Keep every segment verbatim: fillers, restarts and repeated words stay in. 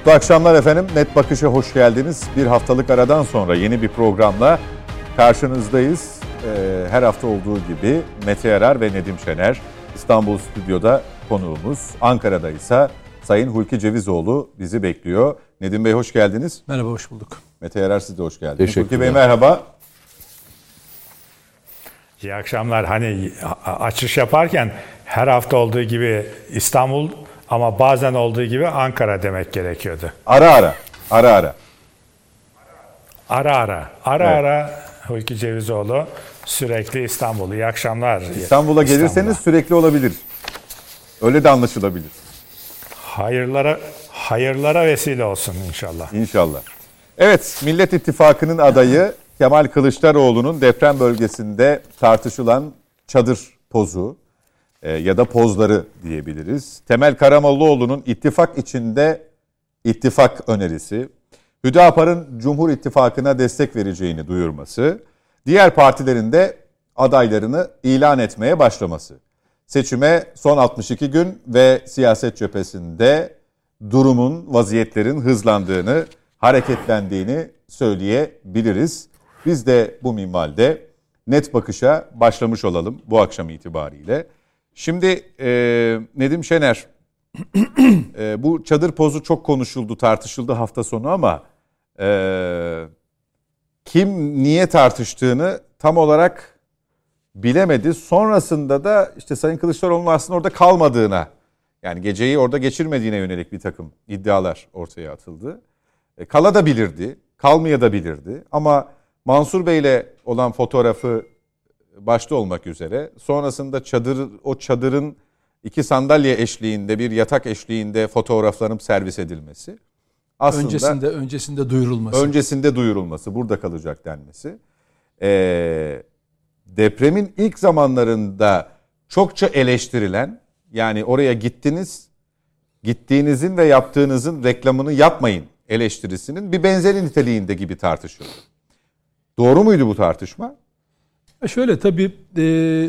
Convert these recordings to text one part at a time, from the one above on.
Mutlu akşamlar efendim. Net Bakış'a hoş geldiniz. Bir haftalık aradan sonra yeni bir programla karşınızdayız. Ee, her hafta olduğu gibi Mete Yarar ve Nedim Şener İstanbul Stüdyo'da konuğumuz. Ankara'da ise Sayın Hulki Cevizoğlu bizi bekliyor. Nedim Bey hoş geldiniz. Merhaba, hoş bulduk. Mete Yarar siz de hoş geldiniz. Hulki Bey merhaba. İyi akşamlar. Hani açış yaparken her hafta olduğu gibi İstanbul ama bazen olduğu gibi Ankara demek gerekiyordu. Ara ara, ara ara. Ara ara, ara Evet. ara Hulki Cevizoğlu sürekli İstanbul. İyi akşamlar. İstanbul'a gelirseniz İstanbul'a. sürekli olabilir. Öyle de anlaşılabilir. Hayırlara, hayırlara vesile olsun inşallah. İnşallah. Evet, Millet İttifakı'nın adayı Kemal Kılıçdaroğlu'nun deprem bölgesinde tartışılan çadır pozu e, ya da pozları diyebiliriz. Temel Karamollaoğlu'nun ittifak içinde ittifak önerisi, Hüdapar'ın Cumhur İttifakı'na destek vereceğini duyurması, diğer partilerin de adaylarını ilan etmeye başlaması. Seçime son altmış iki gün ve siyaset cephesinde durumun, vaziyetlerin hızlandığını, hareketlendiğini söyleyebiliriz. Biz de bu minvalde Net Bakış'a başlamış olalım bu akşam itibariyle. Şimdi e, Nedim Şener, e, bu çadır pozu çok konuşuldu, tartışıldı hafta sonu ama e, kim niye tartıştığını tam olarak bilemedi. Sonrasında da işte Sayın Kılıçdaroğlu'nun aslında orada kalmadığına, yani geceyi orada geçirmediğine yönelik bir takım iddialar ortaya atıldı. E, kala da bilirdi, kalmaya da bilirdi ama Mansur Bey'le olan fotoğrafı başta olmak üzere sonrasında çadır, o çadırın iki sandalye eşliğinde, bir yatak eşliğinde fotoğraflanıp servis edilmesi. Aslında öncesinde öncesinde duyurulması. Öncesinde duyurulması, burada kalacak denmesi. Ee, depremin ilk zamanlarında çokça eleştirilen, yani oraya gittiniz, gittiğinizin ve yaptığınızın reklamını yapmayın eleştirisinin bir benzeri niteliğinde gibi tartışıldı. Doğru muydu bu tartışma? Şöyle tabii e,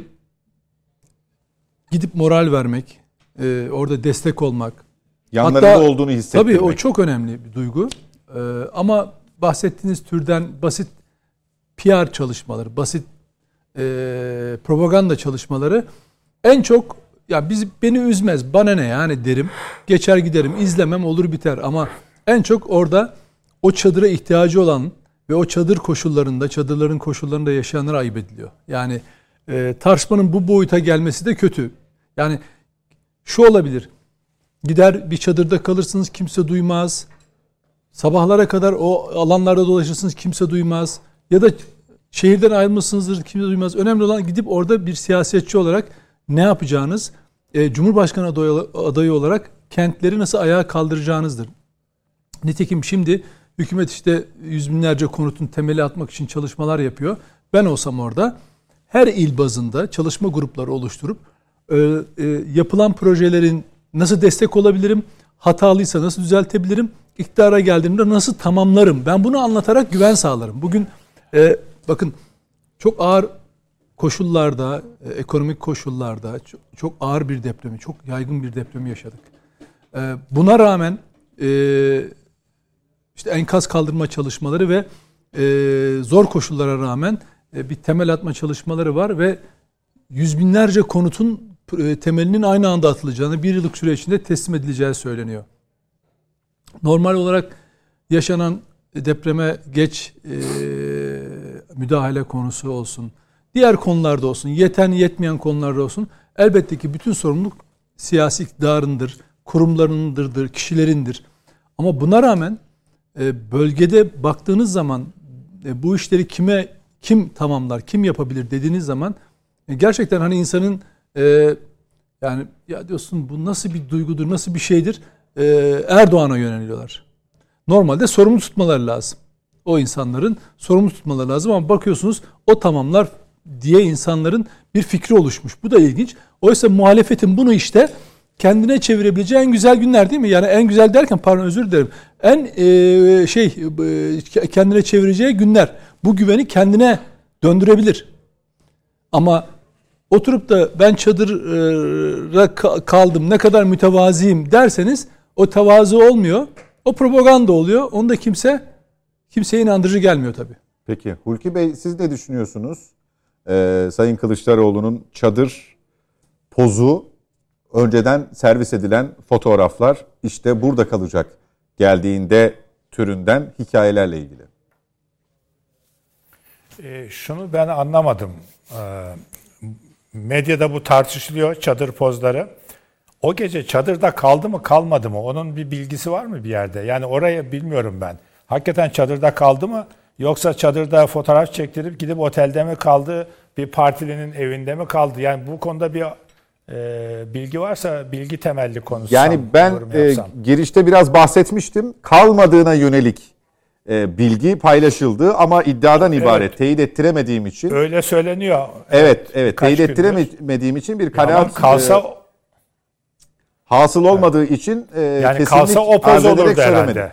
gidip moral vermek, e, orada destek olmak. Yanlarında Hatta, olduğunu hissettirmek. Tabii o çok önemli bir duygu. E, ama bahsettiğiniz türden basit P R çalışmaları, basit e, propaganda çalışmaları en çok ya biz beni üzmez, bana ne yani derim, geçer giderim, izlemem, olur biter ama en çok orada o çadıra ihtiyacı olan ve o çadır koşullarında, çadırların koşullarında yaşayanlara ayıp ediliyor. Yani e, tartışmanın bu boyuta gelmesi de kötü. Yani şu olabilir, gider bir çadırda kalırsınız, kimse duymaz. Sabahlara kadar o alanlarda dolaşırsınız, kimse duymaz. Ya da şehirden ayrılmışsınızdır, kimse duymaz. Önemli olan gidip orada bir siyasetçi olarak ne yapacağınız, e, Cumhurbaşkanı adayı, adayı olarak kentleri nasıl ayağa kaldıracağınızdır. Nitekim şimdi hükümet işte yüz binlerce konutun temeli atmak için çalışmalar yapıyor. Ben olsam orada her il bazında çalışma grupları oluşturup e, e, yapılan projelerin nasıl destek olabilirim, hatalıysa nasıl düzeltebilirim, iktidara geldiğimde nasıl tamamlarım. Ben bunu anlatarak güven sağlarım. Bugün e, bakın çok ağır koşullarda, e, ekonomik koşullarda çok, çok ağır bir depremi, çok yaygın bir depremi yaşadık. E, buna rağmen e, İşte enkaz kaldırma çalışmaları ve e, zor koşullara rağmen e, bir temel atma çalışmaları var ve yüz binlerce konutun e, temelinin aynı anda atılacağını, bir yıllık süre içinde teslim edileceği söyleniyor. Normal olarak yaşanan depreme geç e, müdahale konusu olsun, diğer konularda olsun, yeten yetmeyen konularda olsun, elbette ki bütün sorumluluk siyasi iktidarındır, kurumlarındır, kişilerindir. Ama buna rağmen bölgede baktığınız zaman bu işleri kime kim tamamlar, kim yapabilir dediğiniz zaman gerçekten hani insanın yani ya diyorsun bu nasıl bir duygudur, nasıl bir şeydir, Erdoğan'a yöneliyorlar. Normalde sorumlu tutmaları lazım. O insanların sorumlu tutmaları lazım ama bakıyorsunuz o tamamlar diye insanların bir fikri oluşmuş. Bu da ilginç. Oysa muhalefetin bunu işte kendine çevirebileceği en güzel günler değil mi? Yani en güzel derken pardon özür dilerim. En e, şey e, kendine çevireceği günler. Bu güveni kendine döndürebilir. Ama oturup da ben çadıra kaldım, ne kadar mütevaziyim derseniz o tevazu olmuyor. O propaganda oluyor. Onu da kimse kimseye inandırıcı gelmiyor tabii. Peki Hulki Bey siz ne düşünüyorsunuz? Ee, Sayın Kılıçdaroğlu'nun çadır pozu, önceden servis edilen fotoğraflar, işte burada kalacak geldiğinde türünden hikayelerle ilgili. E, şunu ben anlamadım. E, medyada bu tartışılıyor, çadır pozları. O gece çadırda kaldı mı kalmadı mı? Onun bir bilgisi var mı bir yerde? Yani orayı bilmiyorum ben. Hakikaten çadırda kaldı mı? Yoksa çadırda fotoğraf çektirip gidip otelde mi kaldı? Bir partilinin evinde mi kaldı? Yani bu konuda bir e, bilgi varsa bilgi temelli konuşsam. Yani ben e, girişte biraz bahsetmiştim. Kalmadığına yönelik e, bilgi paylaşıldı ama iddiadan ibaret. Evet. Teyit ettiremediğim için. Öyle söyleniyor. Evet, evet. Teyit ettiremediğim için bir kanaat kalsa e, hasıl olmadığı evet. için e, yani kalsa o poz olurdu herhalde.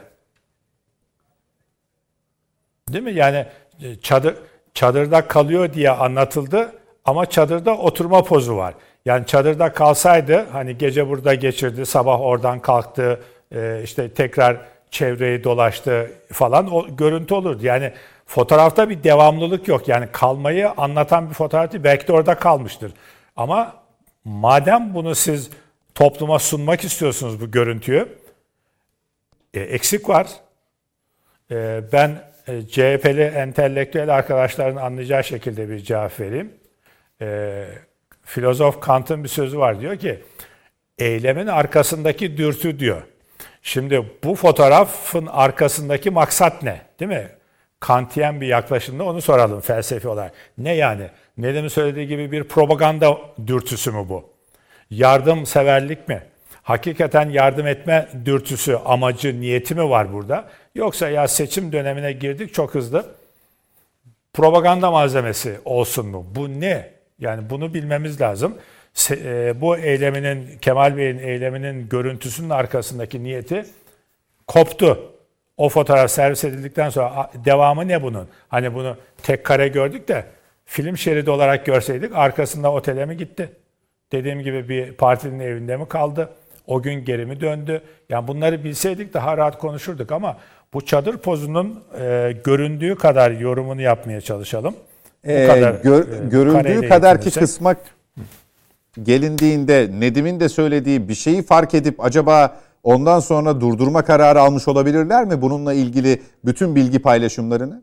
Değil mi? Yani çadır çadırda kalıyor diye anlatıldı ama çadırda oturma pozu var. Yani çadırda kalsaydı hani gece burada geçirdi, sabah oradan kalktı, işte tekrar çevreyi dolaştı falan, o görüntü olurdu. Yani fotoğrafta bir devamlılık yok. Yani kalmayı anlatan bir fotoğraf değil. Belki de orada kalmıştır. Ama madem bunu siz topluma sunmak istiyorsunuz bu görüntüyü, e, eksik var. E, ben e, C H P'li entelektüel arkadaşların anlayacağı şekilde bir cevap vereyim. E, filozof Kant'ın bir sözü var, diyor ki eylemin arkasındaki dürtü diyor. Şimdi bu fotoğrafın arkasındaki maksat ne? Değil mi? Kantiyen bir yaklaşımda onu soralım felsefi olarak. Ne yani? Nedim'in söylediği gibi bir propaganda dürtüsü mü bu? Yardımseverlik mi? Hakikaten yardım etme dürtüsü, amacı, niyeti mi var burada? Yoksa ya seçim dönemine girdik çok hızlı, propaganda malzemesi olsun mu? Bu ne? Yani bunu bilmemiz lazım. Bu eyleminin, Kemal Bey'in eyleminin görüntüsünün arkasındaki niyeti koptu. O fotoğraf servis edildikten sonra devamı ne bunun? Hani bunu tek kare gördük de film şeridi olarak görseydik arkasında otele mi gitti? Dediğim gibi bir partinin evinde mi kaldı? O gün geri mi döndü? Yani bunları bilseydik daha rahat konuşurduk ama bu çadır pozunun e, göründüğü kadar yorumunu yapmaya çalışalım. Bu ee, kadar gör, e, görüldüğü kadar ki kısmak gelindiğinde Nedim'in de söylediği bir şeyi fark edip acaba ondan sonra durdurma kararı almış olabilirler mi bununla ilgili bütün bilgi paylaşımlarını?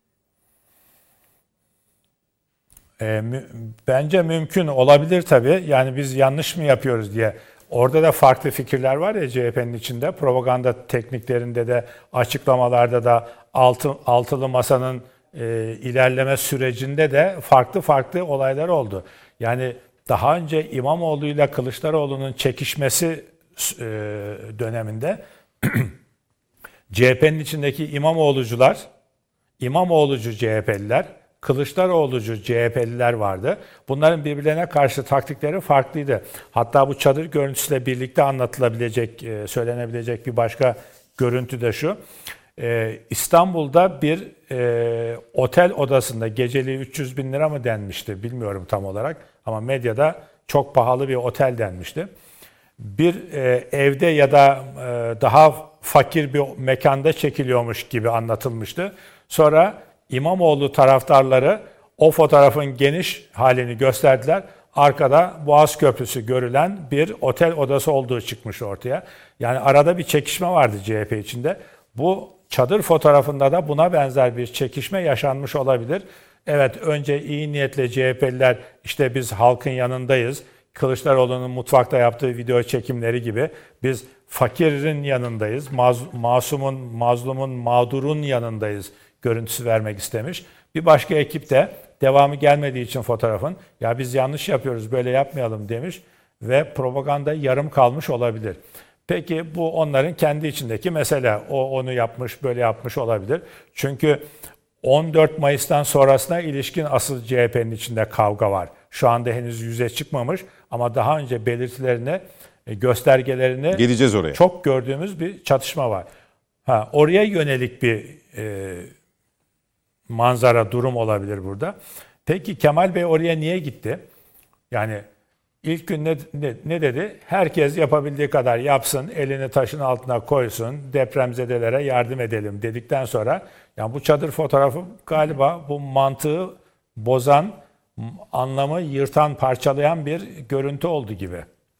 E, mü, bence mümkün olabilir tabii. Yani biz yanlış mı yapıyoruz diye. Orada da farklı fikirler var ya C H P'nin içinde. Propaganda tekniklerinde de, açıklamalarda da, altı, altılı masanın e, ilerleme sürecinde de farklı farklı olaylar oldu. Yani daha önce İmamoğlu ile Kılıçdaroğlu'nun çekişmesi e, döneminde C H P'nin içindeki İmamoğlucular, İmamoğlucu C H P'liler, Kılıçdaroğlucu C H P'liler vardı. Bunların birbirlerine karşı taktikleri farklıydı. Hatta bu çadır görüntüsüyle birlikte anlatılabilecek, söylenebilecek bir başka görüntü de şu. Ee, İstanbul'da bir e, otel odasında geceliği üç yüz bin lira mı denmişti bilmiyorum tam olarak. Ama medyada çok pahalı bir otel denmişti. Bir e, evde ya da e, daha fakir bir mekanda çekiliyormuş gibi anlatılmıştı. Sonra İmamoğlu taraftarları o fotoğrafın geniş halini gösterdiler. Arkada Boğaz Köprüsü görülen bir otel odası olduğu çıkmış ortaya. Yani arada bir çekişme vardı C H P içinde. Bu çadır fotoğrafında da buna benzer bir çekişme yaşanmış olabilir. Evet, önce iyi niyetle C H P'liler işte biz halkın yanındayız, Kılıçdaroğlu'nun mutfakta yaptığı video çekimleri gibi biz fakirin yanındayız, maz- masumun, mazlumun, mağdurun yanındayız görüntüsü vermek istemiş. Bir başka ekip de devamı gelmediği için fotoğrafın ya biz yanlış yapıyoruz böyle yapmayalım demiş ve propaganda yarım kalmış olabilir. Peki bu onların kendi içindeki mesele. O onu yapmış, böyle yapmış olabilir. Çünkü on dört Mayıs'tan sonrasına ilişkin asıl C H P'nin içinde kavga var. Şu anda henüz yüze çıkmamış ama daha önce belirtilerini, göstergelerini geleceğiz oraya. Çok gördüğümüz bir çatışma var. Ha, oraya yönelik bir e, manzara, durum olabilir burada. Peki Kemal Bey oraya niye gitti? Yani ilk gün ne, ne, ne dedi? Herkes yapabildiği kadar yapsın, elini taşın altına koysun, depremzedelere yardım edelim dedikten sonra, yani bu çadır fotoğrafı galiba bu mantığı bozan, anlamı yırtan, parçalayan bir görüntü oldu gibi.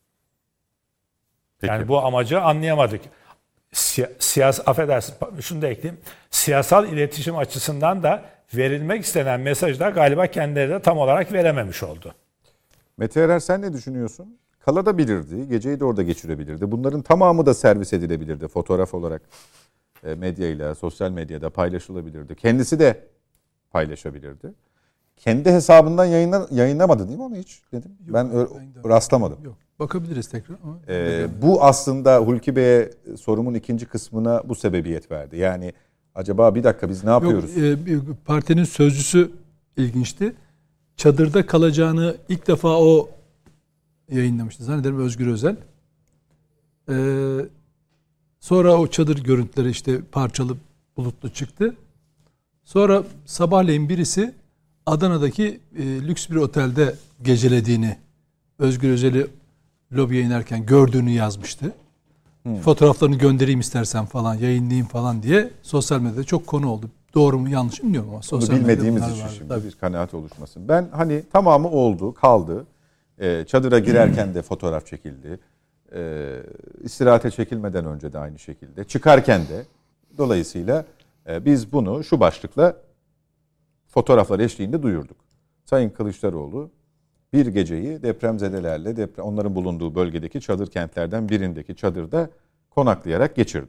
Peki. Yani bu amacı anlayamadık. Si- siyas, affedersin, şunu da ekleyeyim. Siyasal iletişim açısından da verilmek istenen mesajı da galiba kendileri de tam olarak verememiş oldu. Mete Erer, sen ne düşünüyorsun? Kalabilirdi, geceyi de orada geçirebilirdi. Bunların tamamı da servis edilebilirdi fotoğraf olarak. E, medyayla, sosyal medyada paylaşılabilirdi. Kendisi de paylaşabilirdi. Kendi hesabından yayınla, yayınlamadı değil mi onu hiç? Dedim. Yok, ben ö- ben rastlamadım. Yok. Bakabiliriz tekrar ama. Ee, bu aslında Hulki Bey'e sorumun ikinci kısmına bu sebebiyet verdi. Yani acaba bir dakika biz ne yapıyoruz? Yok, e, partinin sözcüsü ilginçti. Çadırda kalacağını ilk defa o yayınlamıştı. Zannederim Özgür Özel. Ee, sonra o çadır görüntüleri işte parçalı, bulutlu çıktı. Sonra sabahleyin birisi Adana'daki e, lüks bir otelde gecelediğini, Özgür Özel'i lobiye inerken gördüğünü yazmıştı. Hmm. Fotoğraflarını göndereyim istersen falan, yayınlayayım falan diye sosyal medyada çok konu oldu. Doğru mu yanlış mı bilmiyorum ama sosyal Bunu bilmediğimiz medyada için vardı. şimdi Tabii. bir kanaat oluşmasın. Ben hani tamamı oldu, kaldı. Ee, çadıra girerken de fotoğraf çekildi. Ee, istirahate çekilmeden önce de aynı şekilde. Çıkarken de. Dolayısıyla e, biz bunu şu başlıkla fotoğraflar eşliğinde duyurduk. Sayın Kılıçdaroğlu bir geceyi depremzedelerle, deprem, onların bulunduğu bölgedeki çadır kentlerden birindeki çadırda konaklayarak geçirdi.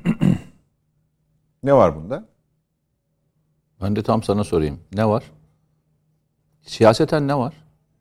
Ne var bunda? Ben de tam sana sorayım. Ne var? Siyaseten ne var?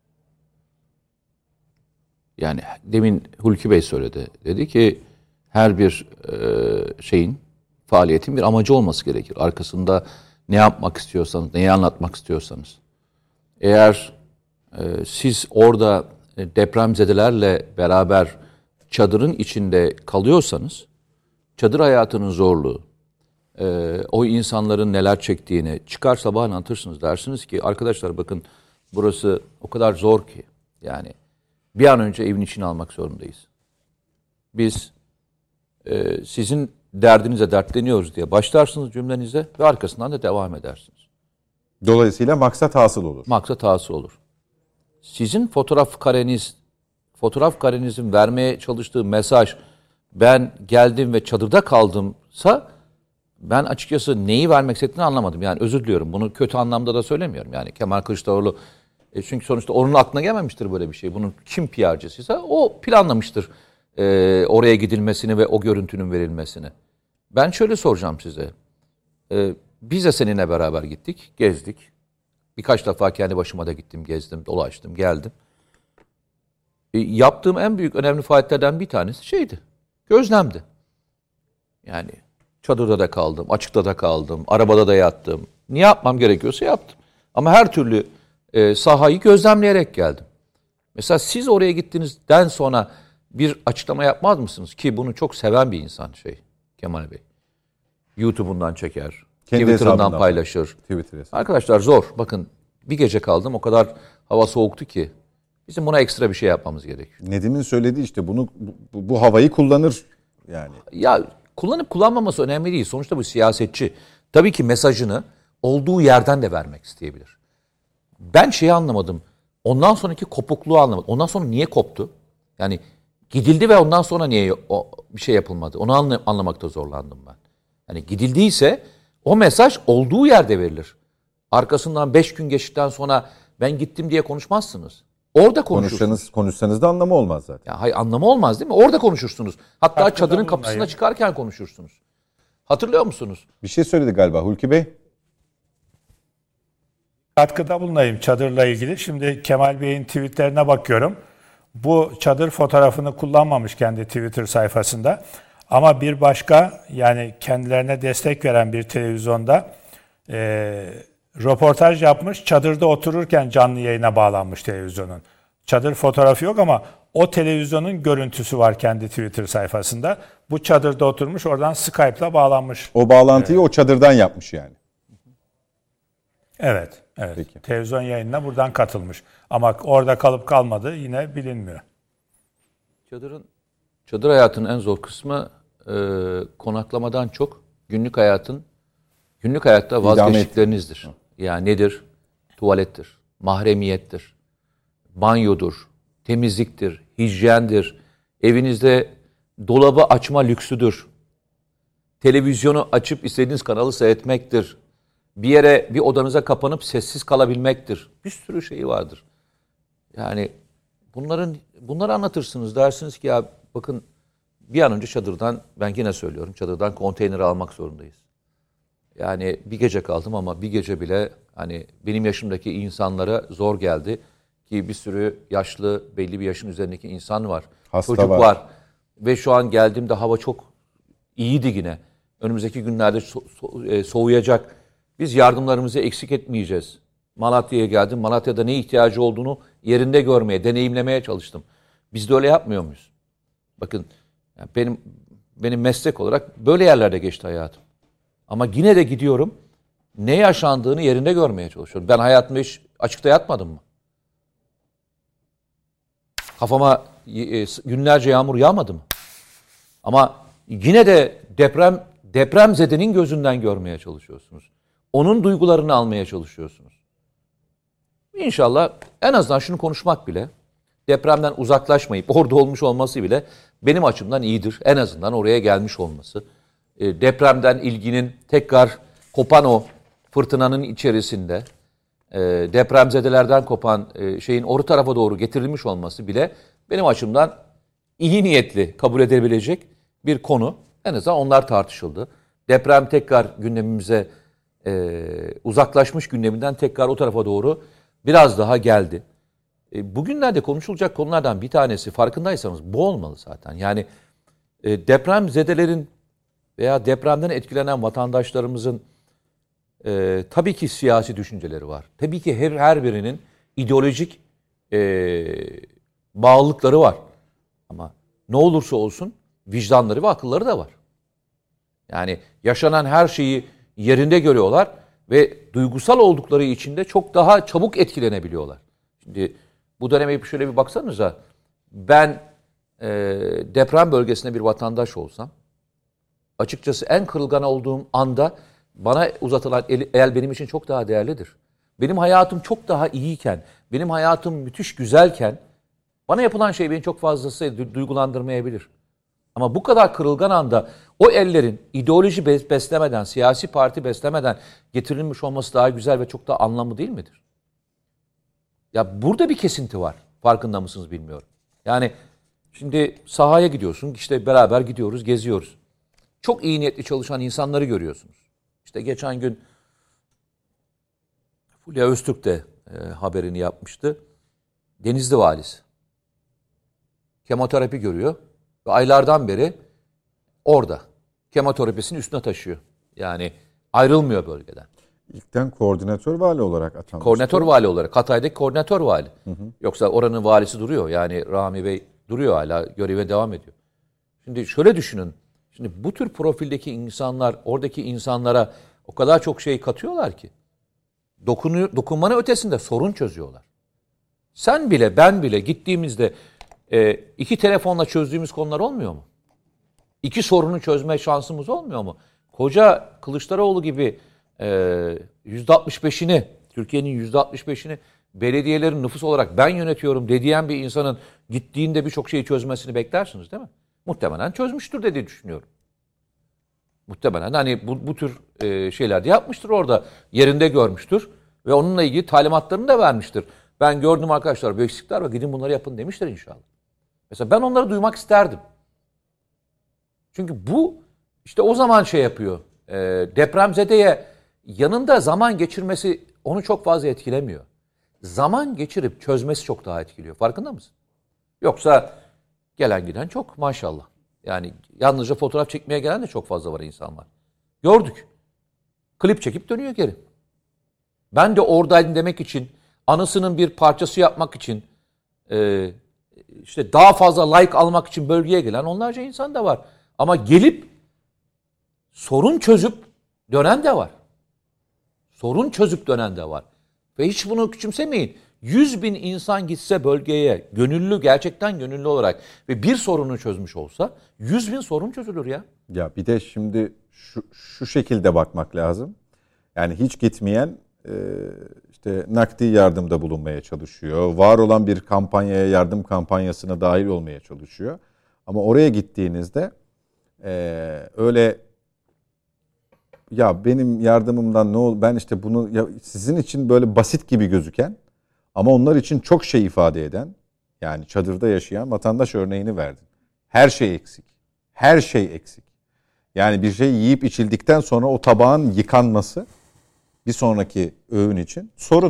Yani demin Hulki Bey söyledi. Dedi ki her bir e, şeyin, faaliyetin bir amacı olması gerekir. Arkasında ne yapmak istiyorsanız, neyi anlatmak istiyorsanız. Eğer e, siz orada depremzedelerle beraber çadırın içinde kalıyorsanız, çadır hayatının zorluğu, e, o insanların neler çektiğini çıkar sabah anlatırsınız. Dersiniz ki arkadaşlar bakın burası o kadar zor ki. Yani bir an önce evin içine almak zorundayız. Biz e, sizin derdinize dertleniyoruz diye başlarsınız cümlenize ve arkasından da devam edersiniz. Dolayısıyla maksat hasıl olur. Maksat hasıl olur. Sizin fotoğraf kareniz, fotoğraf karenizin vermeye çalıştığı mesaj ben geldim ve çadırda kaldımsa ben açıkçası neyi vermek istediğini anlamadım. Yani özür diliyorum. Bunu kötü anlamda da söylemiyorum. Yani Kemal Kılıçdaroğlu e çünkü sonuçta onun aklına gelmemiştir böyle bir şey. Bunun kim P R'cısıysa o planlamıştır e, oraya gidilmesini ve o görüntünün verilmesini. Ben şöyle soracağım size. E, biz de seninle beraber gittik, gezdik. Birkaç defa kendi başıma da gittim, gezdim, dolaştım, geldim. E, yaptığım en büyük önemli faaliyetlerden bir tanesi şeydi. Gözlemdi. Yani çadırda da kaldım, açıkta da kaldım, arabada da yattım. Ne yapmam gerekiyorsa yaptım. Ama her türlü e, sahayı gözlemleyerek geldim. Mesela siz oraya gittiğinizden sonra bir açıklama yapmaz mısınız? Ki bunu çok seven bir insan şey Kemal Bey. YouTube'undan çeker, Kendi Twitter'ından paylaşır. Twitter hesabı. Arkadaşlar zor. Bakın bir gece kaldım. O kadar hava soğuktu ki. Bizim buna ekstra bir şey yapmamız gerekiyor. Nedim'in söylediği işte bunu bu, bu havayı kullanır yani. Ya kullanıp kullanmaması önemli değil. Sonuçta bu siyasetçi. Tabii ki mesajını olduğu yerden de vermek isteyebilir. Ben şeyi anlamadım. Ondan sonraki kopukluğu anlamadım. Ondan sonra niye koptu? Yani gidildi ve ondan sonra niye o bir şey yapılmadı? Onu anla, anlamakta zorlandım ben. Yani gidildiyse o mesaj olduğu yerde verilir. Arkasından beş gün geçtikten sonra ben gittim diye konuşmazsınız. Orada konuşursunuz. Konuşsanız, konuşsanız da anlamı olmaz zaten. Ya hayır, anlamı olmaz değil mi? Orada konuşursunuz. Hatta Katkıda çadırın bulunayım. kapısına çıkarken konuşursunuz. Hatırlıyor musunuz? Bir şey söyledi galiba Hulki Bey. Katkıda bulunayım çadırla ilgili. Şimdi Kemal Bey'in tweetlerine bakıyorum. Bu çadır fotoğrafını kullanmamış kendi Twitter sayfasında. Ama bir başka yani kendilerine destek veren bir televizyonda e, röportaj yapmış. Çadırda otururken canlı yayına bağlanmış televizyonun. Çadır fotoğrafı yok ama o televizyonun görüntüsü var kendi Twitter sayfasında. Bu çadırda oturmuş, oradan Skype'la bağlanmış. O bağlantıyı evet. O çadırdan yapmış yani. Evet, evet. Peki. Televizyon yayınına buradan katılmış. Ama orada kalıp kalmadığı yine bilinmiyor. Çadırın çadır hayatının en zor kısmı e, konaklamadan çok günlük hayatın günlük hayatta vazgeçtiklerinizdir. Yani nedir? Tuvalettir, mahremiyettir, banyodur, temizliktir, hijyendir. Evinizde dolabı açma lüksüdür. Televizyonu açıp istediğiniz kanalı seyretmektir. Bir yere, bir odanıza kapanıp sessiz kalabilmektir. Bir sürü şeyi vardır. Yani bunların bunları anlatırsınız. Dersiniz ki ya bakın bir an önce çadırdan, ben yine söylüyorum, çadırdan konteyneri almak zorundayız. Yani bir gece kaldım ama bir gece bile hani benim yaşımdaki insanlara zor geldi. Ki bir sürü yaşlı, belli bir yaşın üzerindeki insan var. Hasta Çocuk var. var. Ve şu an geldiğimde hava çok iyiydi yine. Önümüzdeki günlerde so- so- e, soğuyacak. Biz yardımlarımızı eksik etmeyeceğiz. Malatya'ya geldim. Malatya'da ne ihtiyacı olduğunu yerinde görmeye, deneyimlemeye çalıştım. Biz de öyle yapmıyor muyuz? Bakın yani benim benim meslek olarak böyle yerlerde geçti hayatım. Ama yine de gidiyorum. Ne yaşandığını yerinde görmeye çalışıyorum. Ben hayatımda hiç açıkta yatmadım mı? Kafama e, günlerce yağmur yağmadı mı? Ama yine de deprem depremzedenin gözünden görmeye çalışıyorsunuz. Onun duygularını almaya çalışıyorsunuz. İnşallah en azından şunu konuşmak bile, depremden uzaklaşmayıp orada olmuş olması bile benim açımdan iyidir. En azından oraya gelmiş olması. E, depremden ilginin tekrar kopan o fırtınanın içerisinde e, depremzedelerden kopan e, şeyin o tarafa doğru getirilmiş olması bile benim açımdan iyi niyetli kabul edebilecek bir konu. En azından onlar tartışıldı. Deprem tekrar gündemimize e, uzaklaşmış gündeminden tekrar o tarafa doğru biraz daha geldi. E, bugünlerde konuşulacak konulardan bir tanesi farkındaysanız bu olmalı zaten. Yani e, depremzedelerin veya depremden etkilenen vatandaşlarımızın e, tabii ki siyasi düşünceleri var. Tabii ki her, her birinin ideolojik e, bağlılıkları var. Ama ne olursa olsun vicdanları ve akılları da var. Yani yaşanan her şeyi yerinde görüyorlar ve duygusal oldukları için de çok daha çabuk etkilenebiliyorlar. Şimdi bu döneme şöyle bir baksanıza, ben e, deprem bölgesinde bir vatandaş olsam, açıkçası en kırılgan olduğum anda bana uzatılan el, el benim için çok daha değerlidir. Benim hayatım çok daha iyiyken, benim hayatım müthiş güzelken bana yapılan şey beni çok fazlası duygulandırmayabilir. Ama bu kadar kırılgan anda o ellerin ideoloji beslemeden, siyasi parti beslemeden getirilmiş olması daha güzel ve çok daha anlamlı değil midir? Ya burada bir kesinti var. Farkında mısınız bilmiyorum. Yani şimdi sahaya gidiyorsun, işte beraber gidiyoruz, geziyoruz. Çok iyi niyetli çalışan insanları görüyorsunuz. İşte geçen gün Fulya Öztürk de e, haberini yapmıştı. Denizli valisi. Kemoterapi görüyor. Ve aylardan beri orada. Kemoterapisini üstüne taşıyor. Yani ayrılmıyor bölgeden. İlkten koordinatör vali olarak atanmıştı. Koordinatör vali olarak. Hatay'daki koordinatör vali. Hı hı. Yoksa oranın valisi duruyor. Yani Rami Bey duruyor hala. Göreve devam ediyor. Şimdi şöyle düşünün. Şimdi bu tür profildeki insanlar oradaki insanlara o kadar çok şey katıyorlar ki. Dokunu, dokunmanın ötesinde sorun çözüyorlar. Sen bile ben bile gittiğimizde e, iki telefonla çözdüğümüz konular olmuyor mu? İki sorunu çözme şansımız olmuyor mu? Koca Kılıçdaroğlu gibi e, yüzde altmış beşini Türkiye'nin yüzde altmış beşini belediyelerin nüfus olarak ben yönetiyorum dediyen bir insanın gittiğinde birçok şeyi çözmesini beklersiniz değil mi? Muhtemelen çözmüştür diye düşünüyorum. Muhtemelen hani bu, bu tür e, şeyler de yapmıştır orada. Yerinde görmüştür ve onunla ilgili talimatlarını da vermiştir. Ben gördüm arkadaşlar, bu eksikler var, gidin bunları yapın demişler inşallah. Mesela ben onları duymak isterdim. Çünkü bu işte o zaman şey yapıyor. E, depremzedeye yanında zaman geçirmesi onu çok fazla etkilemiyor. Zaman geçirip çözmesi çok daha etkiliyor. Farkında mısın? Yoksa gelen giden çok maşallah. Yani yalnızca fotoğraf çekmeye gelen de çok fazla var insan var. Gördük. Klip çekip dönüyor geri. Ben de oradaydım demek için, anısının bir parçası yapmak için, e, işte daha fazla like almak için bölgeye gelen onlarca insan da var. Ama gelip sorun çözüp dönen de var. Sorun çözüp dönen de var. Ve hiç bunu küçümsemeyin. yüz bin insan gitse bölgeye gönüllü, gerçekten gönüllü olarak ve bir sorunu çözmüş olsa yüz bin sorun çözülür ya. Ya bir de şimdi şu, şu şekilde bakmak lazım. Yani hiç gitmeyen e, işte nakdi yardımda bulunmaya çalışıyor. Var olan bir kampanyaya, yardım kampanyasına dahil olmaya çalışıyor. Ama oraya gittiğinizde e, öyle ya benim yardımımdan ne ol, ben işte bunu ya sizin için böyle basit gibi gözüken ama onlar için çok şey ifade eden, yani çadırda yaşayan vatandaş örneğini verdin. Her şey eksik. Her şey eksik. Yani bir şey yiyip içildikten sonra o tabağın yıkanması bir sonraki öğün için sorun.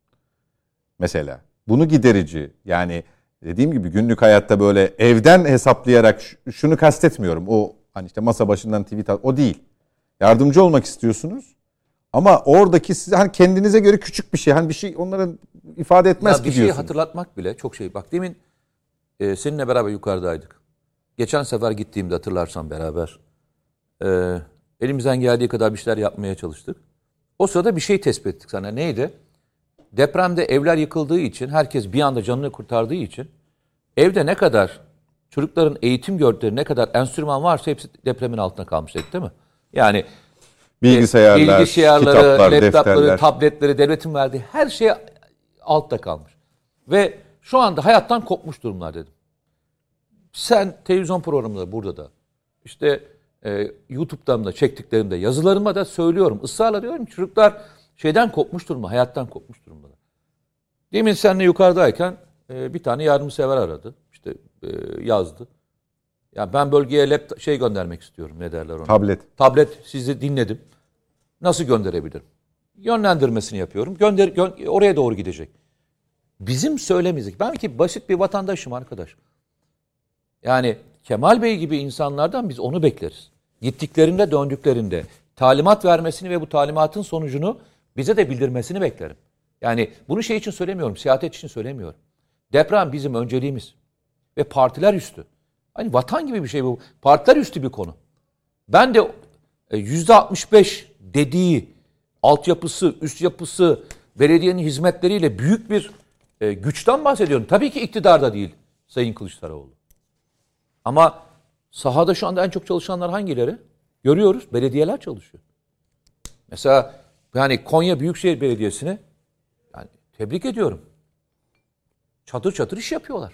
Mesela bunu giderici, yani dediğim gibi günlük hayatta böyle evden hesaplayarak şunu kastetmiyorum. O hani işte masa başından tweet at, o değil. Yardımcı olmak istiyorsunuz. Ama oradaki size hani kendinize göre küçük bir şey, hani bir şey onlara ifade etmez ya ki bir diyorsunuz. şeyi hatırlatmak bile çok şey. Bak demin e, seninle beraber yukarıdaydık. Geçen sefer gittiğimde hatırlarsan beraber e, elimizden geldiği kadar bir şeyler yapmaya çalıştık. O sırada bir şey tespit ettik sana. Neydi? Depremde evler yıkıldığı için, herkes bir anda canını kurtardığı için evde ne kadar çocukların eğitim gördükleri ne kadar enstrüman varsa hepsi depremin altına kalmış dedik, değil mi? Yani bilgisayarlar, bilgisayarları, kitaplar, laptopları, defterler. tabletleri, devletin verdiği her şey altta kalmış. Ve şu anda hayattan kopmuş durumlar dedim. Sen televizyon programında, burada da, işte e, YouTube'dan da çektiklerimde, yazılarıma da söylüyorum. Israrla diyorum ki çocuklar şeyden kopmuş durumda, hayattan kopmuş durumda. Demin seninle yukarıdayken e, bir tane yardımsever aradı. İşte e, yazdı. Ya ben bölgeye laptop şey göndermek istiyorum. Ne derler ona? Tablet. Tablet, sizi dinledim. Nasıl gönderebilirim? Yönlendirmesini yapıyorum. Gönder gö- oraya doğru gidecek. Bizim söylemizdik. Ben ki basit bir vatandaşım arkadaş. Yani Kemal Bey gibi insanlardan biz onu bekleriz. Gittiklerinde, döndüklerinde talimat vermesini ve bu talimatın sonucunu bize de bildirmesini beklerim. Yani bunu şey için söylemiyorum, siyaset için söylemiyorum. Deprem bizim önceliğimiz. Ve partiler üstü. Hani vatan gibi bir şey bu. Partiler üstü bir konu. Ben de yüzde altmış beş dediği altyapısı, üst yapısı, belediyenin hizmetleriyle büyük bir e, güçten bahsediyorum. Tabii ki iktidarda değil Sayın Kılıçdaroğlu. Ama sahada şu anda en çok çalışanlar hangileri? Görüyoruz. Belediyeler çalışıyor. Mesela yani Konya Büyükşehir Belediyesi'ni yani tebrik ediyorum. Çatır çatır iş yapıyorlar.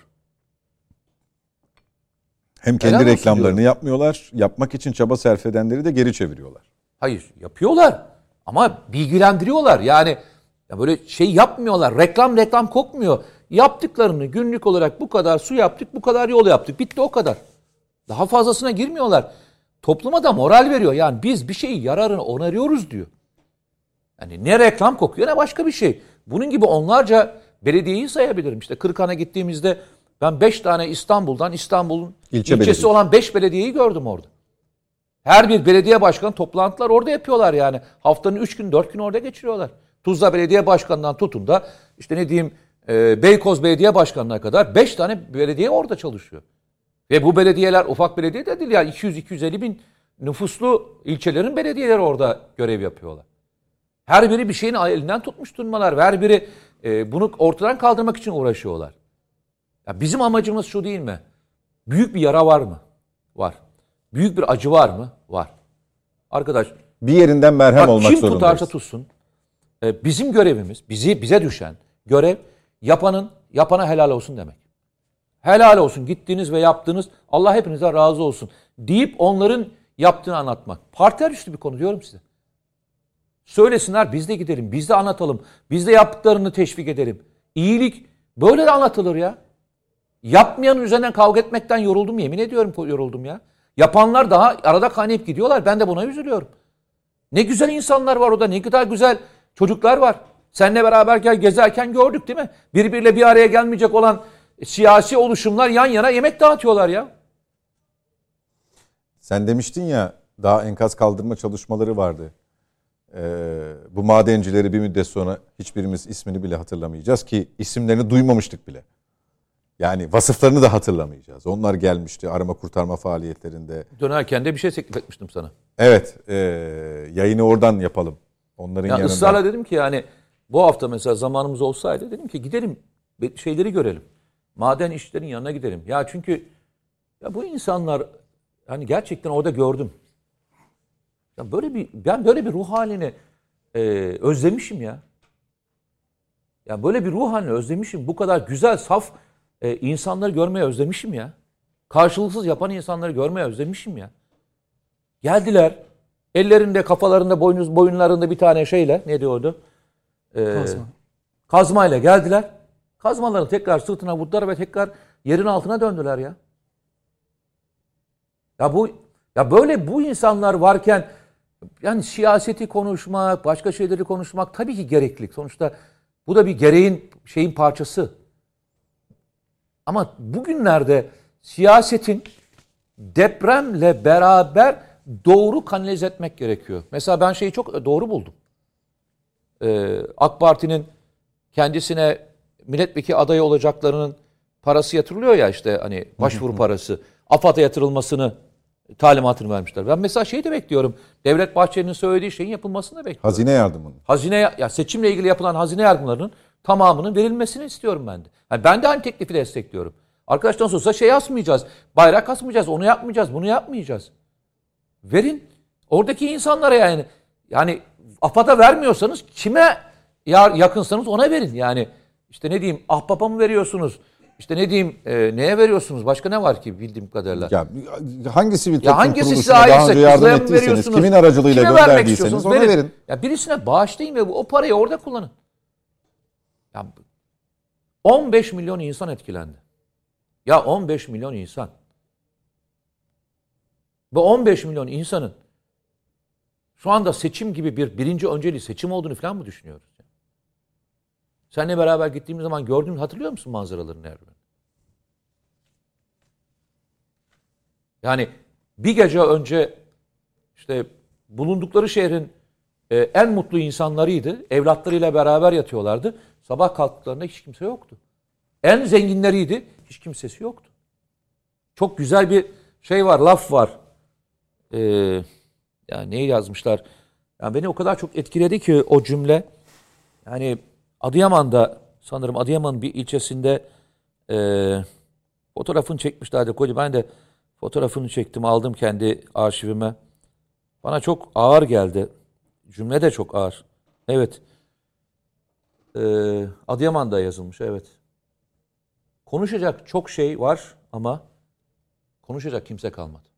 Hem kendi Helal olsun reklamlarını diyorum. yapmıyorlar, yapmak için çaba sarf edenleri de geri çeviriyorlar. Hayır, yapıyorlar ama bilgilendiriyorlar. Yani ya böyle şey yapmıyorlar. Reklam reklam kokmuyor. Yaptıklarını günlük olarak bu kadar su yaptık, bu kadar yol yaptık. Bitti, o kadar. Daha fazlasına girmiyorlar. Topluma da moral veriyor. Yani biz bir şeyi yararını onarıyoruz diyor. Yani ne reklam kokuyor ne başka bir şey. Bunun gibi onlarca belediyeyi sayabilirim. İşte Kırıkhan'a gittiğimizde ben beş tane İstanbul'dan, İstanbul'un İlçe ilçesi belediyesi. olan beş belediyeyi gördüm orada. Her bir belediye başkanı toplantılar orada yapıyorlar yani. Haftanın üç gün, dört gün orada geçiriyorlar. Tuzla Belediye Başkanı'ndan tutun da işte ne diyeyim e, Beykoz Belediye Başkanı'na kadar beş tane belediye orada çalışıyor. Ve bu belediyeler ufak belediye de değil yani iki yüz iki yüz elli bin nüfuslu ilçelerin belediyeleri orada görev yapıyorlar. Her biri bir şeyin elinden tutmuş durmalar. Her biri e, bunu ortadan kaldırmak için uğraşıyorlar. Ya bizim amacımız şu değil mi? Büyük bir yara var mı? Var. Büyük bir acı var mı? Var. Arkadaş, Bir yerinden merhem bak, olmak kim zorundayız. tutarsa tutsun. e, bizim görevimiz, bizi bize düşen görev yapanın yapana helal olsun demek. Helal olsun gittiğiniz ve yaptığınız, Allah hepinize razı olsun deyip onların yaptığını anlatmak. Partiler üstü bir konu diyorum size. Söylesinler, biz de gidelim, biz de anlatalım. Biz de yaptıklarını teşvik edelim. İyilik böyle de anlatılır ya. Yapmayanın üzerinden kavga etmekten yoruldum, yemin ediyorum yoruldum ya. Yapanlar daha arada kaynayıp gidiyorlar. Ben de buna üzülüyorum. Ne güzel insanlar var orada, ne kadar güzel çocuklar var. Seninle beraber gel gezerken gördük değil mi? Birbiriyle bir araya gelmeyecek olan siyasi oluşumlar yan yana yemek dağıtıyorlar ya. Sen demiştin ya, daha enkaz kaldırma çalışmaları vardı. Ee, bu madencileri bir müddet sonra hiçbirimiz ismini bile hatırlamayacağız ki isimlerini duymamıştık bile. Yani vasıflarını da hatırlamayacağız. Onlar gelmişti arama kurtarma faaliyetlerinde. Dönerken de bir şey teklif etmiştim sana. Evet, e, yayını oradan yapalım Onların Ya yanında. ısrarla dedim ki yani bu hafta mesela zamanımız olsaydı dedim ki gidelim şeyleri görelim. Maden işçilerin yanına gidelim. Ya çünkü ya bu insanlar hani gerçekten orada gördüm. Ya böyle bir ben böyle bir ruh halini e, özlemişim ya. Ya böyle bir ruh halini özlemişim. Bu kadar güzel, saf e, insanları görmeye özlemişim ya. Karşılıksız yapan insanları görmeye özlemişim ya. Geldiler. Ellerinde, kafalarında, boynuz, boyunlarında bir tane şeyle, ne diyordu? Ee, Kazma. Kazmayla geldiler. Kazmalarını tekrar sırtına vurdular ve tekrar yerin altına döndüler ya. Ya bu ya böyle bu insanlar varken yani siyaseti konuşmak, başka şeyleri konuşmak tabii ki gerekli. Sonuçta bu da bir gereğin şeyin parçası. Ama bugünlerde siyasetin depremle beraber doğru kanalize etmek gerekiyor. Mesela ben şeyi çok doğru buldum. Ee, AK Parti'nin kendisine milletvekili adayı olacaklarının parası yatırılıyor ya işte hani başvuru parası. AFAD'a yatırılmasını talimatını vermişler. Ben mesela şeyi de bekliyorum. Devlet Bahçeli'nin söylediği şeyin yapılmasını da bekliyorum. Hazine yardımının. Hazine ya seçimle ilgili yapılan hazine yardımlarının tamamının verilmesini istiyorum ben de. Yani ben de aynı teklifi destekliyorum. Arkadaşlar sorsa şey asmayacağız. Bayrak asmayacağız. Onu yapmayacağız. Bunu yapmayacağız. Verin. Oradaki insanlara yani yani AFAD'a vermiyorsanız kime yakınsanız ona verin. Yani işte ne diyeyim Ahbap'a mı veriyorsunuz? İşte ne diyeyim e, neye veriyorsunuz? Başka ne var ki bildiğim kadarıyla? Ya hangi sivil Ya toplum hangisi size kuruluşuna daha aitse önce yardım Kızılay'a mı ettiyseniz, veriyorsunuz? kimin aracılığıyla Kime vermek gönderdiyseniz istiyorsunuz? ona Verin. verin. Ya birisine bağışlayın ve o parayı orada kullanın. Ya on beş milyon insan etkilendi. Ya on beş milyon insan. Bu on beş milyon insanın şu anda seçim gibi bir birinci önceliği seçim olduğunu falan mı düşünüyoruz? Seninle beraber gittiğimiz zaman gördüğün hatırlıyor musun manzaralarını Erdoğan? Yani bir gece önce işte bulundukları şehrin e, en mutlu insanlarıydı. Evlatlarıyla beraber yatıyorlardı. Sabah kalktıklarında hiç kimse yoktu. En zenginleriydi. Hiç kimsesi yoktu. Çok güzel bir şey var, laf var. Ee, yani neyi yazmışlar? Yani beni o kadar çok etkiledi ki o cümle. Yani Adıyaman'da sanırım Adıyaman'ın bir ilçesinde e, fotoğrafını çekmişlerdi. Koydu. Ben de fotoğrafını çektim, aldım kendi arşivime. Bana çok ağır geldi. Cümle de çok ağır. Evet. Ee, Adıyaman'da yazılmış, evet. Konuşacak çok şey var ama konuşacak kimse kalmadı.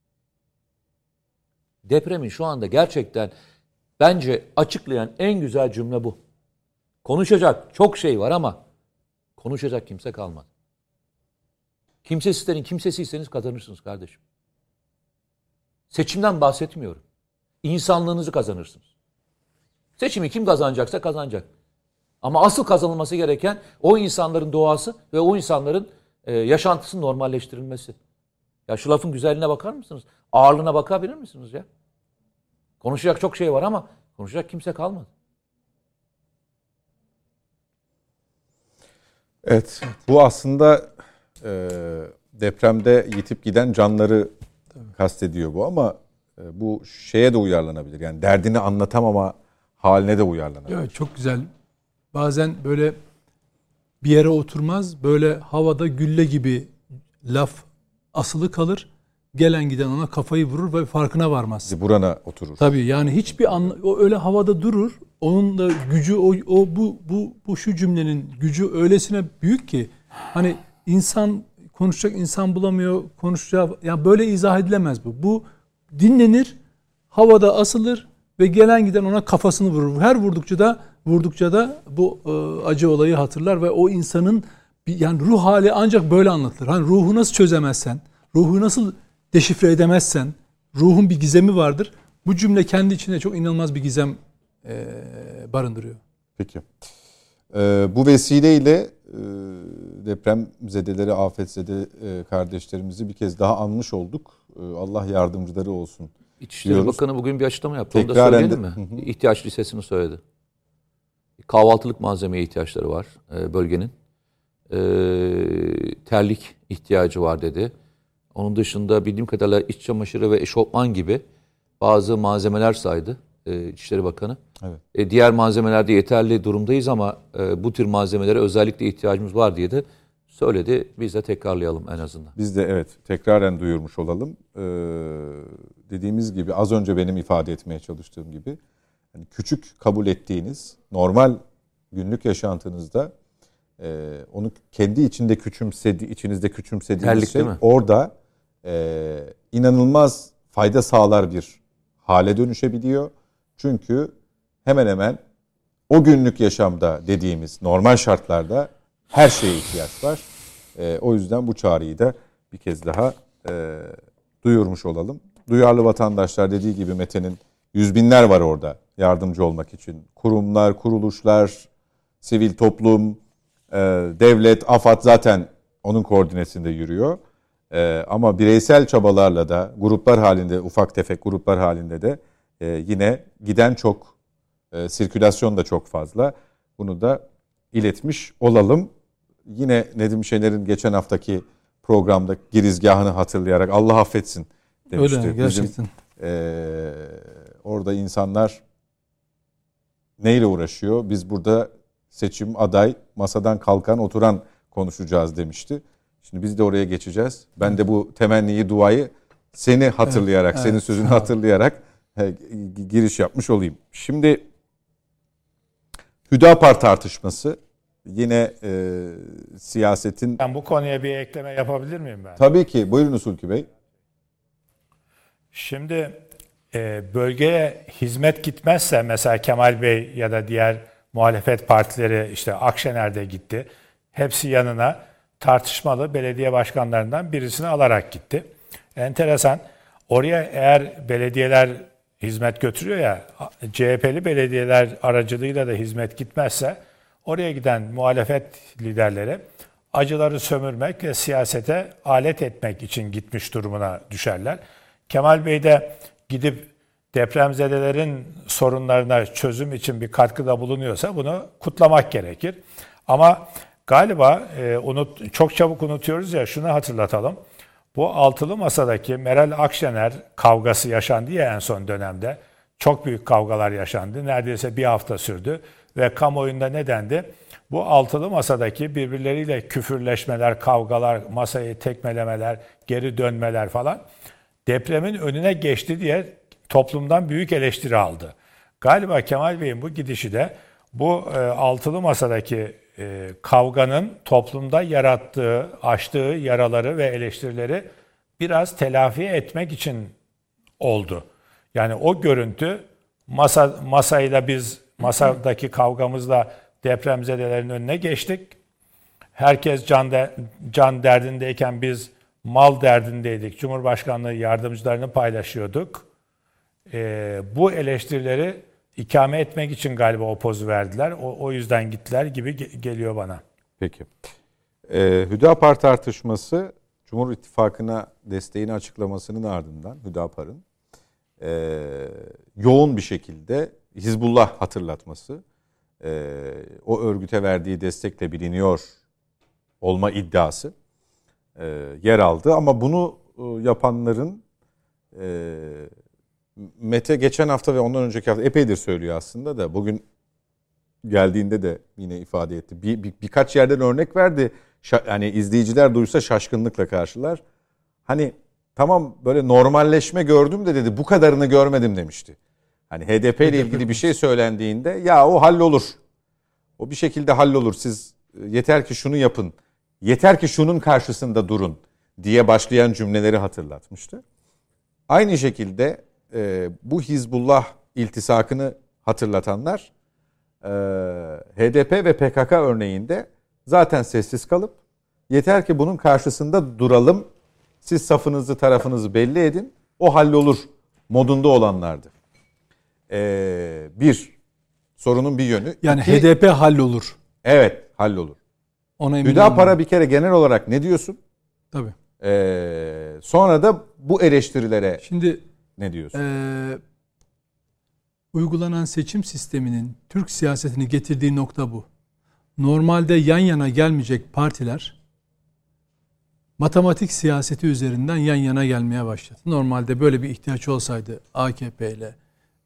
Depremin şu anda gerçekten bence açıklayan en güzel cümle bu. Konuşacak çok şey var ama konuşacak kimse kalmadı. Kimsesizlerin kimsesiyseniz kazanırsınız kardeşim. Seçimden bahsetmiyorum. İnsanlığınızı kazanırsınız. Seçimi kim kazanacaksa kazanacak. Ama asıl kazanılması gereken o insanların doğası ve o insanların e, yaşantısının normalleştirilmesi. Ya şu lafın güzelliğine bakar mısınız? Ağırlığına bakabilir misiniz ya? Konuşacak çok şey var ama konuşacak kimse kalmadı. Evet. Bu aslında e, depremde yitip giden canları Tabii. kastediyor bu ama e, bu şeye de uyarlanabilir. Yani derdini anlatamama haline de uyarlanabilir. Evet, çok güzel. Bazen böyle bir yere oturmaz, böyle havada gülle gibi laf asılı kalır. Gelen giden ona kafayı vurur ve farkına varmaz. Burana oturur. Tabii yani hiçbir anla, o öyle havada durur. Onun da gücü o, o bu bu bu şu cümlenin gücü öylesine büyük ki hani insan konuşacak insan bulamıyor, konuşacağı yani böyle izah edilemez bu. Bu dinlenir, havada asılır ve gelen giden ona kafasını vurur. Her vurdukça da vurdukça da bu e, acı olayı hatırlar ve o insanın bir, yani ruh hali ancak böyle anlatılır. Hani ruhu nasıl çözemezsen, ruhu nasıl deşifre edemezsen, ruhun bir gizemi vardır. Bu cümle kendi içinde çok inanılmaz bir gizem e, barındırıyor. Peki. Ee, bu vesileyle e, depremzedeleri, afetzede e, kardeşlerimizi bir kez daha anmış olduk. E, Allah yardımcıları olsun. İçişleri diyoruz. Bakanı bugün bir açıklama yaptı. Onu da Tekrar söyleyelim ende- mi? Hı hı. İhtiyaç listesini söyledi. Kahvaltılık malzemeye ihtiyaçları var e, bölgenin. E, terlik ihtiyacı var dedi. Onun dışında bildiğim kadarıyla iç çamaşırı ve eşofman gibi bazı malzemeler saydı. e, İçişleri Bakanı. Evet. E, diğer malzemelerde yeterli durumdayız ama e, bu tür malzemelere özellikle ihtiyacımız var diye de söyledi. Biz de tekrarlayalım en azından. Biz de evet tekraren duyurmuş olalım. Ee, dediğimiz gibi az önce benim ifade etmeye çalıştığım gibi hani küçük kabul ettiğiniz normal günlük yaşantınızda e, onu kendi içinde küçümsedi, içinizde küçümsediğiniz Terlik, şey değil mi? orada e, inanılmaz fayda sağlar bir hale dönüşebiliyor. Çünkü hemen hemen o günlük yaşamda dediğimiz normal şartlarda her şeye ihtiyaç var. E, o yüzden bu çağrıyı da bir kez daha e, duyurmuş olalım. Duyarlı vatandaşlar dediği gibi Mete'nin yüz binler var orada yardımcı olmak için. Kurumlar, kuruluşlar, sivil toplum, e, devlet, AFAD zaten onun koordinesinde yürüyor. E, ama bireysel çabalarla da gruplar halinde, ufak tefek gruplar halinde de e, yine giden çok, e, sirkülasyon da çok fazla. Bunu da iletmiş olalım. Yine Nedim Şener'in geçen haftaki programda girizgahını hatırlayarak Allah affetsin demişti. Öyle gerçekten. Bizim, e, orada insanlar neyle uğraşıyor? Biz burada seçim, aday, masadan kalkan, oturan konuşacağız demişti. Şimdi biz de oraya geçeceğiz. Ben de bu temenniyi, duayı seni hatırlayarak, evet, senin evet, sözünü evet. hatırlayarak he, giriş yapmış olayım. Şimdi Hüdapar tartışması yine e, siyasetin... Ben bu konuya bir ekleme yapabilir miyim ben? Tabii ki. Buyurunuz Hulki Bey. Şimdi e, bölgeye hizmet gitmezse mesela Kemal Bey ya da diğer muhalefet partileri işte Akşener'de gitti. Hepsi yanına tartışmalı belediye başkanlarından birisini alarak gitti. Enteresan. Oraya eğer belediyeler hizmet götürüyor ya, C H P'li belediyeler aracılığıyla da hizmet gitmezse oraya giden muhalefet liderleri acıları sömürmek ve siyasete alet etmek için gitmiş durumuna düşerler. Kemal Bey de gidip depremzedelerin sorunlarına çözüm için bir katkıda bulunuyorsa bunu kutlamak gerekir. Ama galiba e, unut, çok çabuk unutuyoruz ya, şunu hatırlatalım. Bu altılı masadaki Meral Akşener kavgası yaşandı ya en son dönemde. Çok büyük kavgalar yaşandı. Neredeyse bir hafta sürdü. Ve kamuoyunda ne dendi? Bu altılı masadaki birbirleriyle küfürleşmeler, kavgalar, masayı tekmelemeler, geri dönmeler falan depremin önüne geçti diye toplumdan büyük eleştiri aldı. Galiba Kemal Bey'in bu gidişi de bu e, altılı masadaki e, kavganın toplumda yarattığı, açtığı yaraları ve eleştirileri biraz telafi etmek için oldu. Yani o görüntü masa masayla biz masadaki kavgamızla depremzedelerin önüne geçtik. Herkes can de, can derdindeyken biz mal derdindeydik. Cumhurbaşkanlığı yardımcılarını paylaşıyorduk. Ee, bu eleştirileri ikame etmek için galiba o pozu verdiler. O, o yüzden gittiler gibi ge- geliyor bana. Peki. Ee, Hüdapar tartışması Cumhur İttifakı'na desteğini açıklamasının ardından Hüdapar'ın e, yoğun bir şekilde Hizbullah hatırlatması, e, o örgüte verdiği destekle biliniyor olma iddiası e, yer aldı. Ama bunu e, yapanların e, Mete geçen hafta ve ondan önceki hafta epeydir söylüyor aslında da bugün geldiğinde de yine ifade etti. Bir, bir birkaç yerden örnek verdi. Şa, yani izleyiciler duysa şaşkınlıkla karşılar. Hani tamam böyle normalleşme gördüm de dedi bu kadarını görmedim demişti. Hani H D P ile ilgili bir şey söylendiğinde ya o hallolur. O bir şekilde hallolur. Siz yeter ki şunu yapın. Yeter ki şunun karşısında durun diye başlayan cümleleri hatırlatmıştı. Aynı şekilde e, bu Hizbullah iltisakını hatırlatanlar e, H D P ve P K K örneğinde zaten sessiz kalıp yeter ki bunun karşısında duralım. Siz safınızı, tarafınızı belli edin. O hallolur modunda olanlardı. Ee, bir, sorunun bir yönü. Yani İki, H D P hallolur. Evet, hallolur. Ona eminim. Hüdapar'a bir kere genel olarak ne diyorsun? Tabii. Ee, sonra da bu eleştirilere Şimdi ne diyorsun? E, uygulanan seçim sisteminin Türk siyasetini getirdiği nokta bu. Normalde yan yana gelmeyecek partiler matematik siyaseti üzerinden yan yana gelmeye başladı. Normalde böyle bir ihtiyaç olsaydı A K P ile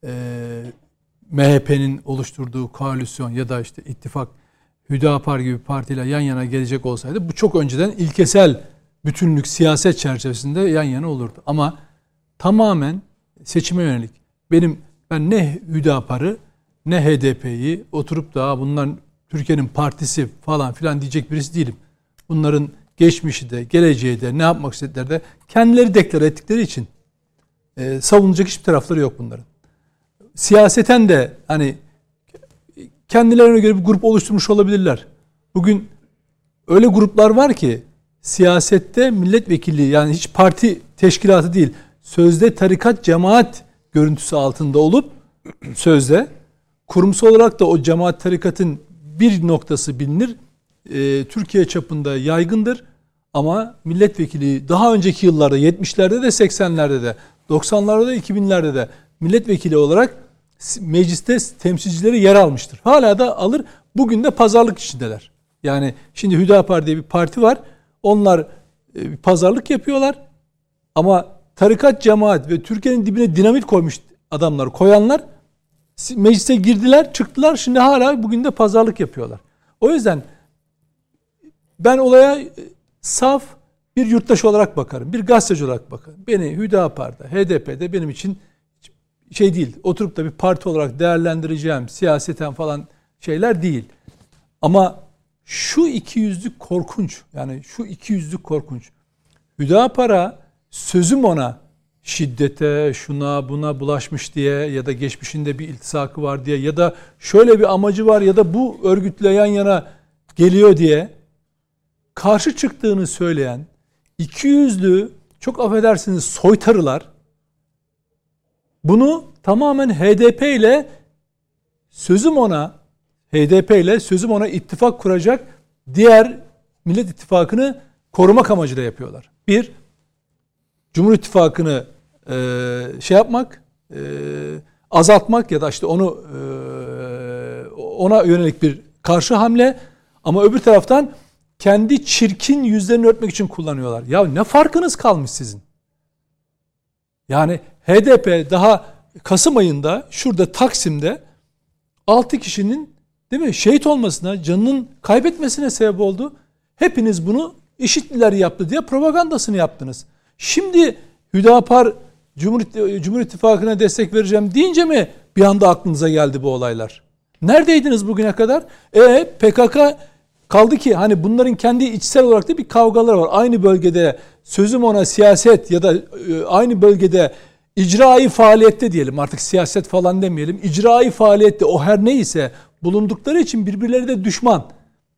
e, M H P'nin oluşturduğu koalisyon ya da işte ittifak Hüdapar gibi partiyle yan yana gelecek olsaydı bu çok önceden ilkesel bütünlük siyaset çerçevesinde yan yana olurdu. Ama tamamen seçime yönelik. Benim ben ne Hüdapar'ı ne H D P'yi oturup da bunların Türkiye'nin partisi falan filan diyecek birisi değilim. Bunların geçmişi de geleceği de ne yapmak istedikleri de kendileri deklare ettikleri için e, savunacak hiçbir tarafları yok bunların. Siyaseten de hani kendilerine göre bir grup oluşturmuş olabilirler. Bugün öyle gruplar var ki siyasette milletvekili yani hiç parti teşkilatı değil sözde tarikat cemaat görüntüsü altında olup sözde kurumsal olarak da o cemaat tarikatın bir noktası bilinir. E, Türkiye çapında yaygındır ama milletvekili daha önceki yıllarda yetmişlerde de seksenlerde de doksanlarda da iki binlerde de milletvekili olarak mecliste temsilcileri yer almıştır. Hala da alır. Bugün de pazarlık içindeler. Yani şimdi Hüdapar diye bir parti var. Onlar bir pazarlık yapıyorlar. Ama tarikat, cemaat ve Türkiye'nin dibine dinamit koymuş adamlar, koyanlar meclise girdiler, çıktılar. Şimdi hala bugün de pazarlık yapıyorlar. O yüzden ben olaya saf bir yurttaş olarak bakarım. Bir gazeteci olarak bakarım. Beni Hüdapar'da, H D P'de benim için şey değil. Oturup da bir parti olarak değerlendireceğim siyaseten falan şeyler değil. Ama şu ikiyüzlük korkunç. Yani şu ikiyüzlük korkunç. Hüdapar'a sözüm ona şiddete, şuna buna bulaşmış diye ya da geçmişinde bir iltisakı var diye ya da şöyle bir amacı var ya da bu örgütle yan yana geliyor diye karşı çıktığını söyleyen ikiyüzlü, çok affedersiniz soytarılar bunu tamamen H D P ile sözüm ona H D P ile sözüm ona ittifak kuracak diğer Millet İttifakı'nı korumak amacıyla yapıyorlar. Bir, Cumhur İttifakı'nı e, şey yapmak, e, azaltmak ya da işte onu e, ona yönelik bir karşı hamle ama öbür taraftan kendi çirkin yüzlerini örtmek için kullanıyorlar. Ya ne farkınız kalmış sizin? Yani H D P daha Kasım ayında şurada Taksim'de altı kişinin değil mi şehit olmasına, canının kaybetmesine sebep oldu. Hepiniz bunu IŞİD'liler yaptı diye propagandasını yaptınız. Şimdi Hüdapar Cumhur, Cumhur İttifakı'na destek vereceğim deyince mi bir anda aklınıza geldi bu olaylar? Neredeydiniz bugüne kadar? E P K K kaldı ki hani bunların kendi içsel olarak da bir kavgaları var. Aynı bölgede sözüm ona siyaset ya da aynı bölgede icrai faaliyette diyelim, artık siyaset falan demeyelim. İcrai faaliyette o her neyse bulundukları için birbirleri de düşman.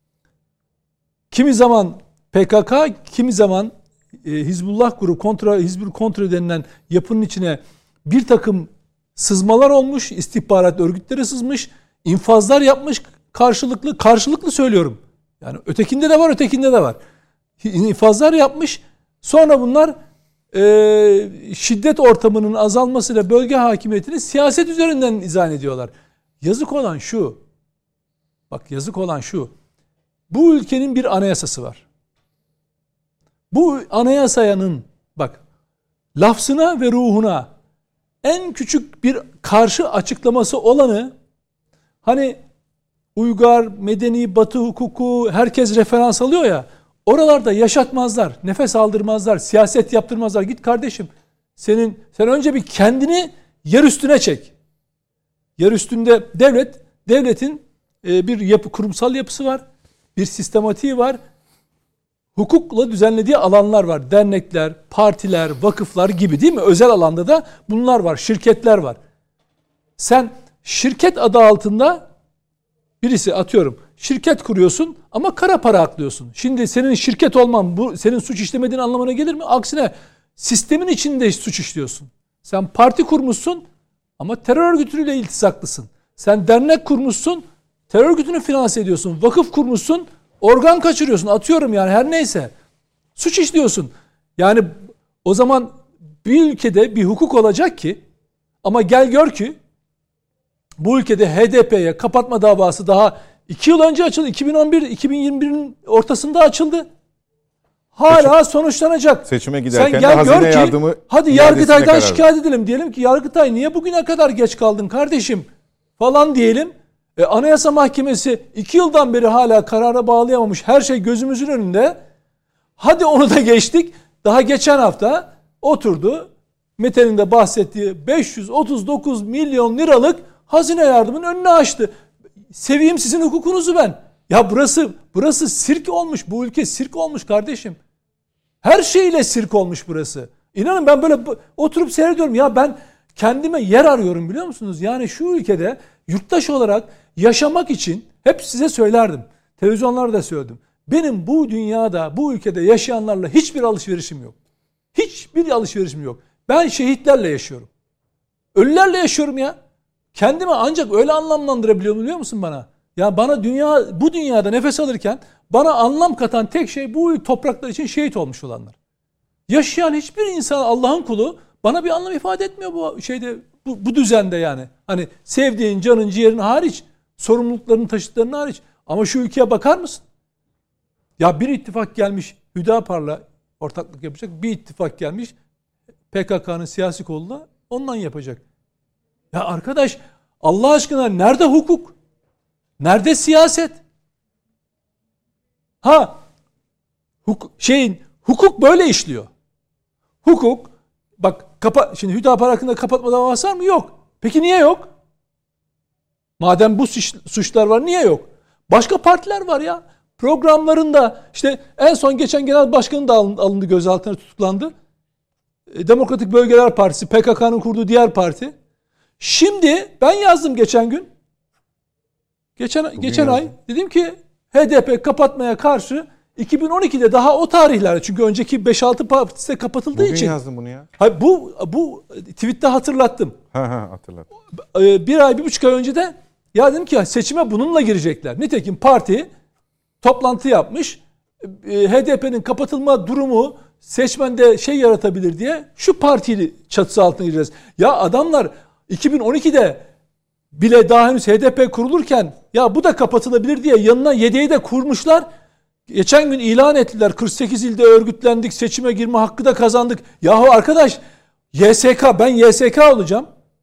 Kimi zaman P K K, kimi zaman e, Hizbullah grubu, kontra, Hizbul Kontra denilen yapının içine bir takım sızmalar olmuş, istihbarat örgütleri sızmış, infazlar yapmış karşılıklı, karşılıklı söylüyorum. Yani ötekinde de var, ötekinde de var. İnfazlar yapmış, sonra bunlar e, şiddet ortamının azalmasıyla bölge hakimiyetini siyaset üzerinden izah ediyorlar. Yazık olan şu, bak yazık olan şu, bu ülkenin bir anayasası var. Bu anayasanın bak lafzına ve ruhuna en küçük bir karşı açıklaması olanı hani uygar, medeni, batı hukuku herkes referans alıyor ya, oralarda yaşatmazlar, nefes aldırmazlar, siyaset yaptırmazlar. Git kardeşim, senin sen önce bir kendini yer üstüne çek. Yer üstünde devlet, devletin e, bir yapı, kurumsal yapısı var, bir sistematiği var. Hukukla düzenlediği alanlar var. Dernekler, partiler, vakıflar gibi değil mi? Özel alanda da bunlar var. Şirketler var. Sen şirket adı altında birisi atıyorum şirket kuruyorsun ama kara para aklıyorsun. Şimdi senin şirket olman bu senin suç işlemediğin anlamına gelir mi? Aksine sistemin içinde suç işliyorsun. Sen parti kurmuşsun ama terör örgütüyle iltisaklısın. Sen dernek kurmuşsun, terör örgütünü finanse ediyorsun. Vakıf kurmuşsun, organ kaçırıyorsun. Atıyorum yani her neyse. Suç işliyorsun. Yani o zaman bir ülkede bir hukuk olacak ki ama gel gör ki bu ülkede H D P'ye kapatma davası daha iki yıl önce açıldı. iki bin on bir iki bin yirmi bir'in ortasında açıldı. hala Seçim, sonuçlanacak. seçime giderken Sen de gel hazine gör ki yardımı hadi Yargıtay'dan karar şikayet edelim. Diyelim ki Yargıtay niye bugüne kadar geç kaldın kardeşim falan diyelim. E, Anayasa Mahkemesi iki yıldan beri hala karara bağlayamamış. Her şey gözümüzün önünde. Hadi onu da geçtik. Daha geçen hafta oturdu. Mete'nin de bahsettiği beş yüz otuz dokuz milyon liralık hazine yardımının önünü açtı. Seveyim sizin hukukunuzu ben. Ya burası burası sirk olmuş. Bu ülke sirk olmuş kardeşim. Her şeyle sirk olmuş burası. İnanın ben böyle oturup seyrediyorum. Ya ben kendime yer arıyorum biliyor musunuz? Yani şu ülkede yurttaş olarak yaşamak için hep size söylerdim. Televizyonlarda da söyledim. Benim bu dünyada, bu ülkede yaşayanlarla hiçbir alışverişim yok. Hiçbir alışverişim yok. Ben şehitlerle yaşıyorum. Ölülerle yaşıyorum ya. Kendimi ancak öyle anlamlandırabiliyorum biliyor musun bana? Ya bana dünya, bu dünyada nefes alırken bana anlam katan tek şey bu topraklar için şehit olmuş olanlar. Yaşayan hiçbir insan, Allah'ın kulu, bana bir anlam ifade etmiyor bu şeyde, bu, bu düzende yani. Hani sevdiğin, canın, ciğerin hariç, sorumluluklarını taşıdıklarının hariç. Ama şu ülkeye bakar mısın? Ya bir ittifak gelmiş, Hüdapar'la ortaklık yapacak. Bir ittifak gelmiş, P K K'nın siyasi koluna ondan yapacak. Ya arkadaş, Allah aşkına nerede hukuk? Nerede siyaset? Ha, hukuk, şeyin, hukuk böyle işliyor. Hukuk, bak kapa, şimdi Hüdapar hakkında kapatma davası var mı? Yok. Peki niye yok? Madem bu suçlar var niye yok? Başka partiler var ya. Programlarında işte en son geçen genel başkanı da alındı, gözaltına tutuklandı. Demokratik Bölgeler Partisi, P K K'nın kurduğu diğer parti. Şimdi ben yazdım geçen gün. Geçen Bugün geçen yazdım. ay dedim ki H D P kapatmaya karşı iki bin on ikide daha o tarihlerde, çünkü önceki beş altı partisi de kapatıldığı Bugün için. Bugün yazdım bunu ya. Hayır, bu bu tweette hatırlattım. Ha ha hatırlattım. Bir ay, bir buçuk ay önce de ya dedim ki seçime bununla girecekler. Nitekim parti toplantı yapmış. H D P'nin kapatılma durumu seçmende şey yaratabilir diye şu partili çatısı altına gireceğiz. Ya adamlar iki bin on ikide bile daha henüz H D P kurulurken ya bu da kapatılabilir diye yanına yedeği de kurmuşlar. Geçen gün ilan ettiler. kırk sekiz ilde örgütlendik. Seçime girme hakkı da kazandık. Yahu arkadaş, Y S K, ben Y S K olacağım.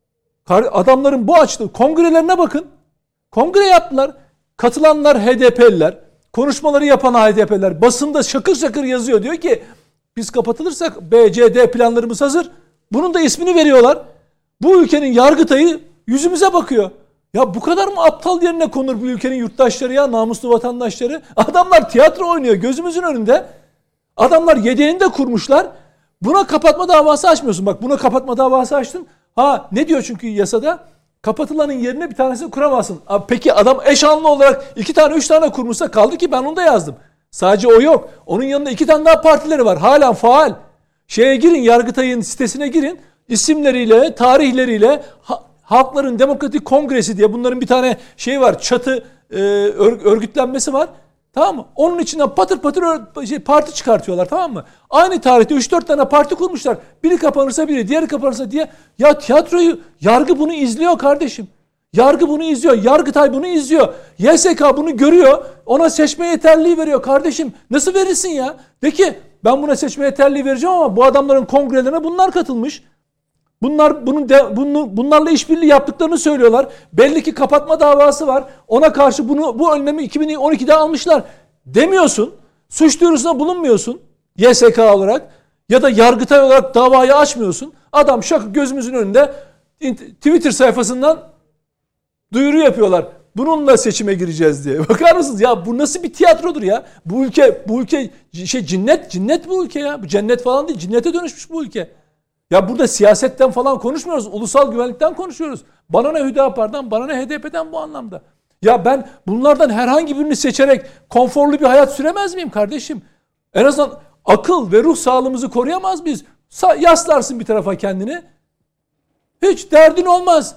Adamların bu açtığı kongrelerine bakın. Kongre yaptılar. Katılanlar H D P'liler. Konuşmaları yapan H D P'liler. Basında şakır şakır yazıyor. Diyor ki biz kapatılırsak B C D planlarımız hazır. Bunun da ismini veriyorlar. Bu ülkenin Yargıtay'ı yüzümüze bakıyor. Ya bu kadar mı aptal yerine konur bu ülkenin yurttaşları ya, namuslu vatandaşları? Adamlar tiyatro oynuyor gözümüzün önünde. Adamlar yedeğini de kurmuşlar. Buna kapatma davası açmıyorsun. Bak, buna kapatma davası açtın. Ha, ne diyor çünkü yasada? Kapatılanın yerine bir tanesini kuramazsın. Abi, peki adam eşanlı olarak iki tane üç tane kurmuşsa, kaldı ki ben onu da yazdım. Sadece o yok. Onun yanında iki tane daha partileri var. Hala faal. Şeye girin, Yargıtay'ın sitesine girin. İsimleriyle, tarihleriyle, ha, Halkların Demokratik Kongresi diye bunların bir tane şey var. Çatı e, örgütlenmesi var. Tamam mı? Onun içinden patır patır ör, şey, parti çıkartıyorlar, tamam mı? Aynı tarihte üç dört tane parti kurmuşlar. Biri kapanırsa biri, diğeri kapanırsa diye. Ya tiyatroyu, yargı bunu izliyor kardeşim. Yargı bunu izliyor. Yargıtay bunu izliyor. Y S K bunu görüyor. Ona seçme yeterliliği veriyor kardeşim. Nasıl verirsin ya? De ki ben buna seçme yeterliliği vereceğim ama bu adamların kongrelerine bunlar katılmış. Bunlar bunun de, bunu, bunlarla işbirliği yaptıklarını söylüyorlar. Belli ki kapatma davası var. Ona karşı bunu bu önlemi iki bin on ikide almışlar demiyorsun. Suç duyurusunda bulunmuyorsun Y S K olarak ya da Yargıtay olarak davayı açmıyorsun. Adam şaka gözümüzün önünde Twitter sayfasından duyuru yapıyorlar. Bununla seçime gireceğiz diye. Bakar mısınız ya, bu nasıl bir tiyatrodur ya? Bu ülke bu ülke şey cinnet cinnet bu ülke ya. Bu cennet falan değil, cinnete dönüşmüş bu ülke. Ya burada siyasetten falan konuşmuyoruz. Ulusal güvenlikten konuşuyoruz. Bana ne Hüdapar'dan, bana ne H D P'den bu anlamda. Ya ben bunlardan herhangi birini seçerek konforlu bir hayat süremez miyim kardeşim? En azından akıl ve ruh sağlığımızı koruyamaz mıyız? Yaslarsın bir tarafa kendini. Hiç derdin olmaz.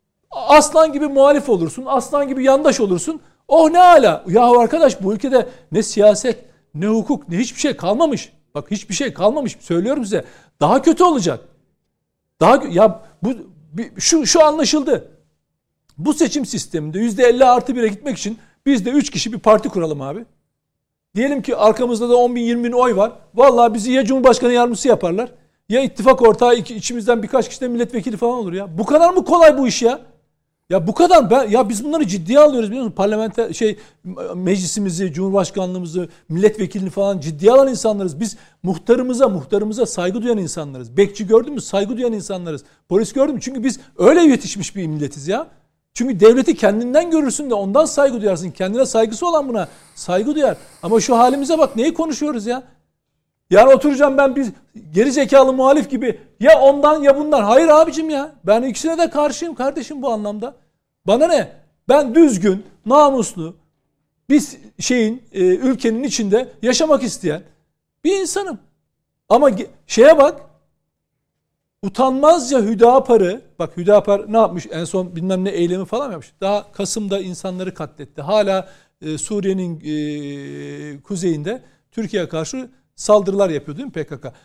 Aslan gibi muhalif olursun. Aslan gibi yandaş olursun. Oh ne ala. Yahu arkadaş, bu ülkede ne siyaset, ne hukuk, ne hiçbir şey kalmamış. Bak, hiçbir şey kalmamış. Söylüyorum size. Daha kötü olacak. Daha ya bu şu şu anlaşıldı. Bu seçim sisteminde yüzde elli artı bire gitmek için biz de üç kişi bir parti kuralım abi. Diyelim ki arkamızda da on bin yirmi bin oy var. Vallahi bizi ya Cumhurbaşkanı yardımcısı yaparlar ya ittifak ortağı, içimizden birkaç kişi de milletvekili falan olur ya. Bu kadar mı kolay bu iş ya? Ya bu kadar ben ya biz bunları ciddiye alıyoruz biliyor musun? Parlamenter şey meclisimizi, cumhurbaşkanlığımızı, milletvekilini falan ciddiye alan insanlarız. Biz muhtarımıza, muhtarımıza saygı duyan insanlarız. Bekçi gördün mü? Saygı duyan insanlarız. Polis gördün mü? Çünkü biz öyle yetişmiş bir milletiz ya. Çünkü devleti kendinden görürsün de ondan saygı duyarsın. Kendine saygısı olan buna saygı duyar. Ama şu halimize bak, neyi konuşuyoruz ya? Yani oturacağım ben bir geri zekalı muhalif gibi ya ondan ya bundan. Hayır abicim ya. Ben ikisine de karşıyım kardeşim bu anlamda. Bana ne? Ben düzgün, namuslu bir şeyin, e, ülkenin içinde yaşamak isteyen bir insanım. Ama şeye bak, utanmazca Hüdapar'ı, bak Hüdapar ne yapmış? En son bilmem ne eylemi falan yapmış. Daha Kasım'da insanları katletti. Hala e, Suriye'nin e, kuzeyinde Türkiye'ye karşı saldırılar yapıyor değil mi P K K?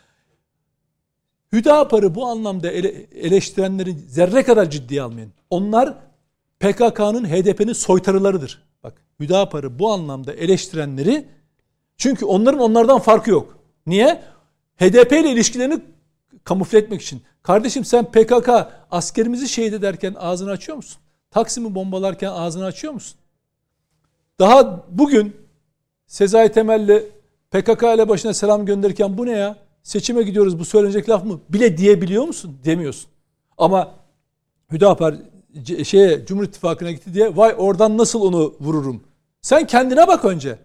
Hüdapar'ı bu anlamda ele, eleştirenleri zerre kadar ciddiye almayın. Onlar P K K'nın, H D P'nin soytarılarıdır. Bak Hüdapar'ı bu anlamda eleştirenleri, çünkü onların onlardan farkı yok. Niye? H D P ile ilişkilerini kamufle etmek için. Kardeşim sen P K K askerimizi şehit ederken ağzını açıyor musun? Taksim'i bombalarken ağzını açıyor musun? Daha bugün Sezai Temel'le P K K ile başına selam gönderirken bu ne ya? Seçime gidiyoruz, bu söylenecek laf mı? Bile diyebiliyor musun? Demiyorsun. Ama Hüdapar şeye, Cumhur İttifakı'na gitti diye vay oradan nasıl onu vururum. Sen kendine bak önce.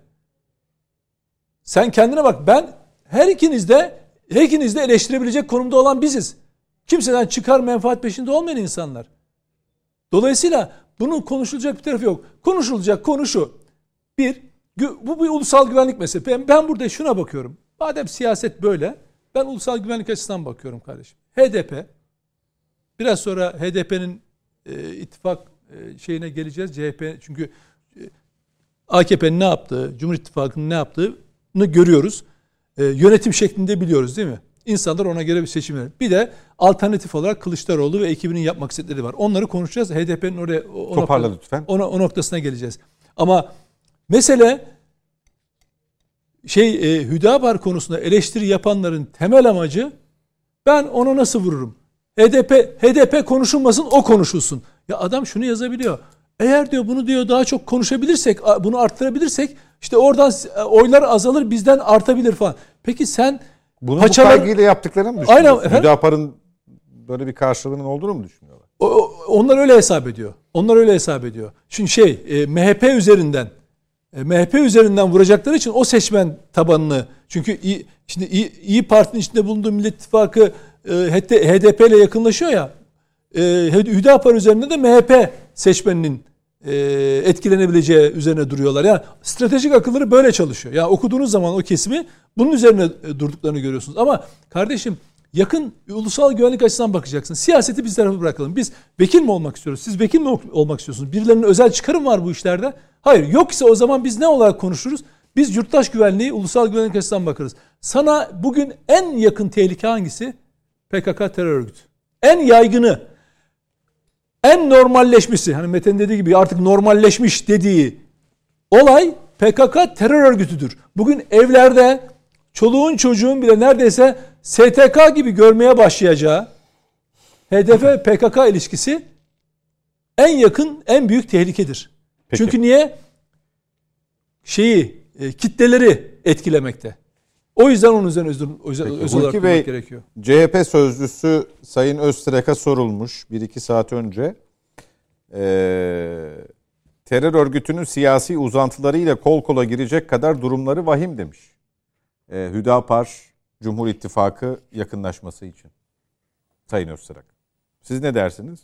Sen kendine bak. Ben her ikiniz de her ikiniz de eleştirebilecek konumda olan biziz. Kimseden çıkar menfaat peşinde olmayan insanlar. Dolayısıyla bunun konuşulacak bir tarafı yok. Konuşulacak konu şu. Bir, bu bir ulusal güvenlik meselesi. Ben, ben burada şuna bakıyorum. Madem siyaset böyle, ben ulusal güvenlik açısından bakıyorum kardeşim. H D P, biraz sonra H D P'nin e, ittifak e, şeyine geleceğiz. C H P, çünkü e, A K P'nin ne yaptığı, Cumhur İttifakı'nın ne yaptığını görüyoruz. E, yönetim şeklinde biliyoruz değil mi? İnsanlar ona göre bir seçim verir. Bir de alternatif olarak Kılıçdaroğlu ve ekibinin yapmak istedikleri var. Onları konuşacağız. H D P'nin oraya o, Toparla nokta, lütfen. Ona, o noktasına geleceğiz. Ama mesele şey e, Hüdapar konusunda eleştiri yapanların temel amacı, ben onu nasıl vururum? H D P H D P konuşulmasın, o konuşulsun. Ya adam şunu yazabiliyor. Eğer diyor bunu diyor daha çok konuşabilirsek, bunu arttırabilirsek işte oradan oylar azalır, bizden artabilir falan. Peki sen bunu paçalar... bu kaygıyla yaptıklarını mı düşünüyorsun? Aynen. Hüdapar'ın böyle bir karşılığının olduğunu mu düşünüyorlar? O, o, onlar öyle hesap ediyor. Onlar öyle hesap ediyor. Çünkü şey e, M H P üzerinden e, M H P üzerinden vuracakları için o seçmen tabanını, çünkü İyi, şimdi İyi, İyi Parti'nin içinde bulunduğu Millet İttifakı e, H D P ile yakınlaşıyor ya. E, Hüdapar üzerinde de M H P seçmeninin e, etkilenebileceği üzerine duruyorlar. Yani stratejik akılları böyle çalışıyor. Yani okuduğunuz zaman o kesimi bunun üzerine e, durduklarını görüyorsunuz. Ama kardeşim, yakın ulusal güvenlik açısından bakacaksın. Siyaseti biz tarafa bırakalım. Biz vekil mi olmak istiyoruz? Siz vekil mi olmak istiyorsunuz? Birilerinin özel çıkarı mı var bu işlerde? Hayır. Yoksa o zaman biz ne olarak konuşuruz? Biz yurttaş güvenliği, ulusal güvenlik açısından bakarız. Sana bugün en yakın tehlike hangisi? P K K terör örgütü. En yaygını, en normalleşmesi, hani Metin dediği gibi artık normalleşmiş dediği olay P K K terör örgütüdür. Bugün evlerde çoluğun çocuğun bile neredeyse S T K gibi görmeye başlayacağı H D P P K K ilişkisi en yakın, en büyük tehlikedir. Peki. Çünkü niye? Şeyi, e, kitleleri etkilemekte. O yüzden onun üzerine özel, özel, Peki, özel olarak Hulki Bey, gerekiyor. C H P sözcüsü Sayın Öztrak'a sorulmuş bir iki saat önce. Ee, terör örgütünün siyasi uzantılarıyla kol kola girecek kadar durumları vahim demiş. Ee, Hüdapar, Cumhur İttifakı yakınlaşması için. Sayın Öztrak. Siz ne dersiniz?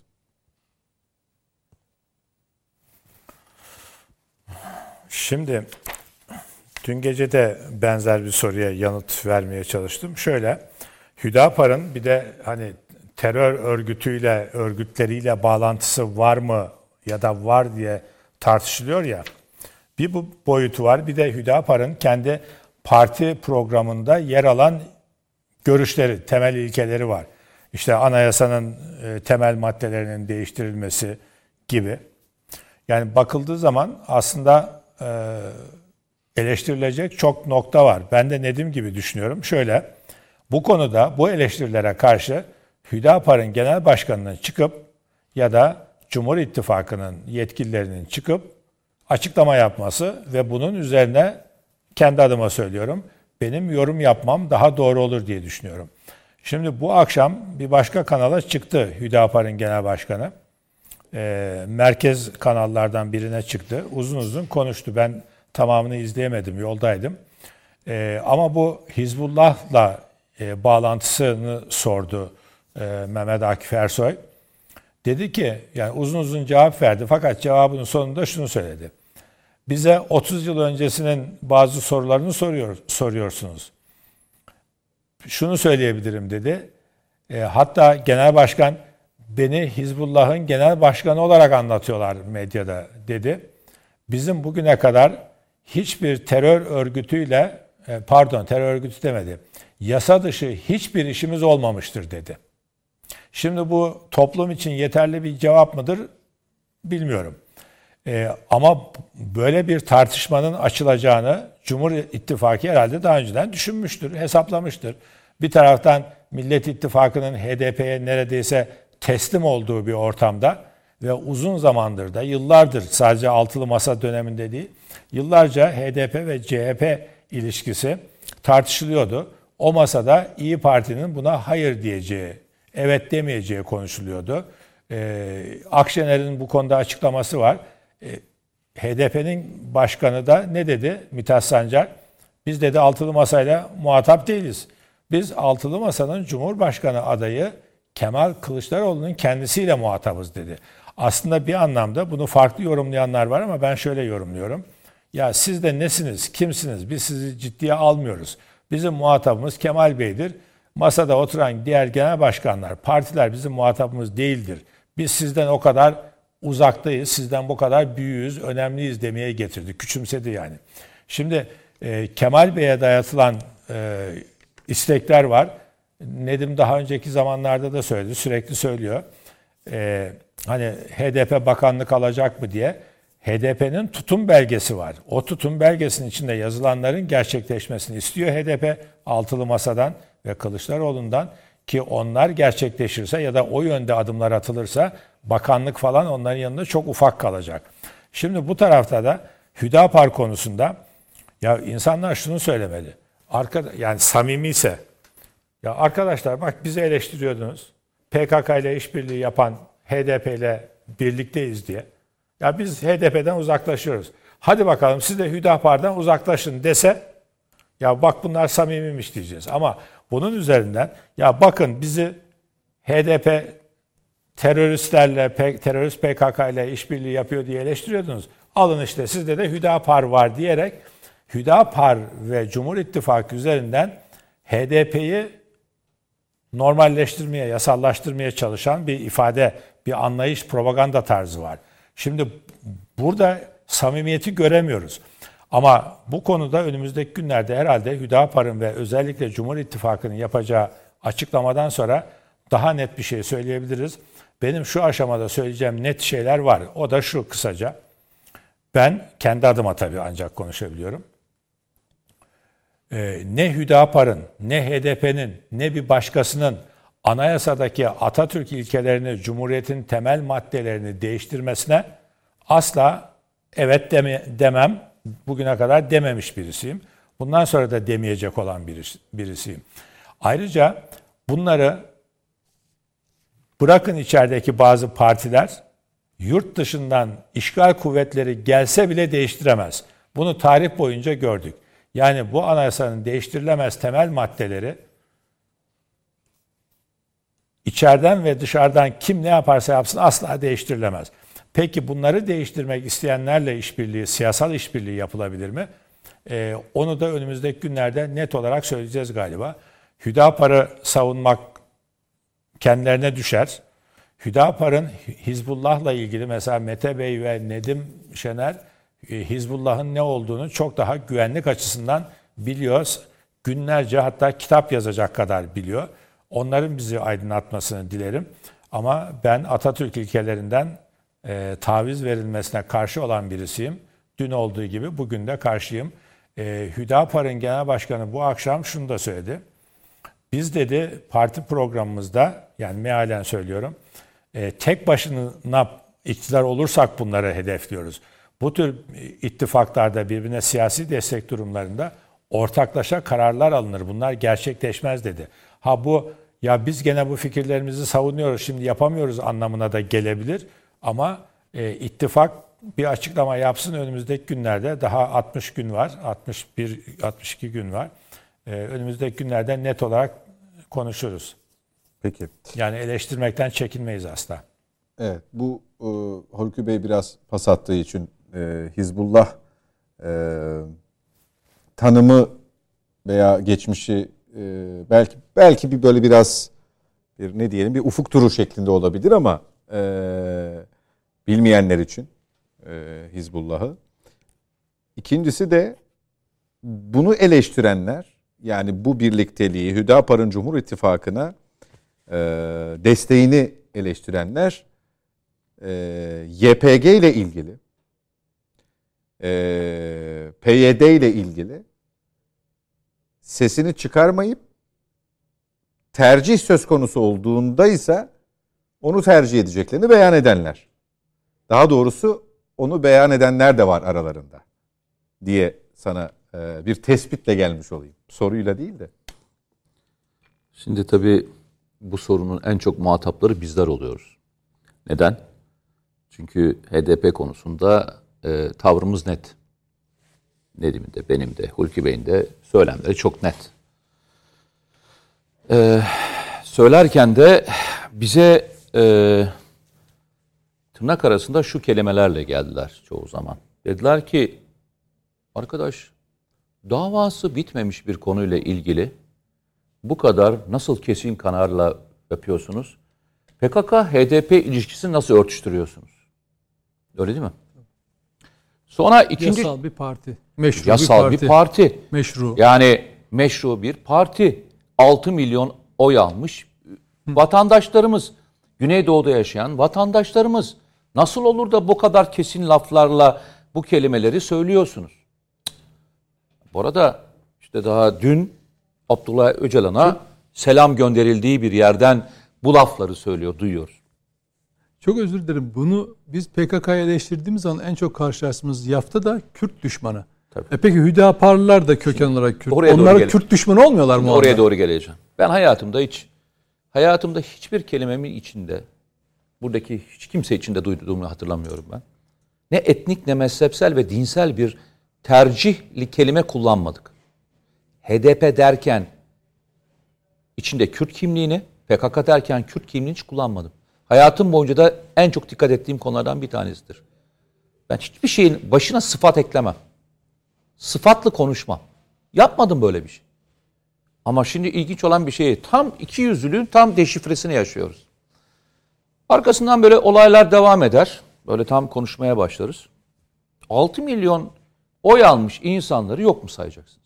Şimdi dün gece de benzer bir soruya yanıt vermeye çalıştım. Şöyle, Hüdapar'ın bir de hani terör örgütüyle, örgütleriyle bağlantısı var mı ya da var diye tartışılıyor ya. Bir bu boyutu var. Bir de Hüdapar'ın kendi parti programında yer alan görüşleri, temel ilkeleri var. İşte anayasanın e, temel maddelerinin değiştirilmesi gibi. Yani bakıldığı zaman aslında e, eleştirilecek çok nokta var. Ben de Nedim gibi düşünüyorum. Şöyle, bu konuda bu eleştirilere karşı Hüdapar'ın genel başkanının çıkıp ya da Cumhur İttifakı'nın yetkililerinin çıkıp açıklama yapması ve bunun üzerine kendi adıma söylüyorum, benim yorum yapmam daha doğru olur diye düşünüyorum. Şimdi bu akşam bir başka kanala çıktı Hüdapar'ın genel başkanı. E, merkez kanallardan birine çıktı. Uzun uzun konuştu. Ben tamamını izleyemedim, yoldaydım. E, ama bu Hizbullah'la e, bağlantısını sordu e, Mehmet Akif Ersoy. Dedi ki, yani uzun uzun cevap verdi fakat cevabının sonunda şunu söyledi. Bize otuz yıl öncesinin bazı sorularını soruyor, soruyorsunuz. Şunu söyleyebilirim dedi. E, hatta genel başkan beni Hizbullah'ın genel başkanı olarak anlatıyorlar medyada dedi. Bizim bugüne kadar hiçbir terör örgütüyle, e, pardon terör örgütü demedi, yasa dışı hiçbir işimiz olmamıştır dedi. Şimdi bu toplum için yeterli bir cevap mıdır bilmiyorum. Ee, ama böyle bir tartışmanın açılacağını Cumhur İttifakı herhalde daha önceden düşünmüştür, hesaplamıştır. Bir taraftan Millet İttifakı'nın H D P'ye neredeyse teslim olduğu bir ortamda ve uzun zamandır da yıllardır sadece altılı masa döneminde değil, yıllarca H D P ve C H P ilişkisi tartışılıyordu. O masada İyi Parti'nin buna hayır diyeceği, evet demeyeceği konuşuluyordu. Ee, Akşener'in bu konuda açıklaması var. Ee, H D P'nin başkanı da ne dedi? Mithat Sancar. Biz dedi altılı masayla muhatap değiliz. Biz altılı masanın Cumhurbaşkanı adayı Kemal Kılıçdaroğlu'nun kendisiyle muhatabız dedi. Aslında bir anlamda bunu farklı yorumlayanlar var ama ben şöyle yorumluyorum. Ya siz de nesiniz, kimsiniz? Biz sizi ciddiye almıyoruz. Bizim muhatabımız Kemal Bey'dir. Masada oturan diğer genel başkanlar, partiler bizim muhatabımız değildir. Biz sizden o kadar uzaktayız, sizden bu kadar büyüğüz, önemliyiz demeye getirdi. Küçümsedi yani. Şimdi e, Kemal Bey'e dayatılan e, istekler var. Nedim daha önceki zamanlarda da söyledi, sürekli söylüyor. E, hani H D P bakanlık alacak mı diye. H D P'nin tutum belgesi var. O tutum belgesinin içinde yazılanların gerçekleşmesini istiyor H D P altılı masadan ve Kılıçdaroğlu'ndan, ki onlar gerçekleşirse ya da o yönde adımlar atılırsa bakanlık falan onların yanında çok ufak kalacak. Şimdi bu tarafta da Hüdapar konusunda ya insanlar şunu söylemeli. Arkada, yani samimi ise ya arkadaşlar bak bizi eleştiriyordunuz. P K K ile işbirliği yapan H D P ile birlikteyiz diye. Ya biz H D P'den uzaklaşıyoruz. Hadi bakalım siz de Hüdapar'dan uzaklaşın dese ya bak bunlar samimiymiş diyeceğiz. Ama bunun üzerinden ya bakın bizi H D P teröristlerle, terörist P K K ile işbirliği yapıyor diye eleştiriyordunuz. Alın işte sizde de Hüdapar var diyerek Hüdapar ve Cumhur İttifakı üzerinden H D P'yi normalleştirmeye, yasallaştırmaya çalışan bir ifade, bir anlayış, propaganda tarzı var. Şimdi burada samimiyeti göremiyoruz. Ama bu konuda önümüzdeki günlerde herhalde Hüdapar'ın ve özellikle Cumhur İttifakı'nın yapacağı açıklamadan sonra daha net bir şey söyleyebiliriz. Benim şu aşamada söyleyeceğim net şeyler var. O da şu kısaca. Ben kendi adıma tabii ancak konuşabiliyorum. Ee, ne Hüdapar'ın, ne H D P'nin, ne bir başkasının anayasadaki Atatürk ilkelerini, Cumhuriyet'in temel maddelerini değiştirmesine asla evet deme, demem. Bugüne kadar dememiş birisiyim. Bundan sonra da demeyecek olan birisiyim. Ayrıca bunları bırakın içerideki bazı partiler, yurt dışından işgal kuvvetleri gelse bile değiştiremez. Bunu tarih boyunca gördük. Yani bu anayasanın değiştirilemez temel maddeleri içeriden ve dışarıdan kim ne yaparsa yapsın asla değiştirilemez. Peki bunları değiştirmek isteyenlerle işbirliği, siyasal işbirliği yapılabilir mi? Ee, onu da önümüzdeki günlerde net olarak söyleyeceğiz galiba. Hüdapar'ı savunmak kendilerine düşer. Hüdapar'ın Hizbullah'la ilgili mesela Mete Bey ve Nedim Şener Hizbullah'ın ne olduğunu çok daha güvenlik açısından biliyor. Günlerce hatta kitap yazacak kadar biliyor. Onların bizi aydınlatmasını dilerim. Ama ben Atatürk ilkelerinden e, taviz verilmesine karşı olan birisiyim. Dün olduğu gibi bugün de karşıyım. E, Hüdapar'ın genel başkanı bu akşam şunu da söyledi. Biz dedi parti programımızda, yani mealen söylüyorum, e, tek başına iktidar olursak bunları hedefliyoruz. Bu tür ittifaklarda birbirine siyasi destek durumlarında ortaklaşa kararlar alınır. Bunlar gerçekleşmez dedi. Ha bu ya biz gene bu fikirlerimizi savunuyoruz şimdi yapamıyoruz anlamına da gelebilir. Ama e, ittifak bir açıklama yapsın önümüzdeki günlerde, daha altmış gün var, altmış bir altmış iki gün var. E, önümüzdeki günlerde net olarak konuşuruz. Peki. Yani eleştirmekten çekinmeyiz asla. Evet, bu e, Haluk Bey biraz pas attığı için e, Hizbullah e, tanımı veya geçmişi e, belki belki bir böyle biraz bir ne diyelim bir ufuk turu şeklinde olabilir ama e, bilmeyenler için e, Hizbullah'ı. İkincisi de bunu eleştirenler, yani bu birlikteliği, Hüdapar'ın Cumhur İttifakı'na e, desteğini eleştirenler e, Y P G ile ilgili, e, P Y D ile ilgili sesini çıkarmayıp tercih söz konusu olduğunda ise onu tercih edeceklerini beyan edenler. Daha doğrusu onu beyan edenler de var aralarında diye sana e, bir tespitle gelmiş olayım. Soruyla değil de. Şimdi tabii bu sorunun en çok muhatapları bizler oluyoruz. Neden? Çünkü H D P konusunda e, tavrımız net. Nedim'in de, benim de, Hulki Bey'in de söylemleri çok net. Ee, söylerken de bize e, tırnak arasında şu kelimelerle geldiler çoğu zaman. Dediler ki, arkadaş davası bitmemiş bir konuyla ilgili bu kadar nasıl kesin kararla yapıyorsunuz? P K K H D P ilişkisini nasıl örtüştürüyorsunuz? Öyle değil mi? Sonra ikinci... Yasal bir parti. Meşru Yasal bir parti. bir parti. Meşru. Yani meşru bir parti. altı milyon oy almış vatandaşlarımız. Güneydoğu'da yaşayan vatandaşlarımız. Nasıl olur da bu kadar kesin laflarla bu kelimeleri söylüyorsunuz? Bu arada işte daha dün Abdullah Öcalan'a selam gönderildiği bir yerden bu lafları söylüyor, duyuyoruz. Çok özür dilerim. Bunu biz P K K'ya eleştirdiğimiz zaman en çok karşılaştığımız yafta da Kürt düşmanı. Tabii. E peki Hüdaparlılar da köken olarak Kürt. Oraya doğru Onlar gelelim. Kürt düşmanı olmuyorlar mı? Oraya onlar? doğru geleceğim. Ben hayatımda hiç hayatımda hiçbir kelimemin içinde, buradaki hiç kimse içinde duyduğumu hatırlamıyorum ben. Ne etnik ne mezhepsel ve dinsel bir tercihli kelime kullanmadık. H D P derken içinde Kürt kimliğini, P K K derken Kürt kimliğini hiç kullanmadım. Hayatım boyunca da en çok dikkat ettiğim konulardan bir tanesidir. Ben hiçbir şeyin başına sıfat eklemem. Sıfatlı konuşmam. Yapmadım böyle bir şey. Ama şimdi ilginç olan bir şey, tam iki yüzlülüğün tam deşifresini yaşıyoruz. Arkasından böyle olaylar devam eder. Böyle tam konuşmaya başlarız. altı milyon oy almış insanları yok mu sayacaksınız?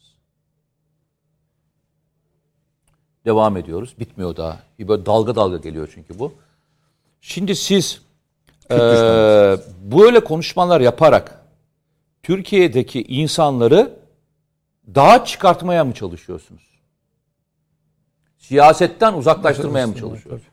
Devam ediyoruz. Bitmiyor daha. Böyle dalga dalga geliyor çünkü bu. Şimdi siz e, böyle konuşmalar yaparak Türkiye'deki insanları daha çıkartmaya mı çalışıyorsunuz? Siyasetten uzaklaştırmaya mı çalışıyorsunuz?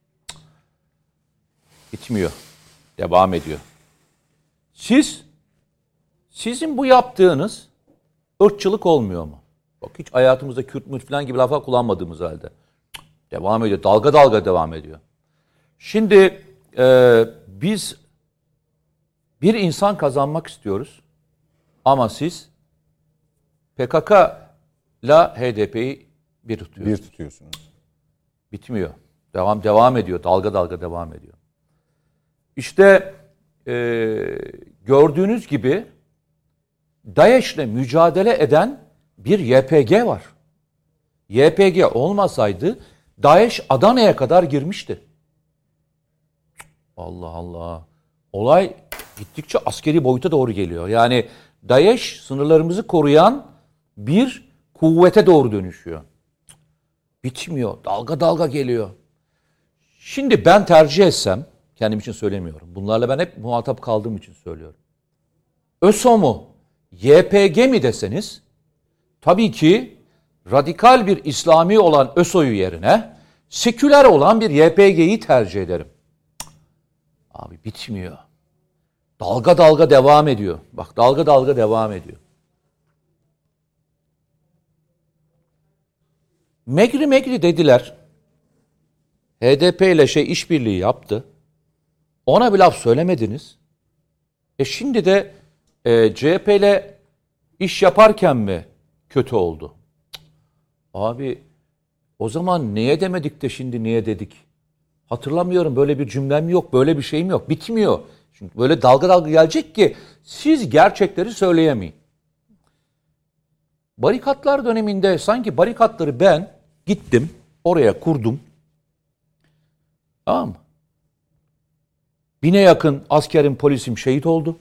Bitmiyor. Devam ediyor. Siz, sizin bu yaptığınız ırkçılık olmuyor mu? Bak hiç hayatımızda Kürt mürt falan gibi laflar kullanmadığımız halde. Devam ediyor. Dalga dalga devam ediyor. Şimdi e, biz bir insan kazanmak istiyoruz. Ama siz P K K ile H D P'yi bir tutuyorsunuz. Bir tutuyorsunuz. Bitmiyor. Devam devam ediyor. Dalga dalga devam ediyor. İşte e, gördüğünüz gibi DAEŞ'le mücadele eden bir Y P G var. Y P G olmasaydı DAEŞ Adana'ya kadar girmişti. Allah Allah. Olay gittikçe askeri boyuta doğru geliyor. Yani DAEŞ sınırlarımızı koruyan bir kuvvete doğru dönüşüyor. Bitmiyor. Dalga dalga geliyor. Şimdi ben tercih etsem, kendim için söylemiyorum. Bunlarla ben hep muhatap kaldığım için söylüyorum. ÖSO mu, Y P G mi deseniz tabii ki radikal bir İslami olan ÖSO'yu yerine seküler olan bir Y P G'yi tercih ederim. Abi bitmiyor. Dalga dalga devam ediyor. Bak dalga dalga devam ediyor. Megri Megri dediler. H D P ile şey işbirliği yaptı. Ona bir laf söylemediniz. E şimdi de e, C H P ile iş yaparken mi kötü oldu? Cık. Abi o zaman niye demedik de şimdi niye dedik? Hatırlamıyorum, böyle bir cümlem yok, böyle bir şeyim yok. Bitmiyor. Çünkü böyle dalga dalga gelecek ki siz gerçekleri söyleyemeyin. Barikatlar döneminde sanki barikatları ben gittim, oraya kurdum. Tamam mı? Bine yakın askerim, polisim şehit oldu.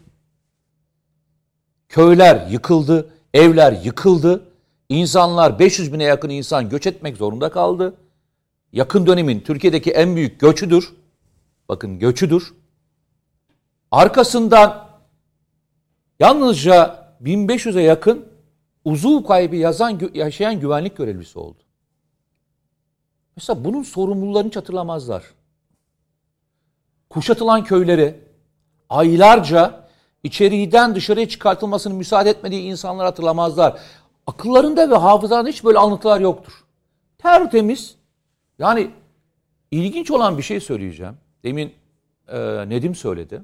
Köyler yıkıldı, evler yıkıldı. İnsanlar, beş yüz bine yakın insan göç etmek zorunda kaldı. Yakın dönemin Türkiye'deki en büyük göçüdür. Bakın göçüdür. Arkasından yalnızca bin beş yüze yakın uzuv kaybı yazan, yaşayan güvenlik görevlisi oldu. Mesela bunun sorumlularını hiç hatırlamazlar. Kuşatılan köyleri, aylarca içeriden dışarıya çıkartılmasını müsaade etmediği insanlar hatırlamazlar. Akıllarında ve hafızalarında hiç böyle anlatılar yoktur. Tertemiz. Yani ilginç olan bir şey söyleyeceğim. Demin e, Nedim söyledi.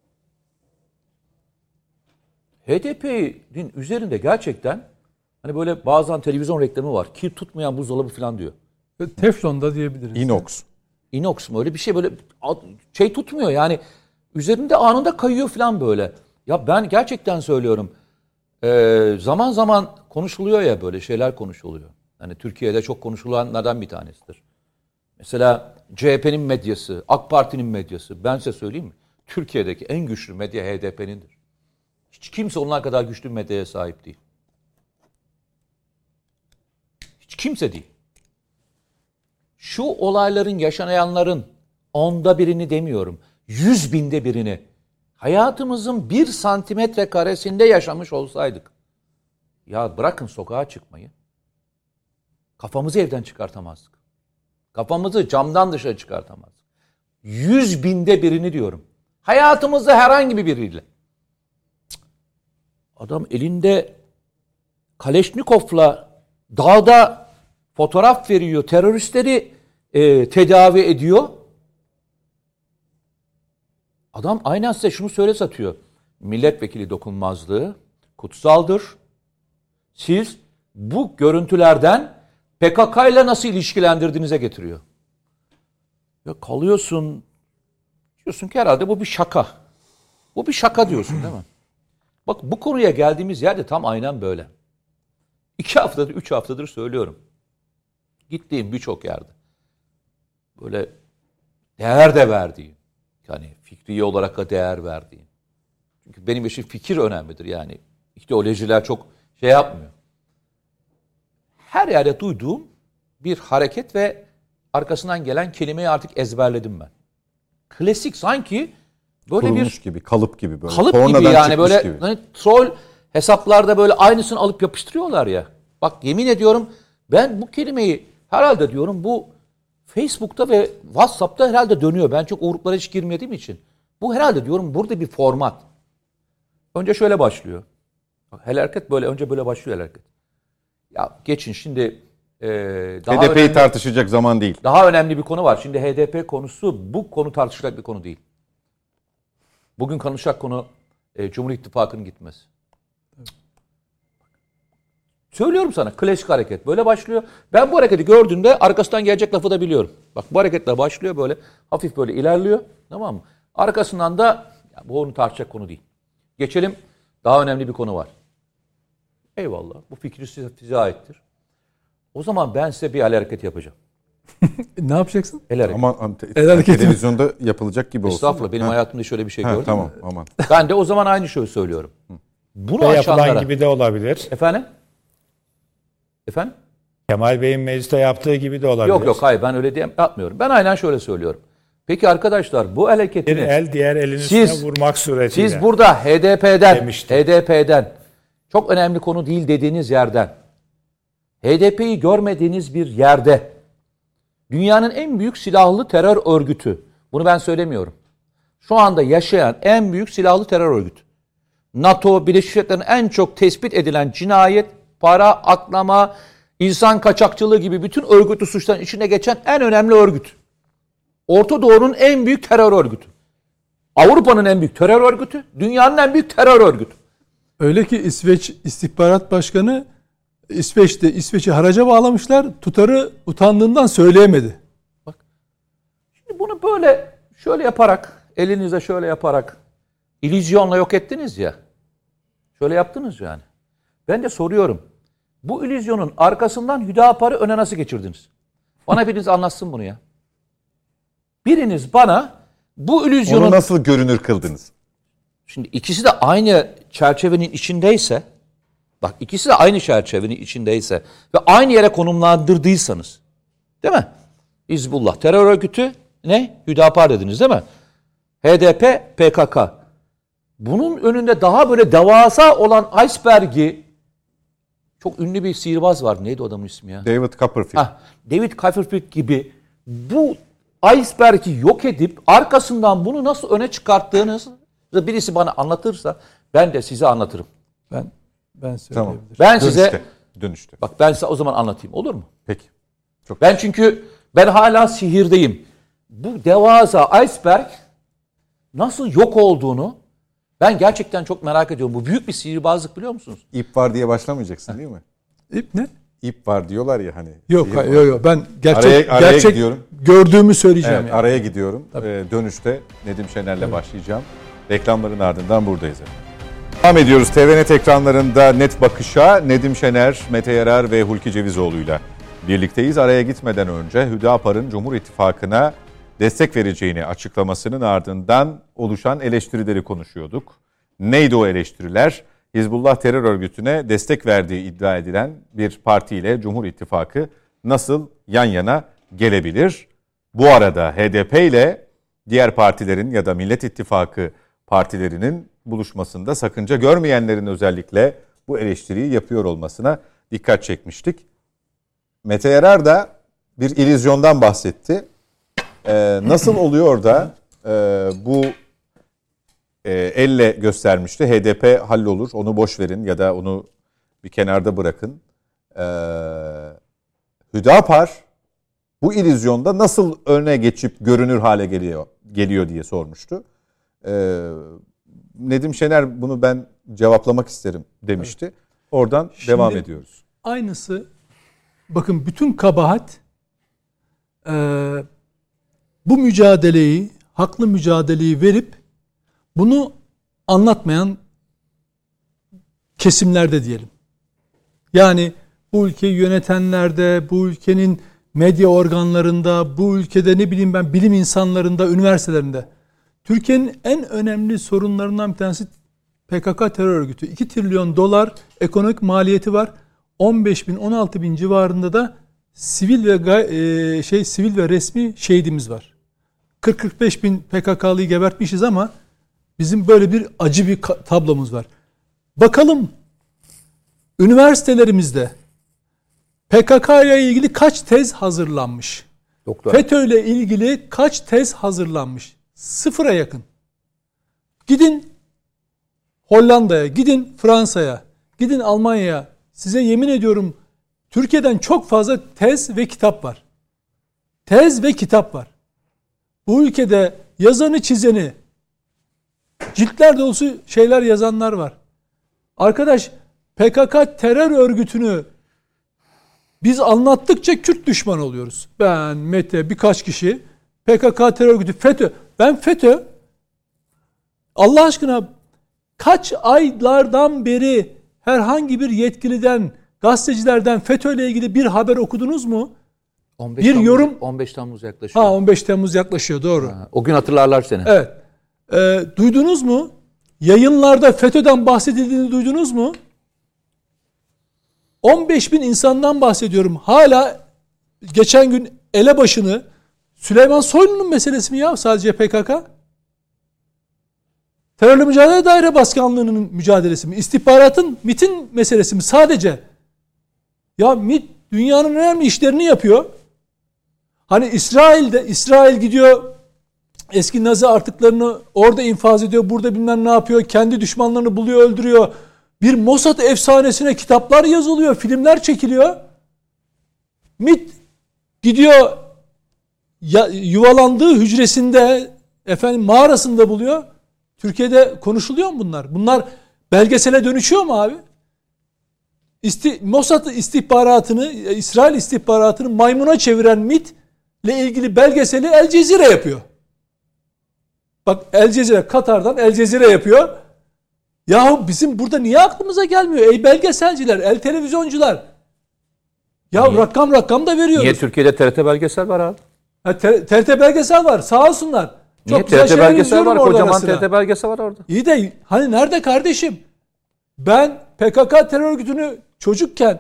H D P'nin üzerinde gerçekten hani böyle bazen televizyon reklamı var. Kir tutmayan buzdolabı falan diyor. Teflon'da diyebiliriz. Inox. Inox mu? Öyle bir şey, böyle şey tutmuyor yani. Üzerinde anında kayıyor falan böyle. Ya ben gerçekten söylüyorum. Ee, zaman zaman konuşuluyor ya, böyle şeyler konuşuluyor. Hani Türkiye'de çok konuşulanlardan bir tanesidir. Mesela C H P'nin medyası, AK Parti'nin medyası. Ben size söyleyeyim mi? Türkiye'deki en güçlü medya H D P'nindir. Hiç kimse onlar kadar güçlü bir medyaya sahip değil. Hiç kimse değil. Şu olayların, yaşanayanların onda birini demiyorum, yüz binde birini hayatımızın bir santimetre karesinde yaşamış olsaydık, ya bırakın sokağa çıkmayı, kafamızı evden çıkartamazdık. Kafamızı camdan dışarı çıkartamazdık. Yüz binde birini diyorum. Hayatımızda herhangi bir biriyle. Adam elinde Kaleşnikov'la dağda fotoğraf veriyor, teröristleri e, tedavi ediyor. Adam aynen size şunu söyle satıyor. Milletvekili dokunmazlığı kutsaldır. Siz bu görüntülerden P K K ile nasıl ilişkilendirdiğinize getiriyor. Ya kalıyorsun, diyorsun ki herhalde bu bir şaka. Bu bir şaka diyorsun değil mi? Bak bu konuya geldiğimiz yerde tam aynen böyle. İki haftadır, üç haftadır söylüyorum. Gittiğim birçok yerde böyle değer de verdiğim, yani fikri olarak da değer verdiğim. Çünkü benim için fikir önemlidir yani. İdeolojiler çok şey yapmıyor. Her yerde duyduğum bir hareket ve arkasından gelen kelimeyi artık ezberledim ben. Klasik, sanki böyle Kurulmuş bir gibi, kalıp gibi böyle. kalıp gibi Kornadan yani, çıkmış böyle gibi. hani troll hesaplarda böyle aynısını alıp yapıştırıyorlar ya. Bak yemin ediyorum ben bu kelimeyi herhalde diyorum bu Facebook'ta ve WhatsApp'ta herhalde dönüyor. Ben çok uğurluklara hiç girmediğim için. Bu herhalde diyorum burada bir format. Önce şöyle başlıyor. Hele hareket böyle, önce böyle başlıyor hareket. Ya geçin şimdi e, daha H D P'yi önemli, tartışacak zaman değil. daha önemli bir konu var. Şimdi H D P konusu, bu konu tartışılacak bir konu değil. Bugün konuşacak konu e, Cumhur İttifakı'nın gitmesi. Evet. Söylüyorum sana, klasik hareket böyle başlıyor. Ben bu hareketi gördüğümde arkasından gelecek lafı da biliyorum. Bak bu hareketle başlıyor, böyle hafif böyle ilerliyor, tamam mı? Arkasından da ya, bu onu tartışacak konu değil. Geçelim, daha önemli bir konu var. Eyvallah, bu fikri size, size aittir. O zaman ben size bir el hareketi yapacağım. Ne yapacaksın? El hareketi. Ama te- El hareketi. televizyonda yapılacak gibi olsun. Estağfurullah, benim Ha. hayatımda şöyle bir şey Ha, gördüm. tamam, aman. Ben de o zaman aynı şeyi söylüyorum. Bunu Ve yapılan aşanlara... gibi de olabilir. Efendim? Efendim? Kemal Bey'in mecliste yaptığı gibi de olabilir. Yok yok, hayır, ben öyle diyem, yapmıyorum. Ben aynen şöyle söylüyorum. Peki arkadaşlar, bu hareketini... Bir el diğer elin Siz- üstüne vurmak suretiyle. Siz burada H D P'den, Demiştim. H D P'den çok önemli konu değil dediğiniz yerden H D P'yi görmediğiniz bir yerde dünyanın en büyük silahlı terör örgütü, bunu ben söylemiyorum, şu anda yaşayan en büyük silahlı terör örgütü, NATO, Birleşmiş Milletler'in en çok tespit edilen cinayet, para aklama, insan kaçakçılığı gibi bütün örgütlü suçların içine geçen en önemli örgüt. Orta Doğu'nun en büyük terör örgütü. Avrupa'nın en büyük terör örgütü, dünyanın en büyük terör örgütü. Öyle ki İsveç İstihbarat Başkanı İsveç'te İsveç'i haraca bağlamışlar. Tutarı utandığından söyleyemedi. Bak. Şimdi bunu böyle şöyle yaparak, elinize şöyle yaparak illüzyonla yok ettiniz ya. Şöyle yaptınız yani. Ben de soruyorum. Bu illüzyonun arkasından Hüdapar'ı öne nasıl geçirdiniz? Bana biriniz anlatsın bunu ya. Biriniz bana bu illüzyonun... Onu nasıl görünür kıldınız? Şimdi ikisi de aynı çerçevenin içindeyse, bak ikisi de aynı çerçevenin içindeyse ve aynı yere konumlandırdıysanız, değil mi? Hizbullah terör örgütü ne? Hüdapar dediniz değil mi? H D P, P K K. Bunun önünde daha böyle devasa olan iceberg'i, çok ünlü bir sihirbaz var. Neydi o adamın ismi ya? David Copperfield. Hah, David Copperfield gibi bu iceberg'i yok edip arkasından bunu nasıl öne çıkarttığınız birisi bana anlatırsa ben de size anlatırım. Ben ben söyleyebilirim. Tamam. Ben Dönüşte. size Dönüşte. bak ben size o zaman anlatayım, olur mu? Peki. Çok Ben çünkü ben hala sihirdeyim. Bu devasa iceberg nasıl yok olduğunu ben gerçekten çok merak ediyorum. Bu büyük bir sihirbazlık, biliyor musunuz? İp var diye başlamayacaksın değil mi? İp ne? İp var diyorlar ya hani. Yok, sihir var. yok, yok. Ben gerçek Araya- araya gerçek gidiyorum. gördüğümü söyleyeceğim. Evet, yani. araya gidiyorum. Ee, dönüşte Nedim Şener'le Evet. başlayacağım. Reklamların ardından buradayız efendim. Devam ediyoruz. T V Net ekranlarında Net Bakış'a Nedim Şener, Mete Yarar ve Hulki Cevizoğlu'yla birlikteyiz. Araya gitmeden önce Hüdapar'ın Cumhur İttifakı'na destek vereceğini açıklamasının ardından oluşan eleştirileri konuşuyorduk. Neydi o eleştiriler? Hizbullah terör örgütüne destek verdiği iddia edilen bir partiyle Cumhur İttifakı nasıl yan yana gelebilir? Bu arada H D P ile diğer partilerin ya da Millet İttifakı partilerinin buluşmasında sakınca görmeyenlerin özellikle bu eleştiriyi yapıyor olmasına dikkat çekmiştik. Mete Yarar da bir illüzyondan bahsetti. Ee, nasıl oluyor da e, bu e, elle göstermişti. H D P hallolur, onu boş verin ya da onu bir kenarda bırakın. Ee, Hüdapar bu illüzyonda nasıl öne geçip görünür hale geliyor geliyor diye sormuştu. Ee, Nedim Şener bunu ben cevaplamak isterim demişti. Evet. Oradan Şimdi, devam ediyoruz. Aynısı, bakın bütün kabahat e, bu mücadeleyi, haklı mücadeleyi verip bunu anlatmayan kesimlerde diyelim. Yani bu ülkeyi yönetenlerde, bu ülkenin medya organlarında, bu ülkede ne bileyim ben bilim insanlarında, üniversitelerinde. Türkiye'nin en önemli sorunlarından bir tanesi P K K terör örgütü. iki trilyon dolar ekonomik maliyeti var. on beş bin on altı bin civarında da sivil ve e, şey sivil ve resmi şehidimiz var. kırk kırk beş bin P K K'lıyı gebertmişiz ama bizim böyle bir acı bir tablomuz var. Bakalım üniversitelerimizde P K K ile ilgili kaç tez hazırlanmış? Doktor. FETÖ ile ilgili kaç tez hazırlanmış? Sıfıra yakın. Gidin Hollanda'ya, gidin Fransa'ya, gidin Almanya'ya. Size yemin ediyorum Türkiye'den çok fazla tez ve kitap var. Tez ve kitap var. Bu ülkede yazanı çizeni, ciltler dolusu şeyler yazanlar var. Arkadaş, P K K terör örgütünü biz anlattıkça Kürt düşmanı oluyoruz. Ben, Mete, birkaç kişi P K K terör örgütü, FETÖ. Ben FETÖ, Allah aşkına kaç aylardan beri herhangi bir yetkiliden, gazetecilerden FETÖ ile ilgili bir haber okudunuz mu? on beş bir Temmuz, yorum. on beş Temmuz yaklaşıyor. Ha, on beş Temmuz yaklaşıyor, doğru. Ha, o gün hatırlarlar seni. Evet. Ee, duydunuz mu? Yayınlarda FETÖ'den bahsedildiğini duydunuz mu? on beş bin insandan bahsediyorum. Hala geçen gün elebaşını, Süleyman Soylu'nun meselesi mi ya sadece P K K? Terörle Mücadele Daire Başkanlığı'nın mücadelesi mi? İstihbaratın, MİT'in meselesi mi? Sadece. Ya MİT dünyanın önemli işlerini yapıyor. Hani İsrail'de İsrail gidiyor eski Nazi artıklarını orada infaz ediyor, burada bilmem ne yapıyor, kendi düşmanlarını buluyor, öldürüyor. Bir Mossad efsanesine kitaplar yazılıyor, filmler çekiliyor. MİT gidiyor ya, yuvalandığı hücresinde, efendim mağarasında buluyor. Türkiye'de konuşuluyor mu bunlar? Bunlar belgesele dönüşüyor mu abi? İsti, Mossad istihbaratını, İsrail istihbaratını maymuna çeviren MİT ile ilgili belgeseli El Cezire yapıyor. Bak El Cezire, Katar'dan El Cezire yapıyor. Yahu bizim burada niye aklımıza gelmiyor? Ey belgeselciler, el televizyoncular. Ya niye? rakam rakam da veriyoruz. Niye Türkiye'de T R T belgesel var abi? Ha, T R T belgesel var, sağ olsunlar. Niye T R T belgesel var? Kocaman T R T belgesel var orada. İyi de hani nerede kardeşim? Ben P K K terör örgütünü çocukken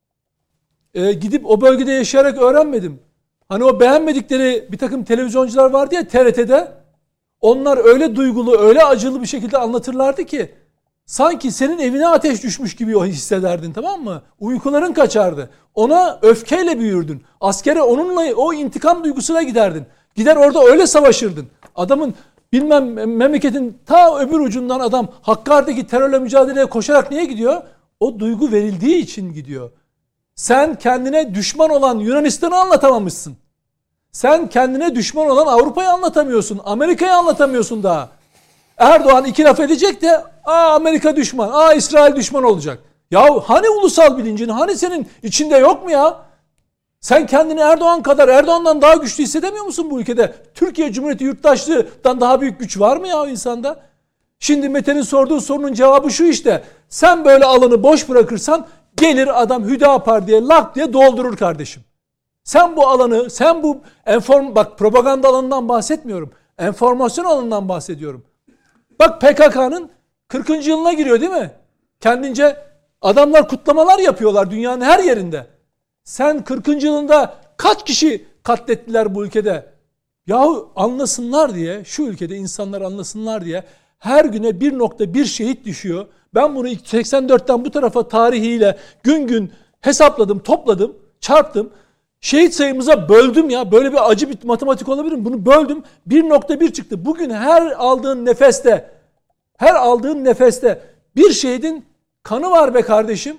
e, gidip o bölgede yaşayarak öğrenmedim. Hani o beğenmedikleri bir takım televizyoncular vardı ya T R T'de. Onlar öyle duygulu, öyle acılı bir şekilde anlatırlardı ki sanki senin evine ateş düşmüş gibi hissederdin, tamam mı? Uykuların kaçardı. Ona öfkeyle büyürdün. Askere onunla, o intikam duygusuna giderdin. Gider orada öyle savaşırdın. Adamın bilmem memleketin ta öbür ucundan adam Hakkari'deki terörle mücadeleye koşarak niye gidiyor? O duygu verildiği için gidiyor. Sen kendine düşman olan Yunanistan'ı anlatamamışsın. Sen kendine düşman olan Avrupa'yı anlatamıyorsun. Amerika'yı anlatamıyorsun daha. Erdoğan iki laf edecek de aa Amerika düşman, aa İsrail düşman olacak. Ya hani ulusal bilincin, hani senin içinde yok mu ya? Sen kendini Erdoğan kadar, Erdoğan'dan daha güçlü hissedemiyor musun bu ülkede? Türkiye Cumhuriyeti yurttaşlığından daha büyük güç var mı ya o insanda? Şimdi Mete'nin sorduğu sorunun cevabı şu işte. Sen böyle alanı boş bırakırsan gelir adam Hüdapar diye lak diye doldurur kardeşim. Sen bu alanı, sen bu enform bak propaganda alanından bahsetmiyorum. Enformasyon alanından bahsediyorum. Bak P K K'nın kırkıncı yılına giriyor değil mi? Kendince adamlar kutlamalar yapıyorlar dünyanın her yerinde. Sen kırkıncı yılında kaç kişi katlettiler bu ülkede? Yahu anlasınlar diye, şu ülkede insanlar anlasınlar diye her güne bir nokta bir şehit düşüyor. Ben bunu seksen dörtten bu tarafa tarihiyle gün gün hesapladım, topladım, çarptım. Şehit sayımıza böldüm ya. Böyle bir acı bir matematik olabilir mi? Bunu böldüm. bir nokta bir çıktı. Bugün her aldığın nefeste, her aldığın nefeste bir şehidin kanı var be kardeşim.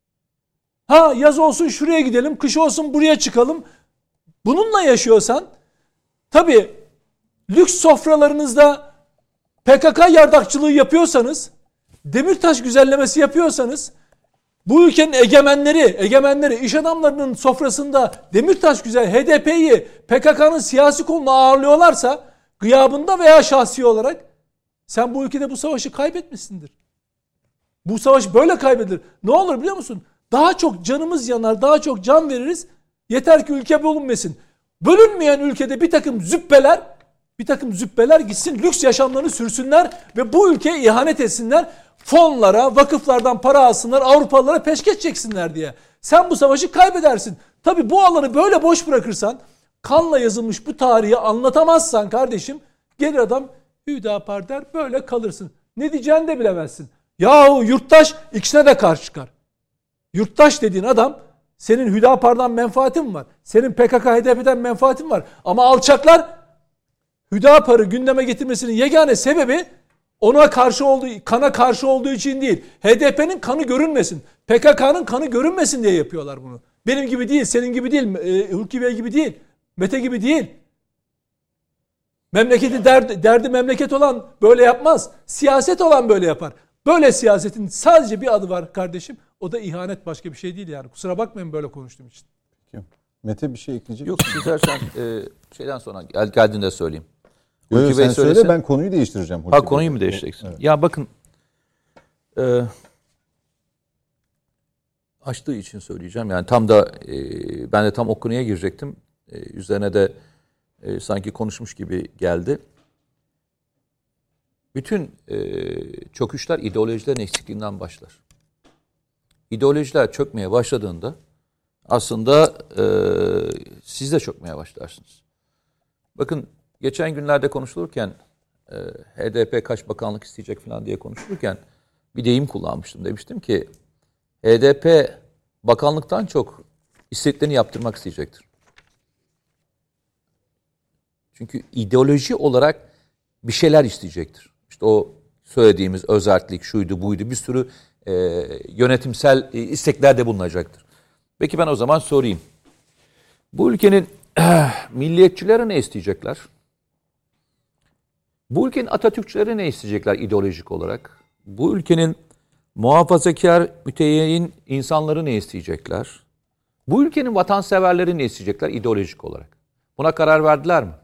Ha yaz olsun şuraya gidelim, kış olsun buraya çıkalım. Bununla yaşıyorsan, tabii lüks sofralarınızda P K K yardakçılığı yapıyorsanız, Demirtaş güzellemesi yapıyorsanız, bu ülkenin egemenleri, egemenleri iş adamlarının sofrasında Demirtaş güzel H D P'yi P K K'nın siyasi koluna ağırlıyorlarsa, gıyabında veya şahsi olarak, sen bu ülkede bu savaşı kaybetmişsindir. Bu savaş böyle kaybedilir. Ne olur biliyor musun? Daha çok canımız yanar, daha çok can veririz. Yeter ki ülke bölünmesin. Bölünmeyen ülkede bir takım züppeler, bir takım züppeler gitsin, lüks yaşamlarını sürsünler ve bu ülkeye ihanet etsinler. Fonlara, vakıflardan para alsınlar, Avrupalılara peşkeş çeksinler diye. Sen bu savaşı kaybedersin. Tabii bu alanı böyle boş bırakırsan, kanla yazılmış bu tarihi anlatamazsan kardeşim, gelir adam Hüdapar der, böyle kalırsın. Ne diyeceğini de bilemezsin. Yahu yurttaş ikisine de karşı çıkar. Yurttaş dediğin adam, senin Hüdapar'dan menfaatin var. Senin P K K H D P'den menfaatin var. Ama alçaklar Hüdapar'ı gündeme getirmesinin yegane sebebi ona karşı olduğu, kana karşı olduğu için değil. H D P'nin kanı görünmesin. P K K'nın kanı görünmesin diye yapıyorlar bunu. Benim gibi değil, senin gibi değil, e, Hulki Bey gibi değil, Mete gibi değil. Memleketi derdi, derdi memleket olan böyle yapmaz. Siyaset olan böyle yapar. Böyle siyasetin sadece bir adı var kardeşim. O da ihanet, başka bir şey değil yani. Kusura bakmayın böyle konuştuğum için. Peki. Mete bir şey ekleyecek Yok istersen e, şeyden sonra gel, geldiğinde söyleyeyim. Yok Hulki sen Bey söyle, söylesin. ben konuyu değiştireceğim. Hulki Ha konuyu Bey. mu değiştireceksin? Evet. Ya bakın e, açtığı için söyleyeceğim. Yani tam da e, ben de tam o konuya girecektim. E, üzerine de e, sanki konuşmuş gibi geldi. Bütün e, çöküşler ideolojilerin eksikliğinden başlar. İdeolojiler çökmeye başladığında aslında e, siz de çökmeye başlarsınız. Bakın geçen günlerde konuşulurken e, H D P kaç bakanlık isteyecek falan diye konuşulurken bir deyim kullanmıştım. Demiştim ki H D P bakanlıktan çok istediklerini yaptırmak isteyecektir. Çünkü ideoloji olarak bir şeyler isteyecektir. İşte o söylediğimiz özerklik, şuydu buydu, bir sürü e, yönetimsel e, isteklerde bulunacaktır. Peki ben o zaman sorayım. Bu ülkenin milliyetçileri ne isteyecekler? Bu ülkenin Atatürkçüleri ne isteyecekler ideolojik olarak? Bu ülkenin muhafazakar, müteyyin insanları ne isteyecekler? Bu ülkenin vatanseverleri ne isteyecekler ideolojik olarak? Buna karar verdiler mi?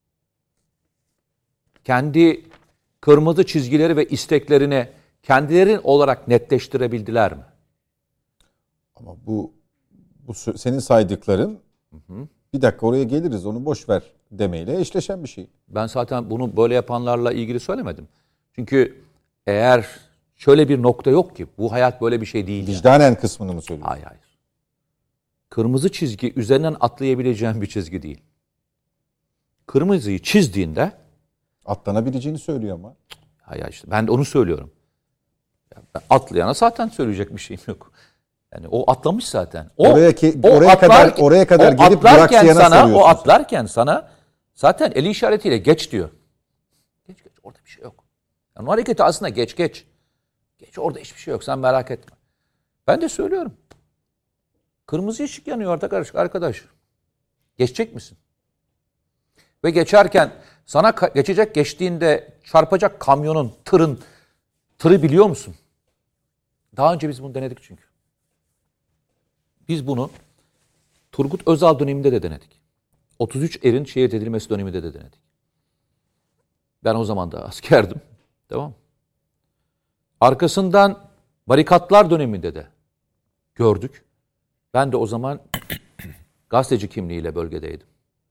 Kendi kırmızı çizgileri ve isteklerini kendileri olarak netleştirebildiler mi? Ama bu bu senin saydıkların hı hı. bir dakika oraya geliriz onu boş ver demeyle eşleşen bir şey. Ben zaten bunu böyle yapanlarla ilgili söylemedim. Çünkü eğer şöyle bir nokta yok ki bu hayat böyle bir şey değil. Vicdanen yani. Kısmını mı söylüyorsun? Hayır hayır. Kırmızı çizgi üzerinden atlayabileceğin bir çizgi değil. Kırmızıyı çizdiğinde atlanabileceğini söylüyor ama. Hayır işte ben de onu söylüyorum. Yani atlayana zaten söyleyecek bir şeyim yok. Yani o atlamış zaten. O, oraya ki, o oraya atlar, kadar oraya kadar o gelip bıraksayana sana o atlarken sana zaten el işaretiyle geç diyor. Geç geç orada bir şey yok. Yani o hareketi aslında geç geç. Geç orada hiçbir şey yok sen merak etme. Ben de söylüyorum. Kırmızı ışık yanıyor arkadaş. Arkadaş. Geçecek misin? Ve geçerken sana geçecek geçtiğinde çarpacak kamyonun, tırın, tırı biliyor musun? Daha önce biz bunu denedik çünkü. Biz bunu Turgut Özal döneminde de denedik. otuz üç erin şehit edilmesi döneminde de denedik. Ben o zaman da askerdim. Tamam mı? Arkasından barikatlar döneminde de gördük. Ben de o zaman gazeteci kimliğiyle bölgedeydim.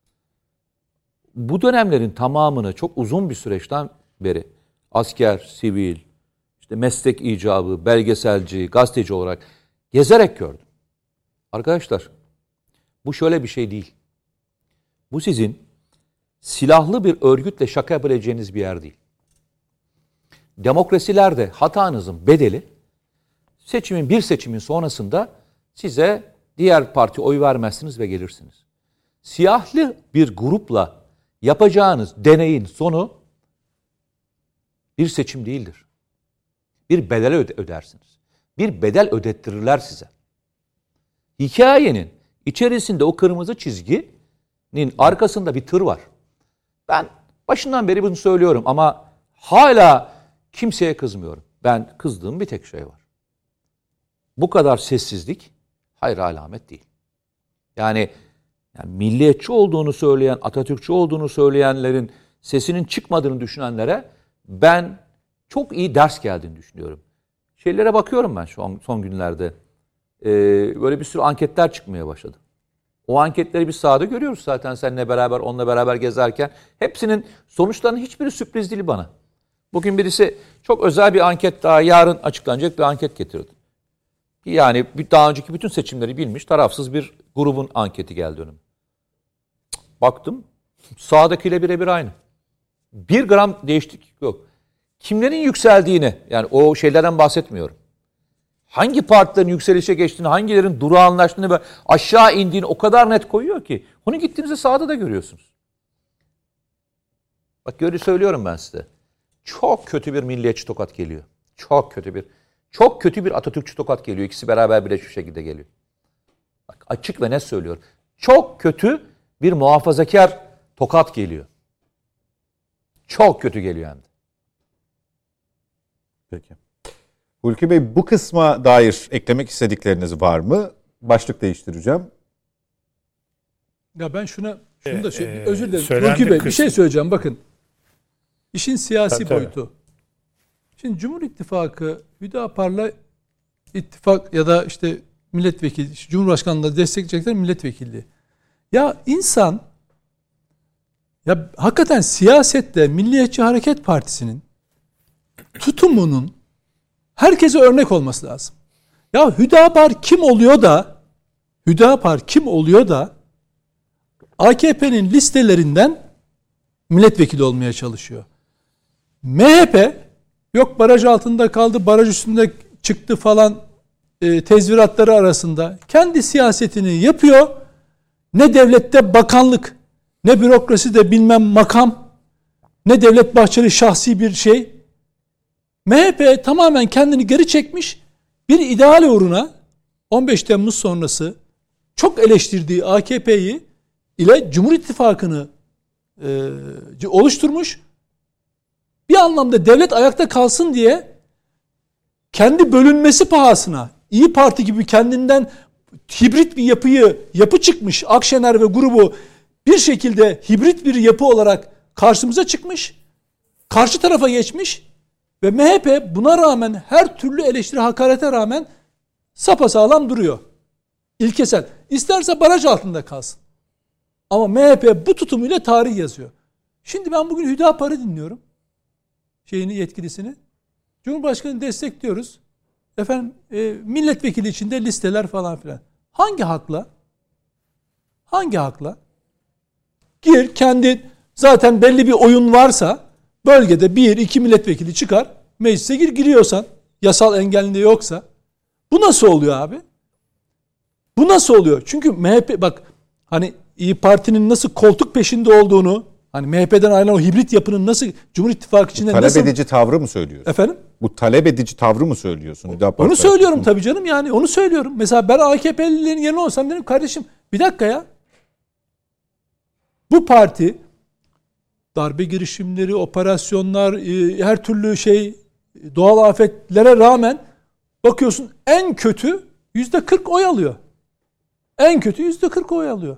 Bu dönemlerin tamamını çok uzun bir süreçten beri asker, sivil, işte meslek icabı, belgeselci, gazeteci olarak gezerek gördüm. Arkadaşlar, bu şöyle bir şey değil. Bu sizin silahlı bir örgütle şaka yapabileceğiniz bir yer değil. Demokrasilerde hatanızın bedeli seçimin bir seçimin sonrasında size diğer parti oy vermezsiniz ve gelirsiniz. Siyahlı bir grupla yapacağınız deneyin sonu bir seçim değildir. Bir bedel öde- ödersiniz. Bir bedel ödettirirler size. Hikayenin içerisinde o kırmızı çizginin arkasında bir tır var. Ben başından beri bunu söylüyorum ama hala kimseye kızmıyorum. Ben kızdığım bir tek şey var. Bu kadar sessizlik hayra alamet değil. Yani, yani milliyetçi olduğunu söyleyen, Atatürkçü olduğunu söyleyenlerin sesinin çıkmadığını düşünenlere ben çok iyi ders geldiğini düşünüyorum. Şeylere bakıyorum ben şu an son günlerde. Ee, böyle bir sürü anketler çıkmaya başladı. O anketleri biz sahada görüyoruz zaten seninle beraber, onunla beraber gezerken. Hepsinin sonuçlarının hiçbiri sürpriz değil bana. Bugün birisi çok özel bir anket daha yarın açıklanacak bir anket getirdi. Yani daha önceki bütün seçimleri bilmiş tarafsız bir grubun anketi geldi önüme. Baktım sağdakiyle birebir aynı. Bir gram değişiklik yok. Kimlerin yükseldiğini yani o şeylerden bahsetmiyorum. Hangi partilerin yükselişe geçtiğini, hangilerin durağanlaştığını ve aşağı indiğini o kadar net koyuyor ki. Onu gittiğinizde sahada da görüyorsunuz. Bak böyle söylüyorum ben size. Çok kötü bir milliyetçi tokat geliyor. Çok kötü bir, çok kötü bir Atatürkçü tokat geliyor. İkisi beraber bile şu şekilde geliyor. Bak açık ve net söylüyorum. Çok kötü bir muhafazakar tokat geliyor. Çok kötü geliyor hem de. Peki. Hulki Bey bu kısma dair eklemek istedikleriniz var mı? Başlık değiştireceğim. Ya ben şuna şunu da şey, Ee, özür dilerim. söylendi Hulki Bey bir kısmı- şey söyleyeceğim bakın. İşin siyasi Tabii, tabii. boyutu. Şimdi Cumhur İttifakı Hüdapar'la ittifak ya da işte milletvekili, Cumhurbaşkanlığı'nda destekleyecekler milletvekilliği. Ya insan ya hakikaten siyasette Milliyetçi Hareket Partisi'nin tutumunun herkese örnek olması lazım. Ya Hüdapar kim oluyor da Hüdapar kim oluyor da A K P'nin listelerinden milletvekili olmaya çalışıyor. M H P yok baraj altında kaldı, baraj üstünde çıktı falan e, tezviratları arasında kendi siyasetini yapıyor. Ne devlette bakanlık, ne bürokraside bilmem makam, ne Devlet Bahçeli şahsi bir şey. M H P tamamen kendini geri çekmiş, bir ideal uğruna on beş Temmuz sonrası çok eleştirdiği A K P'yi ile Cumhur İttifakı'nı e, oluşturmuş. Bir anlamda devlet ayakta kalsın diye kendi bölünmesi pahasına İyi Parti gibi kendinden hibrit bir yapıyı yapı çıkmış Akşener ve grubu bir şekilde hibrit bir yapı olarak karşımıza çıkmış. Karşı tarafa geçmiş ve M H P buna rağmen her türlü eleştiri hakarete rağmen sapasağlam duruyor. İlkesel. İsterse baraj altında kalsın. Ama M H P bu tutumuyla tarih yazıyor. Şimdi ben bugün Hüdapar'ı dinliyorum. Şeyini, yetkilisini. Cumhurbaşkanı destekliyoruz. Efendim e, milletvekili içinde listeler falan filan. Hangi hakla? Hangi hakla? Gir kendi zaten belli bir oyun varsa bölgede bir iki milletvekili çıkar. Meclise gir giriyorsan. Yasal engelinde yoksa. Bu nasıl oluyor abi? Bu nasıl oluyor? Çünkü M H P bak hani İyi Parti'nin nasıl koltuk peşinde olduğunu, hani M H P'den ayrılan o hibrit yapının nasıl Cumhur İttifakı içinde talep nasıl... Talep edici tavrı mı söylüyorsun? Efendim? Bu talep edici tavrı mı söylüyorsun? Hüdapar Onu Partisi. söylüyorum tabii canım, yani onu söylüyorum. Mesela ben A K P'lilerin yerine olsam dedim kardeşim bir dakika ya. Bu parti darbe girişimleri, operasyonlar, her türlü şey, doğal afetlere rağmen bakıyorsun en kötü yüzde kırk oy alıyor. En kötü yüzde kırk oy alıyor.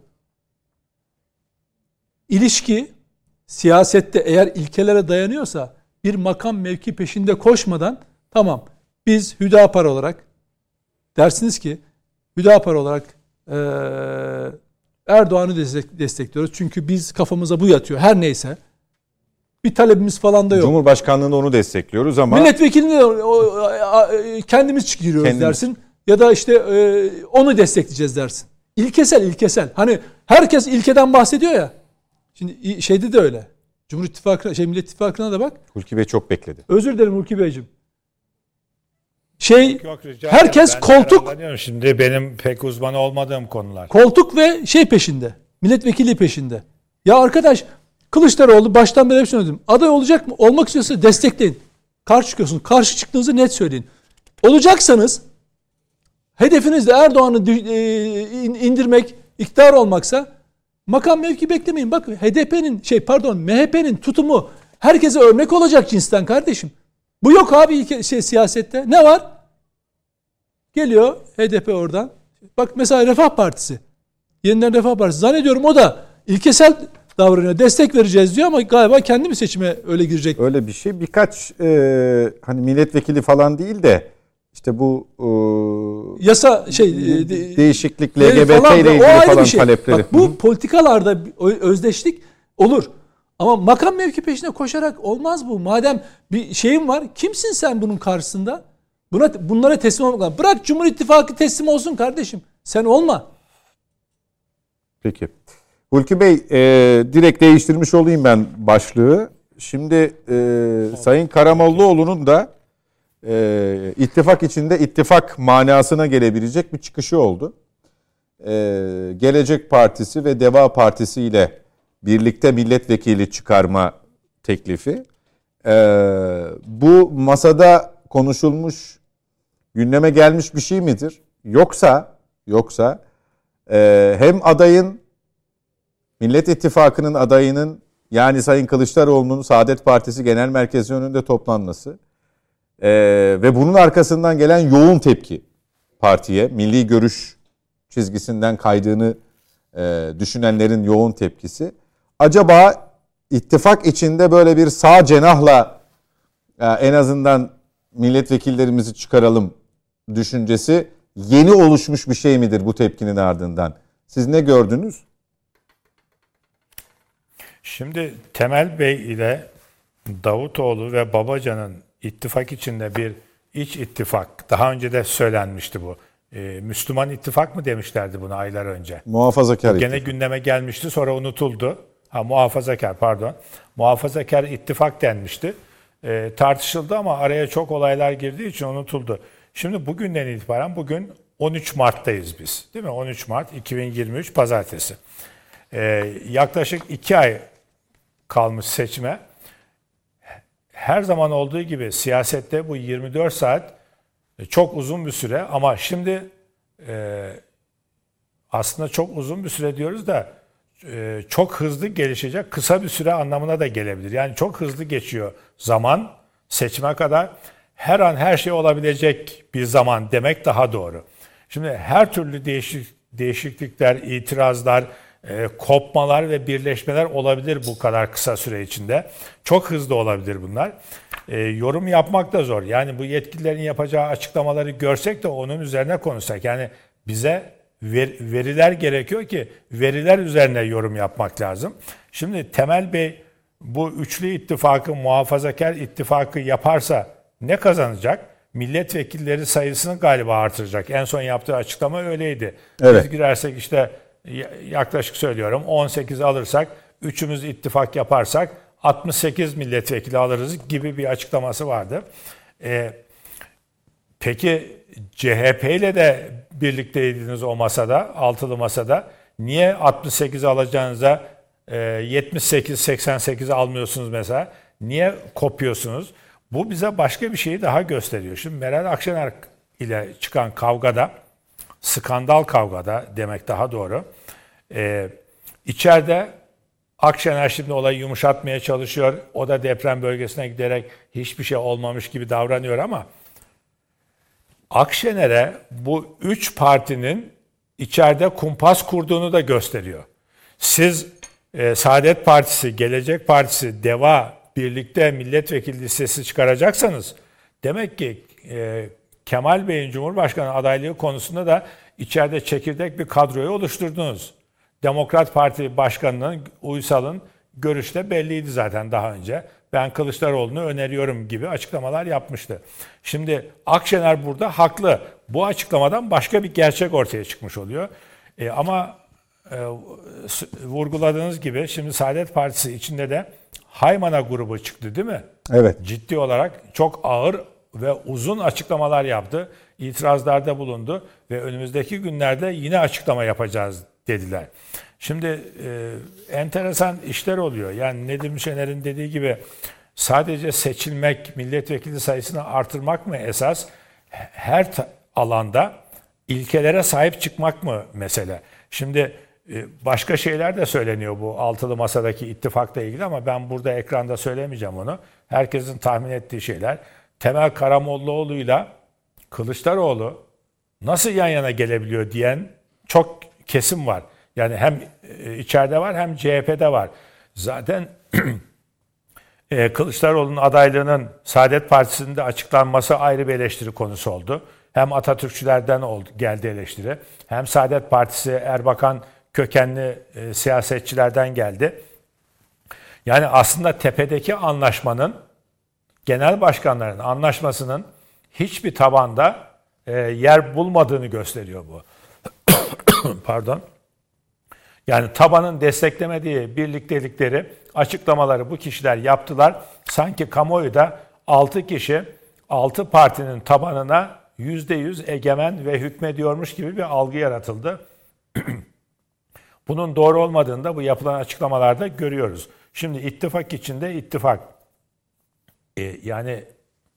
İlişki siyasette eğer ilkelere dayanıyorsa bir makam mevki peşinde koşmadan tamam biz Hüdapar olarak dersiniz ki Hüdapar olarak e, Erdoğan'ı destek, destekliyoruz. Çünkü biz kafamıza bu yatıyor. Her neyse. Bir talebimiz falan da yok. Cumhurbaşkanlığında onu destekliyoruz ama milletvekilini de o, o, o, kendimiz giriyoruz Kendimiz. dersin. Ya da işte e, onu destekleyeceğiz dersin. İlkesel ilkesel. Hani herkes ilkeden bahsediyor ya. Şimdi şeyde de öyle. Cumhur İttifakı, şey Millet İttifakı'na da bak. Hulki Bey çok bekledi. Özür dilerim Hulki Beyciğim. Şey Yok, yok, rica herkes ederim. Ben koltuk yararlanıyorum. Şimdi benim pek uzman olmadığım konular. koltuk ve şey peşinde. Milletvekili peşinde. Ya arkadaş Kılıçdaroğlu baştan beri hep söyledim. Aday olacak mı? Olmak istiyorsa destekleyin. Karşı çıkıyorsun. Karşı çıktığınızı net söyleyin. Olacaksanız hedefiniz de Erdoğan'ı indirmek, iktidar olmaksa makam mevki beklemeyin. Bak H D P'nin şey pardon M H P'nin tutumu herkese örnek olacak cinsten kardeşim. Bu yok abi şey, siyasette. Ne var? Geliyor H D P oradan. Bak mesela Refah Partisi. Yeniden Refah Partisi. Zannediyorum o da ilkesel davranıyor. Destek vereceğiz diyor ama galiba kendi mi seçime öyle girecek? Öyle bir şey. Birkaç e, hani milletvekili falan değil de işte bu e, yasa şey de, değişiklik L e, G B T ile ilgili falan şey. talepleri. Bak, bu politikalarda özdeşlik olur. Ama makam mevki peşine koşarak olmaz bu. Madem bir şeyin var, kimsin sen bunun karşısında? Buna bunlara teslim olmak lazım. Bırak Cumhur İttifakı teslim olsun kardeşim. Sen olma. Peki. Hulki Bey e, direkt değiştirmiş olayım ben başlığı. Şimdi e, Sayın Karamollaoğlu'nun da e, ittifak içinde ittifak manasına gelebilecek bir çıkışı oldu. E, Gelecek Partisi ve Deva Partisi ile birlikte milletvekili çıkarma teklifi. E, bu masada konuşulmuş, gündeme gelmiş bir şey midir? Yoksa, yoksa e, hem adayın Millet İttifakı'nın adayının yani Sayın Kılıçdaroğlu'nun Saadet Partisi Genel Merkezi önünde toplanması e, ve bunun arkasından gelen yoğun tepki partiye, milli görüş çizgisinden kaydığını e, düşünenlerin yoğun tepkisi. Acaba ittifak içinde böyle bir sağ cenahla e, en azından milletvekillerimizi çıkaralım düşüncesi yeni oluşmuş bir şey midir bu tepkinin ardından? Siz ne gördünüz? Şimdi Temel Bey ile Davutoğlu ve Babacan'ın ittifak içinde bir iç ittifak, daha önce de söylenmişti bu. Ee, Müslüman ittifak mı demişlerdi buna aylar önce? Muhafazakar Gene ittifak. gündeme gelmişti, sonra unutuldu. Ha muhafazakar pardon. Muhafazakar ittifak denmişti. Ee, tartışıldı ama araya çok olaylar girdiği için unutuldu. Şimdi bugünden itibaren bugün on üç Mart'tayız biz. Değil mi? on üç Mart iki bin yirmi üç Pazartesi. Ee, yaklaşık iki ay kalmış seçime. Her zaman olduğu gibi siyasette bu yirmi dört saat çok uzun bir süre ama şimdi e, aslında çok uzun bir süre diyoruz da e, çok hızlı gelişecek kısa bir süre anlamına da gelebilir. Yani çok hızlı geçiyor zaman seçime kadar. Her an her şey olabilecek bir zaman demek daha doğru. Şimdi her türlü değişik, değişiklikler, itirazlar, e, kopmalar ve birleşmeler olabilir bu kadar kısa süre içinde. Çok hızlı olabilir bunlar. E, yorum yapmak da zor. Yani bu yetkililerin yapacağı açıklamaları görsek de onun üzerine konuşsak. Yani bize ver, veriler gerekiyor ki veriler üzerine yorum yapmak lazım. Şimdi Temel Bey bu üçlü ittifakı, muhafazakar ittifakı yaparsa ne kazanacak? Milletvekilleri sayısını galiba artıracak. En son yaptığı açıklama öyleydi. Evet. Biz girersek işte yaklaşık söylüyorum on sekiz alırsak, üçümüz ittifak yaparsak altmış sekiz milletvekili alırız gibi bir açıklaması vardı. Ee, peki C H P ile de birlikteydiniz o masada, altılı masada. Niye altmış sekiz alacağınıza e, yetmiş sekiz seksen sekiz almıyorsunuz mesela? Niye kopuyorsunuz? Bu bize başka bir şeyi daha gösteriyor. Şimdi Meral Akşener ile çıkan kavgada, skandal kavgada demek daha doğru. Ee, içeride Akşener şimdi olayı yumuşatmaya çalışıyor. O da deprem bölgesine giderek hiçbir şey olmamış gibi davranıyor ama Akşener'e bu üç partinin içeride kumpas kurduğunu da gösteriyor. Siz e, Saadet Partisi, Gelecek Partisi, DEVA birlikte milletvekili listesi çıkaracaksanız demek ki e, Kemal Bey'in Cumhurbaşkanı adaylığı konusunda da içeride çekirdek bir kadroyu oluşturdunuz. Demokrat Parti Başkanı'nın, Uysal'ın görüşü de belliydi zaten daha önce. Ben Kılıçdaroğlu'nu öneriyorum gibi açıklamalar yapmıştı. Şimdi Akşener burada haklı. Bu açıklamadan başka bir gerçek ortaya çıkmış oluyor. E, ama e, vurguladığınız gibi şimdi Saadet Partisi içinde de Haymana grubu çıktı değil mi? Evet. Ciddi olarak çok ağır ve uzun açıklamalar yaptı. İtirazlarda bulundu ve önümüzdeki günlerde yine açıklama yapacağız dediler. Şimdi e, enteresan işler oluyor. Yani Nedim Şener'in dediği gibi sadece seçilmek, milletvekili sayısını artırmak mı esas? Her ta- alanda ilkelere sahip çıkmak mı mesele? Şimdi e, başka şeyler de söyleniyor bu altılı masadaki ittifakla ilgili ama ben burada ekranda söylemeyeceğim onu. Herkesin tahmin ettiği şeyler. Temel Karamollaoğlu'yla Kılıçdaroğlu nasıl yan yana gelebiliyor diyen çok kesim var. Yani hem içeride var hem C H P'de var. Zaten e, Kılıçdaroğlu'nun adaylığının Saadet Partisi'nde açıklanması ayrı bir eleştiri konusu oldu. Hem Atatürkçülerden oldu, geldi eleştiri. Hem Saadet Partisi, Erbakan kökenli e, siyasetçilerden geldi. Yani aslında tepedeki anlaşmanın, genel başkanların anlaşmasının hiçbir tabanda e, yer bulmadığını gösteriyor bu. Pardon. Yani tabanın desteklemediği birliktelikleri, açıklamaları bu kişiler yaptılar. Sanki kamuoyu da altı kişi, altı partinin tabanına yüzde yüz egemen ve hükmediyormuş gibi bir algı yaratıldı. Bunun doğru olmadığını da bu yapılan açıklamalarda görüyoruz. Şimdi ittifak içinde ittifak. Ee, yani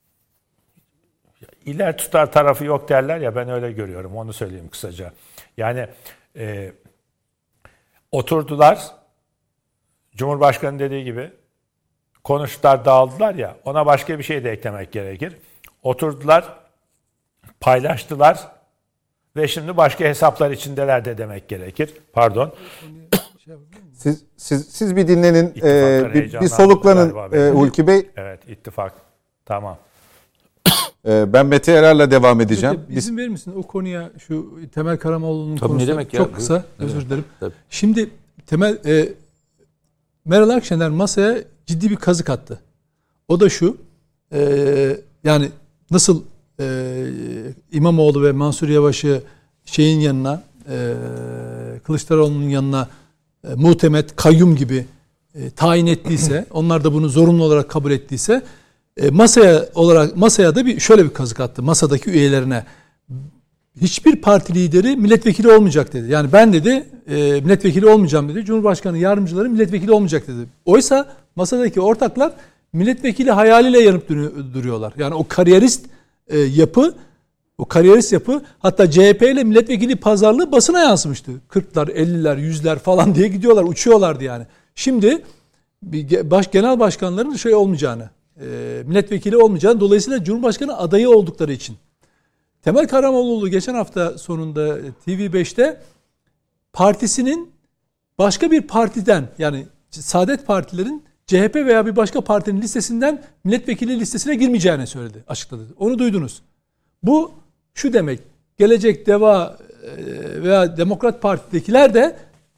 iler tutar tarafı yok derler ya, ben öyle görüyorum. Onu söyleyeyim kısaca. Yani e, oturdular, Cumhurbaşkanı dediği gibi konuştular, dağıldılar ya, ona başka bir şey de eklemek gerekir. Oturdular, paylaştılar ve şimdi başka hesaplar içindeler de demek gerekir. Pardon. Siz siz siz bir dinlenin, İttifaklar e, bir, bir soluklanın e, Hulki Bey. Evet, ittifak. Tamam. E, ben Mete Yarar'la devam edeceğim. Peki, izin verir misin o konuya, şu Temel Karamollaoğlu'nun Tabii, konusuna ne demek ya? çok kısa, Buyur. özür Evet. dilerim. Tabii. Şimdi Temel e, Meral Akşener masaya ciddi bir kazık attı. O da şu, e, yani nasıl e, İmamoğlu ve Mansur Yavaş'ı şeyin yanına, e, Kılıçdaroğlu'nun yanına e, muhtemet, kayyum gibi e, tayin ettiyse, onlar da bunu zorunlu olarak kabul ettiyse, E, masaya olarak masaya da bir şöyle bir kazık attı masadaki üyelerine. Hiçbir parti lideri milletvekili olmayacak dedi. Yani ben dedi e, milletvekili olmayacağım dedi. Cumhurbaşkanı yardımcıları milletvekili olmayacak dedi. Oysa masadaki ortaklar milletvekili hayaliyle yanıp duruyorlar. Yani o kariyerist e, yapı, o kariyerist yapı, hatta C H P ile milletvekili pazarlığı basına yansımıştı. kırklar, elliler, yüzler falan diye gidiyorlar, uçuyorlardı yani. Şimdi baş, genel başkanların şey olmayacağını, e, milletvekili olmayacağını, dolayısıyla Cumhurbaşkanı adayı oldukları için. Temel Karamollaoğlu geçen hafta sonunda T V beşte partisinin başka bir partiden, yani Saadet Partilerin C H P veya bir başka partinin listesinden milletvekili listesine girmeyeceğini söyledi, açıkladı. Onu duydunuz. Bu şu demek: Gelecek, Deva veya Demokrat Parti'dekiler de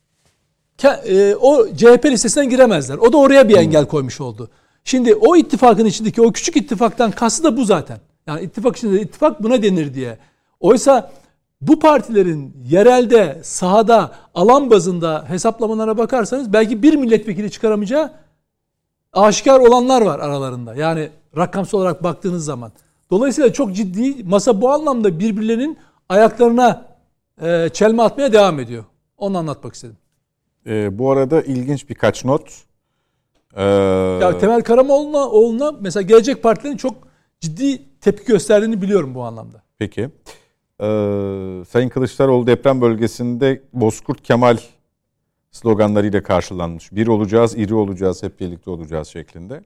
o C H P listesinden giremezler. O da oraya bir engel koymuş oldu. Şimdi o ittifakın içindeki o küçük ittifaktan kastı da bu zaten. Yani ittifak içinde ittifak buna denir diye. Oysa bu partilerin yerelde, sahada, alan bazında hesaplamalara bakarsanız belki bir milletvekili çıkaramayacağı aşikar olanlar var aralarında. Yani rakamsal olarak baktığınız zaman. Dolayısıyla çok ciddi, masa bu anlamda birbirlerinin ayaklarına e, çelme atmaya devam ediyor. Onu anlatmak istedim. E, bu arada ilginç birkaç not. Ee... Ya Temel Karamollaoğlu'na oğluna mesela Gelecek Partilerin çok ciddi tepki gösterdiğini biliyorum bu anlamda. Peki. Ee, Sayın Kılıçdaroğlu deprem bölgesinde Bozkurt Kemal sloganlarıyla karşılanmış. Bir olacağız, iri olacağız, hep birlikte olacağız şeklinde.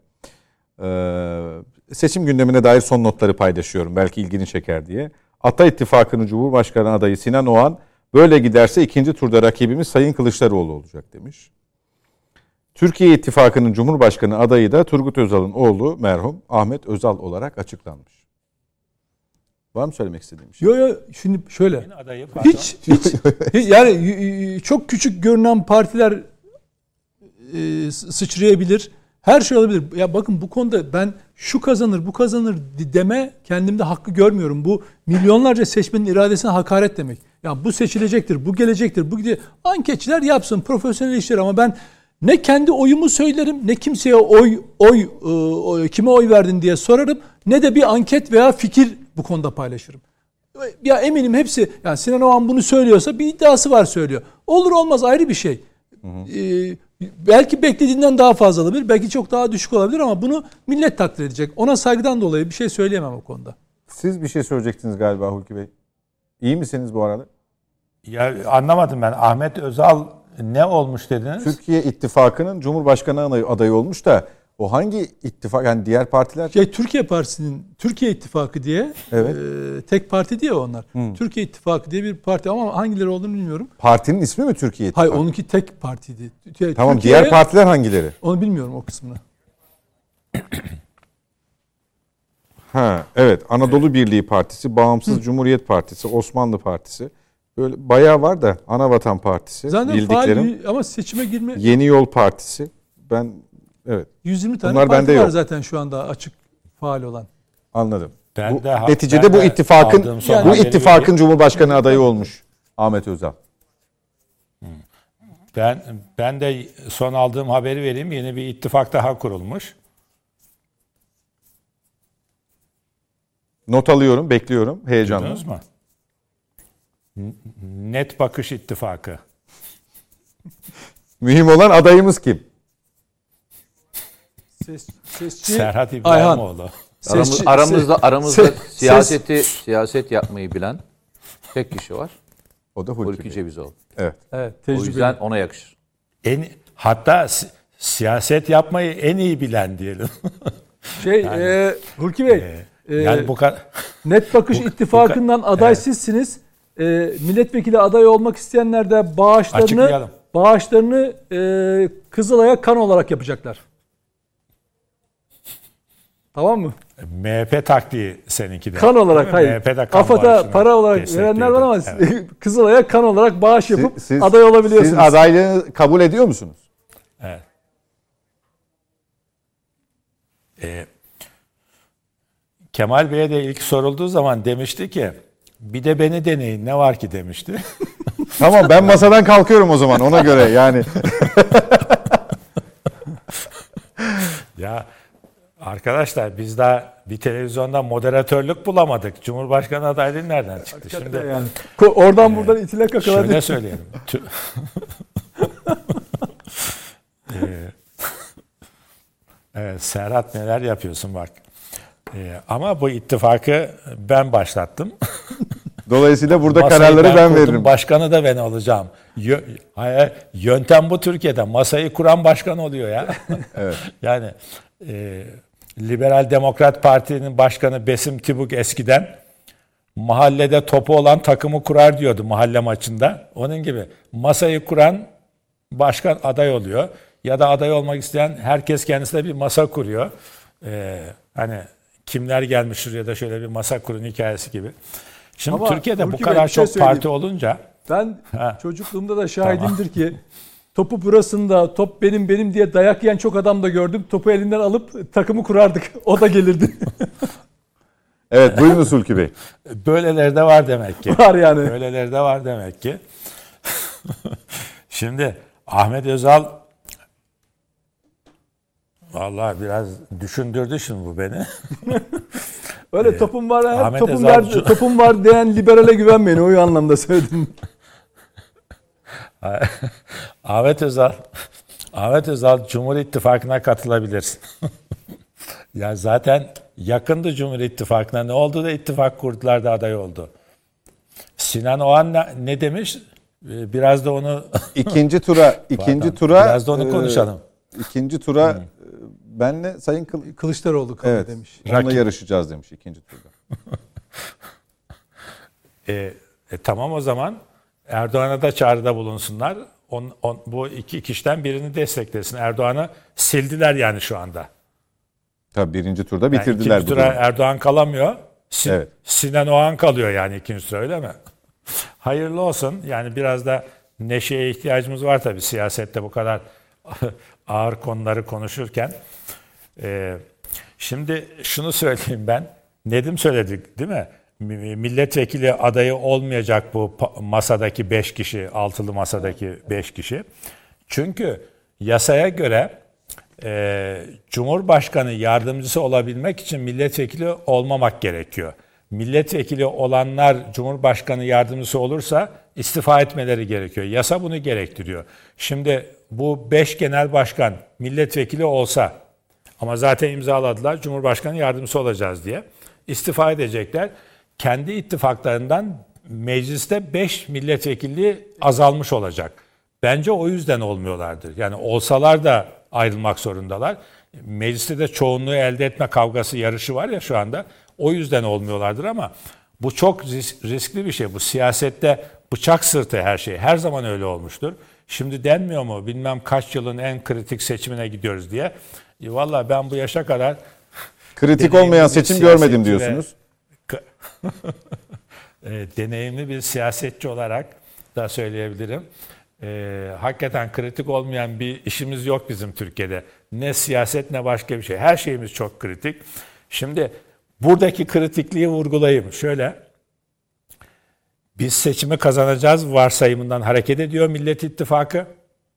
Ee, seçim gündemine dair son notları paylaşıyorum. Belki ilgini çeker diye. Ata İttifakı'nın Cumhurbaşkanı adayı Sinan Oğan, böyle giderse ikinci turda rakibimiz Sayın Kılıçdaroğlu olacak demiş. Türkiye İttifakı'nın Cumhurbaşkanı adayı da Turgut Özal'ın oğlu merhum Ahmet Özal olarak açıklanmış. Var mı söylemek istediğim bir şey? Yok yok, şimdi şöyle. Adayı, hiç, hiç, hiç yani çok küçük görünen partiler e, sıçrayabilir. Her şey olabilir. Ya bakın, bu konuda ben şu kazanır, bu kazanır deme kendimde hakkı görmüyorum. Bu milyonlarca seçmenin iradesine hakaret demek. Ya bu seçilecektir, bu gelecektir, bu gidecek. Anketçiler yapsın, profesyonel işler, ama ben ne kendi oyumu söylerim, ne kimseye oy oy, oy kime oy verdin diye sorarım, ne de bir anket veya fikir bu konuda paylaşırım. Ya eminim hepsi, yani Sinan Oğan bunu söylüyorsa bir iddiası var söylüyor. Olur olmaz ayrı bir şey. Hı hı. Ee, belki beklediğinden daha fazla olabilir, belki çok daha düşük olabilir, ama bunu millet takdir edecek. Ona saygıdan dolayı bir şey söyleyemem o konuda. Siz bir şey söyleyecektiniz galiba Hulki Bey. İyi misiniz bu arada? Ya anlamadım ben. Ahmet Özal ne olmuş dediniz? Türkiye İttifakı'nın Cumhurbaşkanı adayı olmuş da o hangi ittifak, yani diğer partiler? Şey, Türkiye Partisi'nin Türkiye İttifakı diye, evet. e, tek parti diye onlar. Hmm. Türkiye İttifakı diye bir parti, ama hangileri olduğunu bilmiyorum. Partinin ismi mi Türkiye İttifakı? Hayır, onunki tek partiydi. Tamam, Türkiye, diğer partiler hangileri? Onu bilmiyorum, o kısmını. Ha, evet. Anadolu evet. Birliği Partisi, Bağımsız Hı. Cumhuriyet Partisi, Osmanlı Partisi. Böyle bayağı var da, Anavatan Partisi. Zaten bildiklerim. Faal, ama seçime girme... Yeni Yol Partisi. Ben evet. yüz yirmi tane Bunlar parti var yok. Zaten şu anda açık faal olan. Anladım. Ben bu, de, neticede ben bu ittifakın yani, bu ittifakın Cumhurbaşkanı adayı olmuş Ahmet Özal. Ben ben de son aldığım haberi vereyim. Yeni bir ittifak daha kurulmuş. Not alıyorum, bekliyorum heyecanla. Duydunuz mu? Net Bakış İttifakı. Mühim olan adayımız kim? Ses, sesçi Serhat İbrahimoğlu. Aramız, aramızda aramızda ses, siyaseti ses. siyaset yapmayı bilen tek kişi var. O da Hulki, Hulki Cevizoğlu. Evet. Evet, o yüzden ona yakışır. En, hatta si, siyaset yapmayı en iyi bilen diyelim. Şey, yani, e, Hulki Bey. E, yani bu kadar. Net Bakış bu, İttifakı'ndan bu, aday evet. sizsiniz. E, milletvekili aday olmak isteyenler de bağışlarını bağışlarını e, Kızılay'a kan olarak yapacaklar. Tamam mı? M H P taktiği seninki de. Kan olarak, hayır. AFAD'a para olarak verenler var, ama evet. Kızılay'a kan olarak bağış yapıp siz, siz, aday olabiliyorsunuz. Siz adaylığı kabul ediyor musunuz? Evet. Ee, Kemal Bey'e de ilk sorulduğu zaman demişti ki, bir de beni deneyin, ne var ki demişti. Tamam, ben masadan kalkıyorum o zaman, ona göre yani. Ya Arkadaşlar biz daha bir televizyonda moderatörlük bulamadık. Cumhurbaşkanı adaylığı nereden çıktı? Şimdi yani. Oradan buradan itile kakaladı. şöyle söyleyelim. Evet, Serhat neler yapıyorsun bak. Ee, ama bu ittifakı ben başlattım. Dolayısıyla burada Masayı kararları ben, kurdum, veririm. Başkanı da ben olacağım. Yö- Hayır, yöntem bu Türkiye'de. Masayı kuran başkan oluyor ya. Evet. Yani e, Liberal Demokrat Parti'nin başkanı Besim Tibuk eskiden mahallede topu olan takımı kurar diyordu mahalle maçında. Onun gibi masayı kuran başkan aday oluyor. Ya da aday olmak isteyen herkes kendisine bir masa kuruyor. Ee, hani kimler gelmiş şuraya da şöyle bir masa kurun hikayesi gibi. Şimdi Ama Türkiye'de bu Hulki Bey, kadar bir şey çok parti söyleyeyim. olunca Ben Ha. çocukluğumda da şahidimdir ki topu burasında, top benim benim diye dayak yiyen çok adam da gördüm. Topu elinden alıp takımı kurardık. O da gelirdi. Evet, buyurunuz Hulki Bey. böyleleri de var demek ki. Var yani. Böyleleri de var demek ki. Şimdi Ahmet Özal vallahi biraz düşündürdü şimdi bu beni. Öyle topum var, hep Ahmet topum Ezal- var, topum var diyen liberale güvenmeyin. O anlamda söyledim. Ahmet Özal Ahmet Özal Cumhur İttifakı'na katılabilirsin. Ya zaten yakındı Cumhur İttifakı'na. Ne oldu da ittifak kurdular da aday oldu. Sinan Oğan ne, ne demiş? Ee, Biraz da onu İkinci tura, ikinci Pardon, tura. biraz da onu e, konuşalım. İkinci tura e, benle Sayın Kıl Kılıçdaroğlu kabul evet, demiş. onunla Rakip. yarışacağız demiş ikinci turda. E, e, tamam o zaman Erdoğan'a da çağrıda bulunsunlar. On, on, bu iki kişiden birini desteklesin. Erdoğan'ı sildiler yani şu anda. Tabii birinci turda Yani bitirdiler ikinci bu tura durumu. Erdoğan kalamıyor. Sin- Evet. Sinan Oğan kalıyor yani ikinci tura, öyle mi? Hayırlı olsun. Yani biraz da neşeye ihtiyacımız var tabii siyasette bu kadar ağır konuları konuşurken. Ee, şimdi şunu söyleyeyim ben. Nedim söyledik değil mi? M- Milletvekili adayı olmayacak bu pa- masadaki beş kişi, altılı masadaki beş kişi. Çünkü yasaya göre e, Cumhurbaşkanı yardımcısı olabilmek için milletvekili olmamak gerekiyor. Milletvekili olanlar Cumhurbaşkanı yardımcısı olursa istifa etmeleri gerekiyor. Yasa bunu gerektiriyor. Şimdi bu beş genel başkan milletvekili olsa ama zaten imzaladılar Cumhurbaşkanı yardımcısı olacağız diye istifa edecekler. Kendi ittifaklarından mecliste beş milletvekilliği azalmış olacak. Bence o yüzden olmuyorlardır. Yani olsalar da ayrılmak zorundalar. Mecliste de çoğunluğu elde etme kavgası, yarışı var ya şu anda. O yüzden olmuyorlardır ama bu çok riskli bir şey. Bu siyasette bıçak sırtı her şey. Her zaman öyle olmuştur. Şimdi denmiyor mu bilmem kaç yılın en kritik seçimine gidiyoruz diye. E, Valla ben bu yaşa kadar Kritik deneyimli olmayan bir seçim siyasetçi görmedim ve- diyorsunuz. e, deneyimli bir siyasetçi olarak da söyleyebilirim. E, hakikaten kritik olmayan bir işimiz yok bizim Türkiye'de. Ne siyaset ne başka bir şey. Her şeyimiz çok kritik. Şimdi buradaki kritikliği vurgulayayım. Şöyle, biz seçimi kazanacağız varsayımından hareket ediyor Millet İttifakı.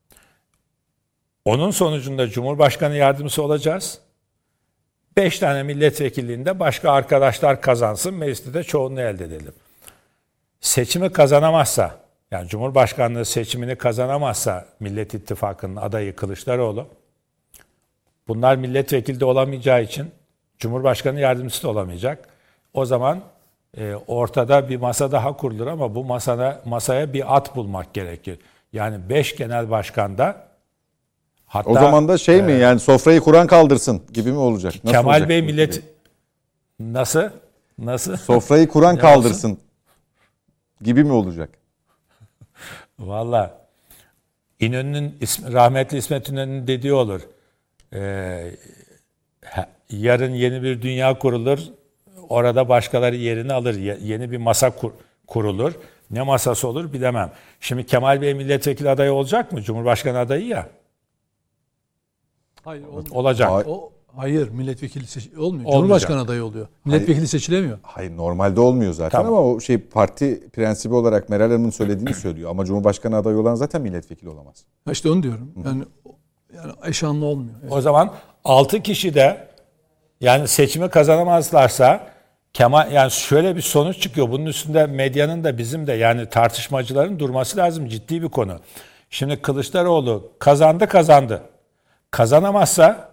Onun sonucunda Cumhurbaşkanı yardımcısı olacağız. Beş tane milletvekilliğinde başka arkadaşlar kazansın, mecliste de çoğunluğu elde edelim. Seçimi kazanamazsa, yani Cumhurbaşkanlığı seçimini kazanamazsa Millet İttifakı'nın adayı Kılıçdaroğlu, bunlar milletvekili de olamayacağı için Cumhurbaşkanı yardımcısı da olamayacak. O zaman e, ortada bir masa daha kurulur ama bu masada, masaya bir at bulmak gerekir. Yani beş genel başkan da hatta O zaman da şey mi yani sofrayı kuran kaldırsın gibi mi olacak? Nasıl Kemal olacak Bey Hulki millet nasıl? Nasıl? Sofrayı kuran Ne kaldırsın gibi mi olacak? Valla İnönü'nün ismi, rahmetli İsmet İnönü'nün dediği olur. Ee, yarın yeni bir dünya kurulur. Orada başkaları yerini alır. Yeni bir masa kur, kurulur. Ne masası olur bilemem. Şimdi Kemal Bey milletvekili adayı olacak mı? Cumhurbaşkanı adayı ya. Hayır olmuyor. Olacak. Hayır. O, hayır milletvekili seç- olmuyor. Olmayacak. Cumhurbaşkanı adayı oluyor. Milletvekili seçilemiyor. Hayır normalde olmuyor zaten Tamam. ama o şey parti prensibi olarak Meral Hanım'ın söylediğini söylüyor. Ama Cumhurbaşkanı adayı olan zaten milletvekili olamaz. Ha İşte onu diyorum. Yani yani eşanlı olmuyor. O zaman altı kişi de Yani seçimi kazanamazlarsa Kemal, yani şöyle bir sonuç çıkıyor. Bunun üstünde medyanın da bizim de yani tartışmacıların durması lazım, ciddi bir konu. Şimdi Kılıçdaroğlu kazandı kazandı. Kazanamazsa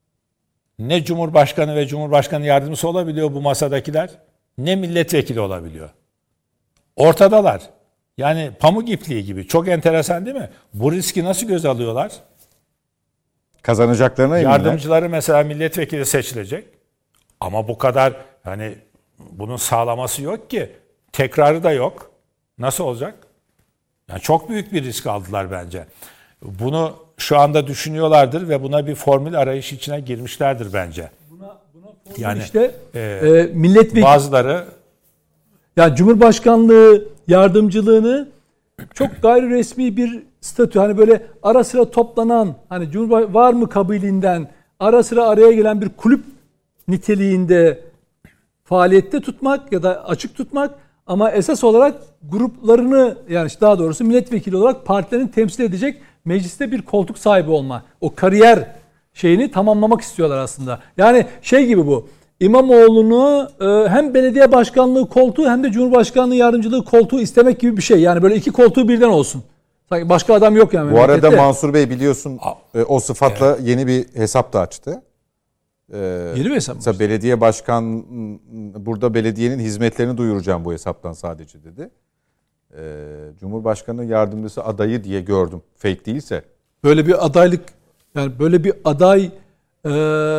ne Cumhurbaşkanı ve Cumhurbaşkanı yardımcısı olabiliyor bu masadakiler, ne milletvekili olabiliyor. Ortadalar. Yani pamuk ipliği gibi. Çok enteresan değil mi? Bu riski nasıl göze alıyorlar? Kazanacaklarına eminler. Yardımcıları mesela milletvekili seçilecek. Ama bu kadar hani bunun sağlaması yok ki. Tekrarı da yok. Nasıl olacak? Yani çok büyük bir risk aldılar bence. Bunu şu anda düşünüyorlardır ve buna bir formül arayış içine girmişlerdir bence. Buna, buna Yani işte e, e, milletvekili bazıları ya Cumhurbaşkanlığı yardımcılığını çok gayri resmi bir statü, hani böyle ara sıra toplanan, hani Cumhurbaşkanı var mı kabiliğinden ara sıra araya gelen bir kulüp niteliğinde faaliyette tutmak ya da açık tutmak, ama esas olarak gruplarını, yani daha doğrusu milletvekili olarak partilerini temsil edecek mecliste bir koltuk sahibi olma. O kariyer şeyini tamamlamak istiyorlar aslında. Yani şey gibi bu. İmamoğlu'nu e, hem belediye başkanlığı koltuğu hem de Cumhurbaşkanlığı yardımcılığı koltuğu istemek gibi bir şey. Yani böyle iki koltuğu birden olsun. Sanki başka adam yok yani. Bu arada Mansur Bey biliyorsun e, o sıfatla evet. yeni bir hesap da açtı. Ee, yeni bir hesap mı? Mesela belediye başkan, burada belediyenin hizmetlerini duyuracağım bu hesaptan sadece dedi. Ee, Cumhurbaşkanı yardımcısı adayı diye gördüm. Fake değilse. Böyle bir adaylık, yani böyle bir aday e,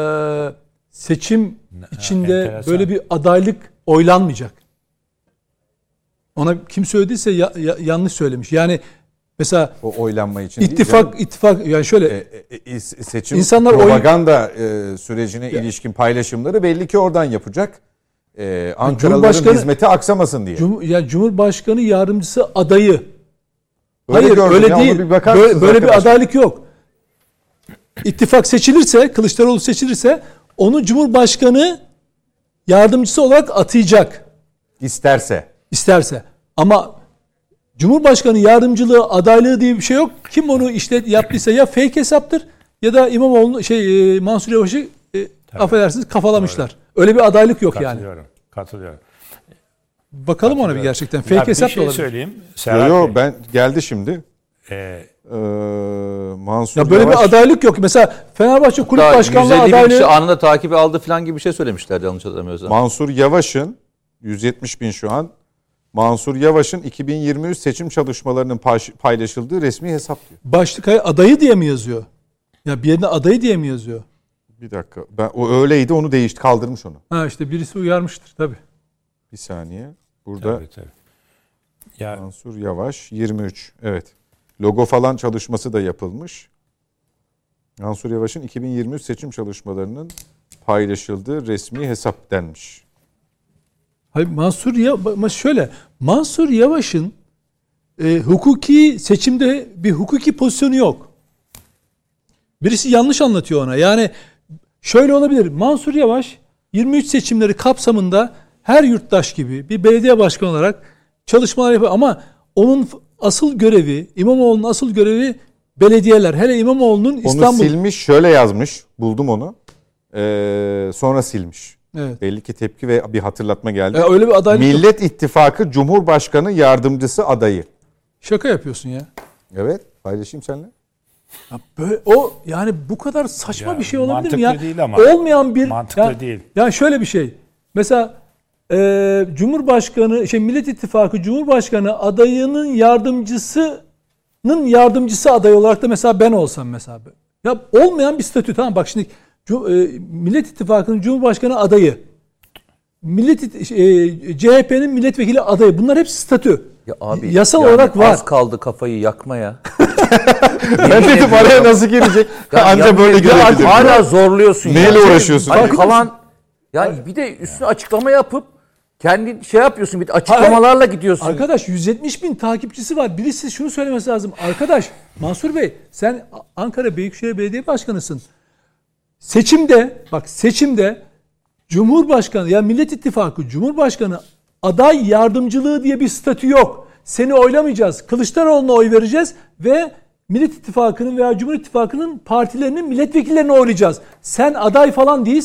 seçim içinde enteresan. Böyle bir adaylık oylanmayacak. Ona kim söylediyse ya, ya, yanlış söylemiş. Yani mesela o oylanma için ittifak değil, ittifak yani şöyle e, e, seçim insanlar propaganda oy, e, sürecine ya. ilişkin paylaşımları belli ki oradan yapacak. E, Ankaralıların hizmeti aksamasın diye. Cum, yani Cumhurbaşkanı yardımcısı adayı. Öyle Hayır öyle ya, değil. Bir böyle böyle bir adaylık yok. İttifak seçilirse, Kılıçdaroğlu seçilirse onu Cumhurbaşkanı yardımcısı olarak atayacak. İsterse. İsterse. Ama Cumhurbaşkanı yardımcılığı, adaylığı diye bir şey yok. Kim onu işte yaptıysa ya fake hesaptır ya da İmamoğlu şey e, Mansur Yavaş'ı e, affedersiniz kafalamışlar. Doğru. Öyle bir adaylık yok yani. Katılıyorum. Katılıyorum. Bakalım ona bir gerçekten. Fake ya hesap bir şey da olabilir. söyleyeyim. Yok yo, ben geldi şimdi. Ee, ee, Mansur ya böyle Yavaş, bir adaylık yok. Mesela Fenerbahçe kulüp başkanlığı adaylığı. yüz elli bin kişi anında takibi aldı falan gibi bir şey söylemişlerdi yanlış hatırlamıyorsam. Mansur Yavaş'ın yüz yetmiş bin şu an. Mansur Yavaş'ın iki bin yirmi üç seçim çalışmalarının paylaşıldığı resmi hesap diyor. Başlık adayı diye mi yazıyor? Ya bir yerine adayı diye mi yazıyor? Bir dakika. Ben o öyleydi, onu değişti, kaldırmış onu. Ha işte birisi uyarmıştır tabii. Bir saniye. Burada tabii, tabii. Ya, Mansur Yavaş yirmi üç. Evet. Logo falan çalışması da yapılmış. Mansur Yavaş'ın iki bin yirmi üç seçim çalışmalarının paylaşıldığı resmi hesap denmiş. Hayır Mansur Yavaş şöyle. Mansur Yavaş'ın e, hukuki seçimde bir hukuki pozisyonu yok. Birisi yanlış anlatıyor ona. Yani şöyle olabilir. Mansur Yavaş yirmi üç seçimleri kapsamında her yurttaş gibi bir belediye başkanı olarak çalışmalar yapıyor ama onun asıl görevi, İmamoğlu'nun asıl görevi belediyeler. Hele İmamoğlu'nun İstanbul... Onu silmiş, şöyle yazmış. Buldum onu. Ee, sonra silmiş. Evet. Belli ki tepki ve bir hatırlatma geldi. E, öyle bir adaylık Millet yok. İttifakı Cumhurbaşkanı yardımcısı adayı. Şaka yapıyorsun ya. Evet, paylaşayım seninle. Ya böyle, o yani bu kadar saçma ya, bir şey olabilir mi ya? Mantıklı değil ama. Olmayan bir mantıklı ya, değil. Ya şöyle bir şey. Mesela e, Cumhurbaşkanı, şey Millet İttifakı Cumhurbaşkanı adayının yardımcısının yardımcısı adayı olarak da mesela ben olsam mesela. Ya olmayan bir statü, tamam bak şimdi e, Millet İttifakı'nın Cumhurbaşkanı adayı, Millet e, C H P'nin milletvekili adayı, bunlar hepsi statü. Ya abi, yasal yani olarak var. Az kaldı kafayı yakmaya. Ben dedim araya nasıl girecek? Ya, Anca ya, böyle girebilir. Hala zorluyorsun. Neyle ya. uğraşıyorsun? Hani kalan yani bir de üstüne açıklama yapıp kendi şey yapıyorsun, bir de açıklamalarla gidiyorsun. Arkadaş yüz yetmiş bin takipçisi var. Birisi şunu söylemesi lazım. Arkadaş Mansur Bey, sen Ankara Büyükşehir Belediye Başkanısın. Seçimde bak seçimde Cumhurbaşkanı ya Millet İttifakı Cumhurbaşkanı aday yardımcılığı diye bir statü yok. Seni oylamayacağız. Kılıçdaroğlu'na oy vereceğiz ve Millet İttifakı'nın veya Cumhur İttifakı'nın partilerinin milletvekillerini oylayacağız. Sen aday falan değilsin.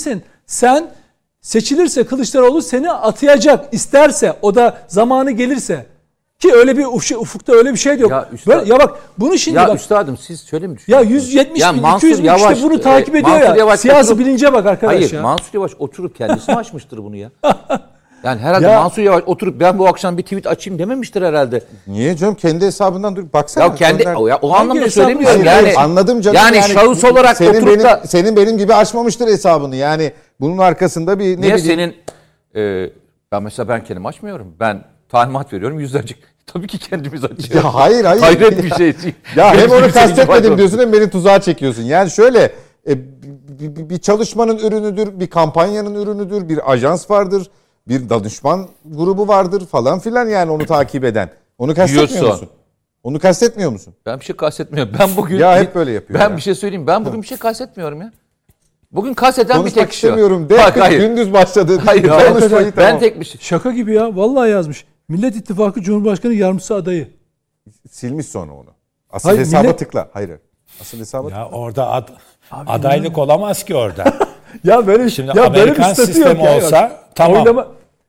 Sen seçilirse Kılıçdaroğlu seni atayacak. İsterse, o da zamanı gelirse. Ki öyle bir uf- ufukta öyle bir şey de yok. Ya üstad- Böyle, ya bak bunu şimdi Ya bak. üstadım siz şöyle mi Ya düşünüyorsunuz? yüz yetmiş Ya bin, Mansur iki yüz bin Yavaş, işte bunu takip e, ediyor Mansur ya. Yavaş Siyasi oturup- bilince bak arkadaş Hayır, ya. Mansur Yavaş oturup kendisi mi açmıştır bunu ya? Yani herhalde Ya- Mansur Yavaş oturup ben bu akşam bir tweet açayım dememiştir herhalde. Niye canım? Kendi hesabından dur. Baksana. Ya kendi Gönder. o, ya, o Hangi anlamda hesabı- söylemiyorum Hayır, yani. hayır, anladım canım. Yani, şahıs olarak senin oturup benim, da senin benim gibi açmamıştır hesabını. Yani bunun arkasında bir ne niye bileyim. senin e, ben mesela ben kendim açmıyorum. Ben talimat veriyorum yüzlerce. Tabii ki kendimiz açıyoruz. Ya hayır hayır. Hayret bir şey. Ya hem Benim onu gibi seyirci kastetmedim var. diyorsun hem beni tuzağa çekiyorsun. Yani şöyle e, bir, bir- bir çalışmanın ürünüdür, bir kampanyanın ürünüdür, bir ajans vardır, bir danışman grubu vardır falan filan yani onu takip eden. Onu kastetmiyor Diyorsun. musun? Onu kastetmiyor musun? Ben bir şey kastetmiyorum. Ben bugün Ya hep böyle yapıyor Ben ya. bir şey söyleyeyim. Ben bugün bir şey kastetmiyorum ya. Bugün kasteden bir Konuşmak tek kişi var. istemiyorum. De, Bak, hayır. gündüz başladı. Hayır, Ya, ben- konuşmayı ben tamam. tek bir şey. Şaka gibi ya. Vallahi yazmış. Millet İttifakı Cumhurbaşkanı yardımcısı adayı. Silmiş sonra onu. Asıl Hayır, hesaba millet- tıkla. Hayır. Asıl hesaba tıkla. Ya orada ad- adaylık olamaz ki orada. Ya böyle Şimdi ya böyle Amerikan bir statü sistemi yok ya. olsa tamam. Oylama,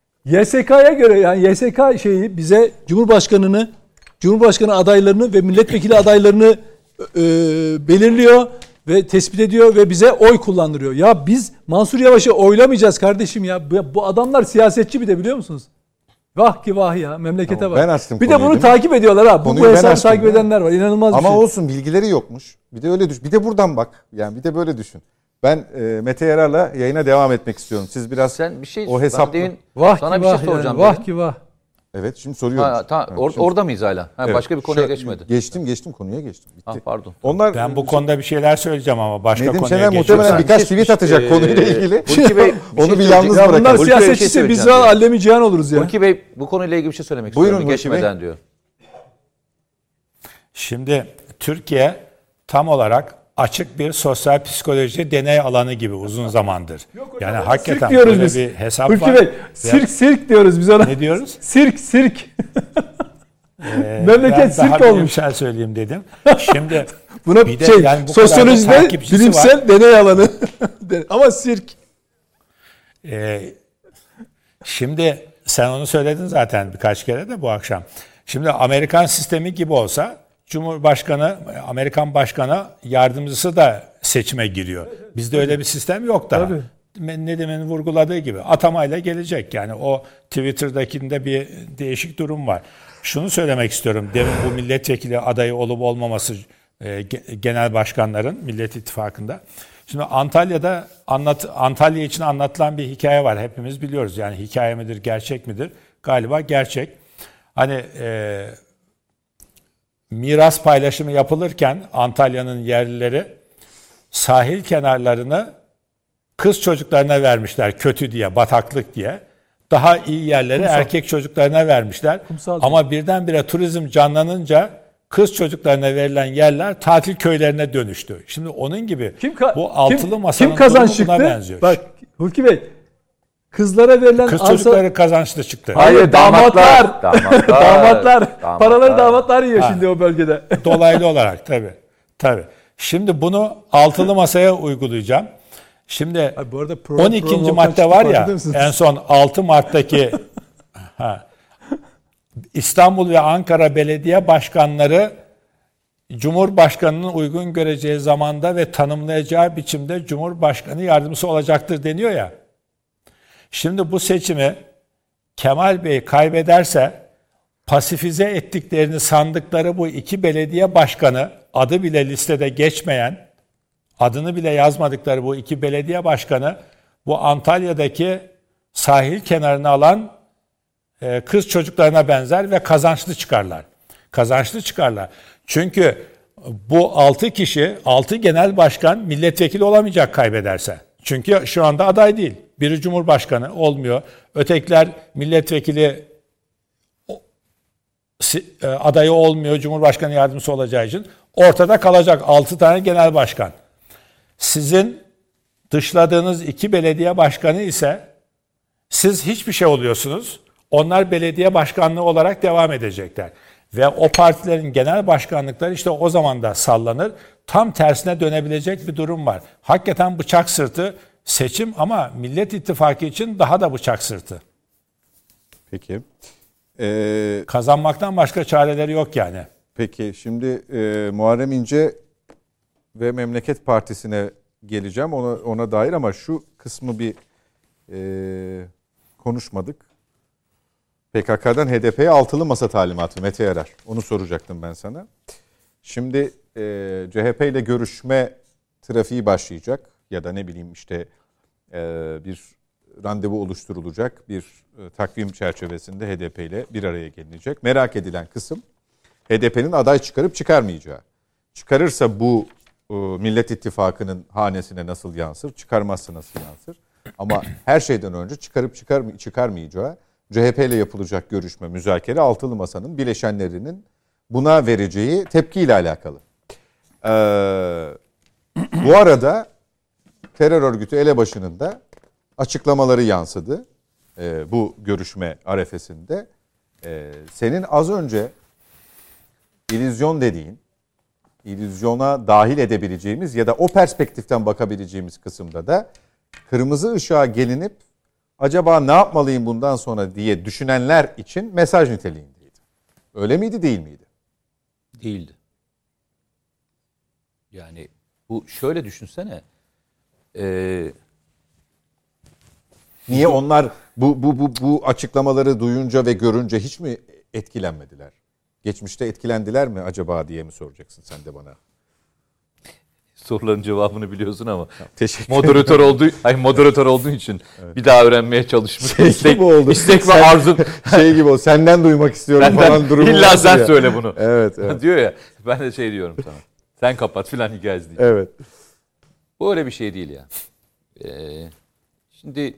Y S K'ya göre yani Y S K şeyi bize Cumhurbaşkanını, Cumhurbaşkanı adaylarını ve milletvekili adaylarını e, belirliyor ve tespit ediyor ve bize oy kullandırıyor. Ya biz Mansur Yavaş'ı oylamayacağız kardeşim ya. Bu, bu adamlar siyasetçi bir de biliyor musunuz? Vah ki vah ya memlekete Tamam, bak. ben açtım bir de konuyu, bunu değil mi? takip ediyorlar ha. Bu, Konuyu bu ben hesabı açtım, takip değil mi? edenler var. İnanılmaz bir Ama şey. olsun bilgileri yokmuş. Bir de öyle düşün. Bir de buradan bak. Yani bir de böyle düşün. Ben e, Mete Yarar'la yayına devam etmek istiyorum. Siz biraz Sen bir şey o hesapla. ben demin Vah sana ki bir şey vah yani, soracağım. vah dedim. ki vah. Evet şimdi soruyorum. Ha, tamam. Evet, Or- şimdi- orada mıyız hala? Ha, Evet. başka bir konuya Şöyle- geçmedi. Geçtim geçtim konuya geçtim. Bitti. Ha, pardon. Onlar Ben bu konuda bir şeyler söyleyeceğim ama başka Nedim konuya Şener geçiyoruz. muhtemelen birkaç Bir şey- tweet atacak Ee, konuyla ilgili. Hulki Bey, bir Onu şey bir yalnız Ya bırakalım. bunlar Hulki Bey bir şey siyasetçiyse biz söyleyeceğim daha diyor. allemi cihan oluruz ya. Hulki Bey bu konuyla ilgili bir şey söylemek Buyurun istiyorum. Bir Hulki Bey. geçmeden diyor. Şimdi Türkiye tam olarak açık bir sosyal psikoloji deney alanı gibi uzun zamandır. yani hakikaten Sirk diyoruz böyle biz. bir hesap Hulki var. Bey, Ve- sirk sirk diyoruz biz ona. Ne diyoruz? Sirk sirk. Ee, Memleket ben sirk daha olmuş. bilimsel söyleyeyim dedim. Şimdi Buna bir de şey yani bu kadar da sosyolojide takipçisi bilimsel var. deney alanı. Ama sirk. Ee, şimdi sen onu söyledin zaten birkaç kere de bu akşam. Şimdi Amerikan sistemi gibi olsa Cumhurbaşkanı, Amerikan Başkanı yardımcısı da seçime giriyor. Bizde öyle bir sistem yok daha. Tabii. Nedim'in vurguladığı gibi atamayla gelecek. Yani o Twitter'dakinde bir değişik durum var. Şunu söylemek istiyorum. Demin bu milletvekili adayı olup olmaması e, ge- genel başkanların Millet İttifakı'nda. Şimdi Antalya'da anlat Antalya için anlatılan bir hikaye var. Hepimiz biliyoruz. Yani hikaye midir, gerçek midir? Galiba gerçek. Hani e, miras paylaşımı yapılırken Antalya'nın yerlileri sahil kenarlarını kız çocuklarına vermişler kötü diye, bataklık diye. Daha iyi yerleri Kumsal. erkek çocuklarına vermişler. Kumsal Ama birdenbire turizm canlanınca kız çocuklarına verilen yerler tatil köylerine dönüştü. Şimdi onun gibi Kim ka- bu altılı kim, masanın kim kazanç durumu buna çıktı? benziyor. Bak Hulki Bey, kızlara verilen Kız arsa- çocukları kazançlı çıktı. Hayır, damatlar. Damatlar. damatlar. Damatlar. Paraları damatlar yiyor şimdi o bölgede. Dolaylı olarak tabii. Tabii. Şimdi bunu altılı masaya uygulayacağım. Şimdi Ay, bu arada program- on ikinci program madde çıktı, var fark ya ediyor musunuz? en son altı Mart'taki ha, İstanbul ve Ankara belediye başkanları Cumhurbaşkanı'nın uygun göreceği zamanda ve tanımlayacağı biçimde Cumhurbaşkanı yardımcısı olacaktır deniyor ya. Şimdi bu seçimi Kemal Bey kaybederse pasifize ettiklerini sandıkları bu iki belediye başkanı adı bile listede geçmeyen, adını bile yazmadıkları bu iki belediye başkanı bu Antalya'daki sahil kenarına alan e, kız çocuklarına benzer ve kazançlı çıkarlar. Kazançlı çıkarlar. Çünkü bu altı kişi, altı genel başkan milletvekili olamayacak kaybederse. Çünkü şu anda aday değil. Biri Cumhurbaşkanı olmuyor. Ötekiler milletvekili adayı olmuyor. Cumhurbaşkanı yardımcısı olacağı için ortada kalacak altı tane genel başkan. Sizin dışladığınız iki belediye başkanı ise siz hiçbir şey oluyorsunuz. Onlar belediye başkanlığı olarak devam edecekler. Ve o partilerin genel başkanlıkları işte o zaman da sallanır. Tam tersine dönebilecek bir durum var. Hakikaten bıçak sırtı seçim ama Millet İttifakı için daha da bıçak sırtı. Peki. Ee, Kazanmaktan başka çareleri yok yani. peki şimdi e, Muharrem İnce ve Memleket Partisi'ne geleceğim ona ona dair ama şu kısmı bir e, konuşmadık. P K K'dan H D P'ye altılı masa talimatı Mete Yarar. Onu soracaktım ben sana. Şimdi e, C H P ile görüşme trafiği başlayacak ya da ne bileyim işte e, bir randevu oluşturulacak, bir e, takvim çerçevesinde H D P ile bir araya gelinecek. Merak edilen kısım H D P'nin aday çıkarıp çıkarmayacağı. Çıkarırsa bu e, Millet İttifakı'nın hanesine nasıl yansır, çıkarmazsa nasıl yansır? Ama her şeyden önce çıkarıp çıkar, çıkarmayacağı C H P ile yapılacak görüşme, müzakere altılı masanın bileşenlerinin buna vereceği tepkiyle alakalı. Ee, bu arada terör örgütü elebaşının da açıklamaları yansıdı ee, bu görüşme arefesinde. Ee, senin az önce illüzyon dediğin, illüzyona dahil edebileceğimiz ya da o perspektiften bakabileceğimiz kısımda da kırmızı ışığa gelinip acaba ne yapmalıyım bundan sonra diye düşünenler için mesaj niteliğindeydi. Öyle miydi, değil miydi? Değildi. Yani bu şöyle düşünsene. Ee, Niye onlar bu bu bu bu açıklamaları duyunca ve görünce hiç mi etkilenmediler? Geçmişte etkilendiler mi acaba diye mi soracaksın sen de bana? soruların cevabını biliyorsun ama Teşekkür moderatör olduğu, ay moderatör olduğu için evet. bir daha öğrenmeye çalışmış. Şey istek, gibi oldu. istek ve Sen, arzun. Şey gibi o. Senden duymak istiyorum Benden, falan durumu. İlla sen ya. söyle bunu. Evet, evet. Diyor ya. Ben de şey diyorum sana. Sen kapat filan hikayesi değil. Evet. Bu öyle bir şey değil ya. Ee, şimdi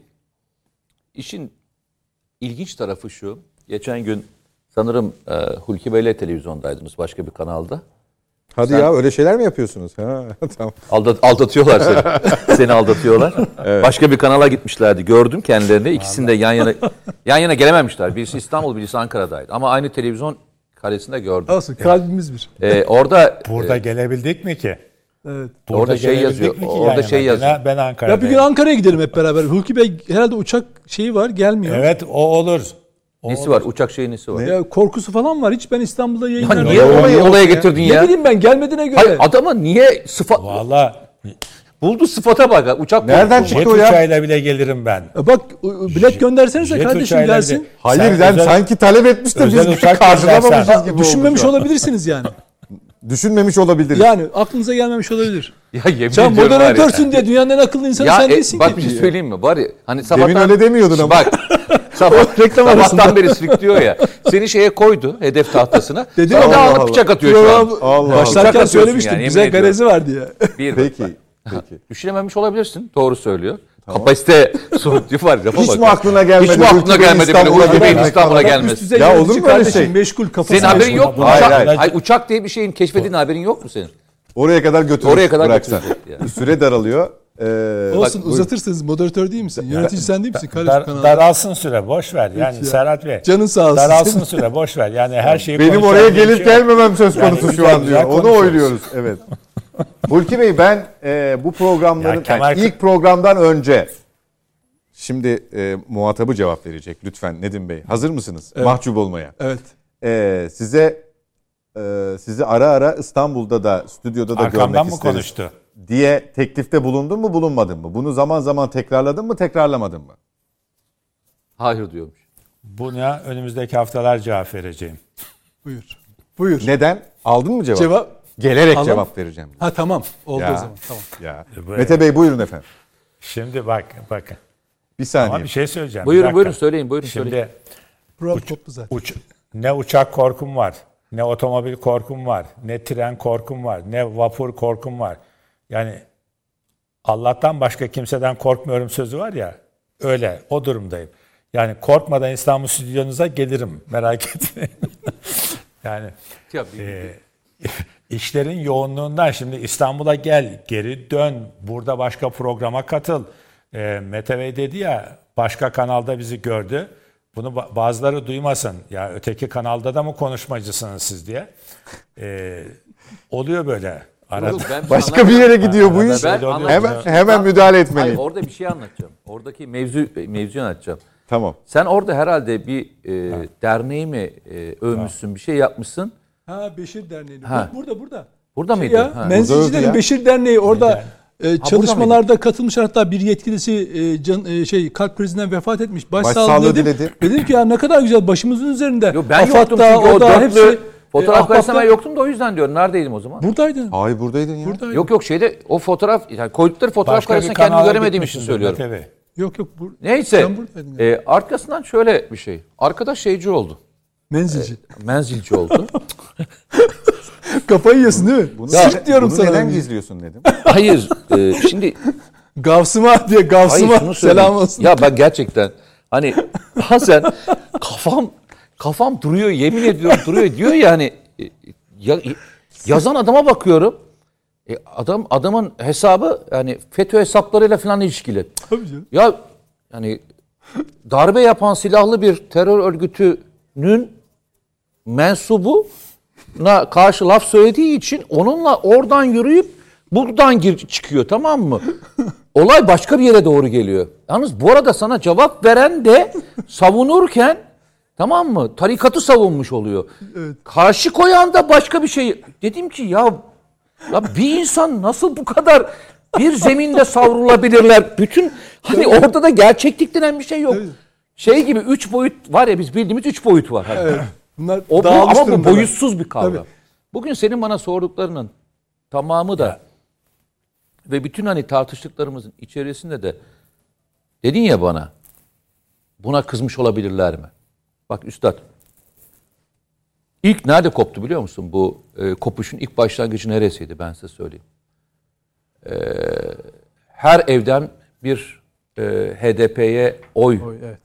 işin ilginç tarafı şu. Geçen gün sanırım e, Hulki Bey'le televizyondaydınız başka bir kanalda. Hadi Sen, ya öyle şeyler mi yapıyorsunuz? Ha, tamam. Aldat, aldatıyorlar seni. Seni aldatıyorlar. Evet. Başka bir kanala gitmişlerdi. Gördüm kendilerini. İkisini de yan yana yan yana gelememişler. Birisi İstanbul, birisi Ankara'daydı. Ama aynı televizyon karesinde gördüm. Olsun kalbimiz bir. Ee, orada burada e, gelebildik mi ki? Evet. Burada orada şey yazıyor. Orada şey yazıyor. Ben, ben Ankara'dayım. Ya bir gün Ankara'ya gidelim hep beraber. Hulki Bey herhalde uçak şeyi var, gelmiyor. Evet, o olur. O nesi olur. var? Uçak şeyi nesi var? Ya korkusu falan var. Hiç ben İstanbul'da Ya yayınlar. niye olayı olaya getirdin ya? Ne bileyim ben gelmediğine göre. Hayır, adama niye sıfat Vallahi buldu sıfata bak. Uçak nereden korkusu. çıktı jet o ya? uçağıyla bile gelirim ben. E bak bilet göndersenize Jet kardeşim uçağıyla gelsin. bile- Hayır Sen ben özel- sanki talep etmiş de özel biz uçak karşılamamışız göndersen. gibi oldu Düşünmemiş şu an. olabilirsiniz yani. Düşünmemiş olabiliriz. Yani aklınıza gelmemiş olabilir. Ya yemin Sen ediyorum var ya. moderatörsün diye dünyanın en akıllı insanı Ya sen e, değilsin bak ki. bir şey söyleyeyim mi? Bari hani sabahtan Demin öyle demiyordun ama. Bak. Sabah, reklam sabahtan arasında. beri sirkliyor ya. Seni şeye koydu hedef tahtasına. Dedi Sonra Allah da Allah. alıp bıçak atıyor şu an. Allah Allah. Başlarken Uçak söylemiştim atıyorsun yani, bize yemin ediyorum. garezi var diye. Bir, Peki. Peki. düşünememiş olabilirsin. Doğru söylüyor. Kapasite sorunu var. Lafa Hiç bak. mi aklına gelmedi? Hiç mi aklına Hulki Bey'in gelmedi? Böyle İstanbul'a Hulki Bey'in gelmek İstanbul'a falan? gelmesi. Üst düzey Ya olur yönetici mu öyle kardeşim, şey? meşgul kafası. Senin haberin meşgul. yok mu? Hayır, Uçak, hayır. hayır, uçak diye bir şeyin keşfediğin haberin yok mu senin? Oraya kadar götürür. Oraya kadar bıraksan. götürecek yani. Süre daralıyor. Ee, Olsun bak, uzatırsınız. Moderatör değil misin? Yönetici sen değil misin? Kardeşim Dar, kanalda. daralsın süre, boş ver. Yani ya. Serhat Bey. Canın sağ olsun. Daralsın süre, boş ver. Yani her şeyi Benim konuşalım, oraya bir şey gelip yok. gelmemem söz Yani konusu şu güzel an güzel diyor. Onu konuşuyoruz. oyluyoruz. Evet. Hulki Bey ben e, bu programların Ya Kemal- yani ilk programdan önce şimdi e, muhatabı cevap verecek lütfen Nedim Bey. Hazır mısınız? Evet. Mahcup olmaya. Evet. E, size e, sizi ara ara İstanbul'da da stüdyoda da Arkamdan görmek mı isteriz konuştu? diye teklifte bulundun mu bulunmadın mı? Bunu zaman zaman tekrarladın mı tekrarlamadın mı? Hayır diyormuş. Buna önümüzdeki haftalar cevap vereceğim. Buyur. Buyur. Neden? Aldın mı cevap? Cevap. Gelerek Alın. cevap vereceğim. Ha tamam. Oldu Ya. o zaman. Tamam. Ya. Böyle. Mete Bey buyurun efendim. Şimdi bak, bakın. Bir saniye. Ama bir şey söyleyeceğim. bir Buyurun dakika. buyurun söyleyin buyurun söyleyin. Şimdi Program koptu zaten. uç, ne uçak korkum var, ne otomobil korkum var, ne tren korkum var, ne vapur korkum var. Yani Allah'tan başka kimseden korkmuyorum sözü var ya, öyle, o durumdayım. Yani korkmadan İstanbul stüdyonuza gelirim, merak etmeyin. Yani Ya bir- e, işlerin yoğunluğundan şimdi İstanbul'a gel, geri dön, burada başka programa katıl. E, Mete Bey dedi ya, başka kanalda bizi gördü. Bunu ba- bazıları duymasın. Ya öteki kanalda da mı konuşmacısınız siz diye. E, oluyor böyle. Arada. Yok, ben bir şey Başka bir yere gidiyor bu Arada iş. Ben böyle oluyor. Hemen anlatacağım. hemen müdahale Hayır, etmeliyim. orada bir şey anlatacağım. Oradaki mevzu mevzuyu anlatacağım. Tamam. Sen orada herhalde bir e, derneği mi e, övmüşsün, bir şey yapmışsın. Ha Beşir Derneği. Ha. Bak burada burada. Burada Şey mıydı? ya, Ha. Burada Menzilcilerin öldü ya. Beşir Derneği orada e, çalışmalarda katılmış, hatta bir yetkilisi e, can, e, şey kalp krizinden vefat etmiş. Başsağlığı Başsağlığı dedim. diledi. Dedim ki ya ne kadar güzel, başımızın üzerinde. Yo, ben AFAD'da, yoktum çünkü o orada dörtlü hepsi, fotoğraf e, karşısında ben Ahbap'ta- yoktum da o yüzden diyorum. Neredeydim o zaman? Buradaydın. Hayır buradaydın ya. Buradaydın. Yok yok şeyde o fotoğraf yani koydukları fotoğraf Başka bir karşısında kendimi kanala göremediğim için gitmişsindir söylüyorum. tabii. Yok yok. Bur- Neyse. Sen buradaydın. E, arkasından şöyle bir şey. Arkadaş şeyci oldu. Menzilci. Menzilci oldu. Kafayı yiyorsun değil mi? Bunu, Sırf diyorum bunu sana. neden gizliyorsun dedim. Hayır. e, şimdi Gavsıma diye hayır Gavsıma şunu söyleyeyim. selam olsun. Ya ben gerçekten hani bazen kafam kafam duruyor, yemin ediyorum duruyor, diyor ya hani e, ya, yazan adama bakıyorum. E, adam adamın hesabı yani FETÖ hesaplarıyla falan ilişkili. Tabii canım. Ya yani darbe yapan silahlı bir terör örgütünün mensubuna karşı laf söylediği için onunla oradan yürüyüp buradan gir çıkıyor, tamam mı? Olay başka bir yere doğru geliyor. Yalnız bu arada sana cevap veren de savunurken, tamam mı, tarikatı savunmuş oluyor. Evet. Karşı koyan da başka bir şey. Dedim ki ya, ya bir insan nasıl bu kadar bir zeminde savrulabilirler? Bütün hani orada da gerçeklik denen bir şey yok. Şey gibi üç boyut var ya, biz bildiğimiz üç boyut var. Hani. Evet. Bunlar O, bu, dağılmış ama bu durumdalar. boyutsuz bir kavram. Tabii. Bugün senin bana sorduklarının tamamı da ve bütün hani tartıştıklarımızın içerisinde de dedin ya bana, buna kızmış olabilirler mi? Bak üstad, ilk nerede koptu biliyor musun? Bu e, kopuşun ilk başlangıcı neresiydi, ben size söyleyeyim. E, her evden bir e, H D P'ye oy Oy, evet.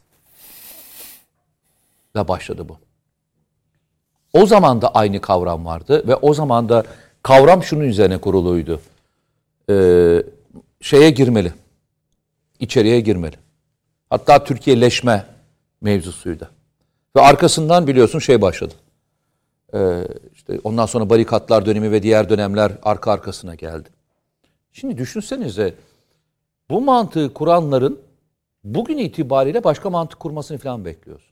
ile başladı bu. O zaman da aynı kavram vardı ve o zaman da kavram şunun üzerine kuruluydu. Ee, şeye girmeli. İçeriye girmeli. Hatta Türkiye'leşme mevzusuydu. Ve arkasından biliyorsun şey başladı. Ee, işte ondan sonra barikatlar dönemi ve diğer dönemler arka arkasına geldi. Şimdi düşünsenize, bu mantığı kuranların bugün itibariyle başka mantık kurmasını falan bekliyoruz.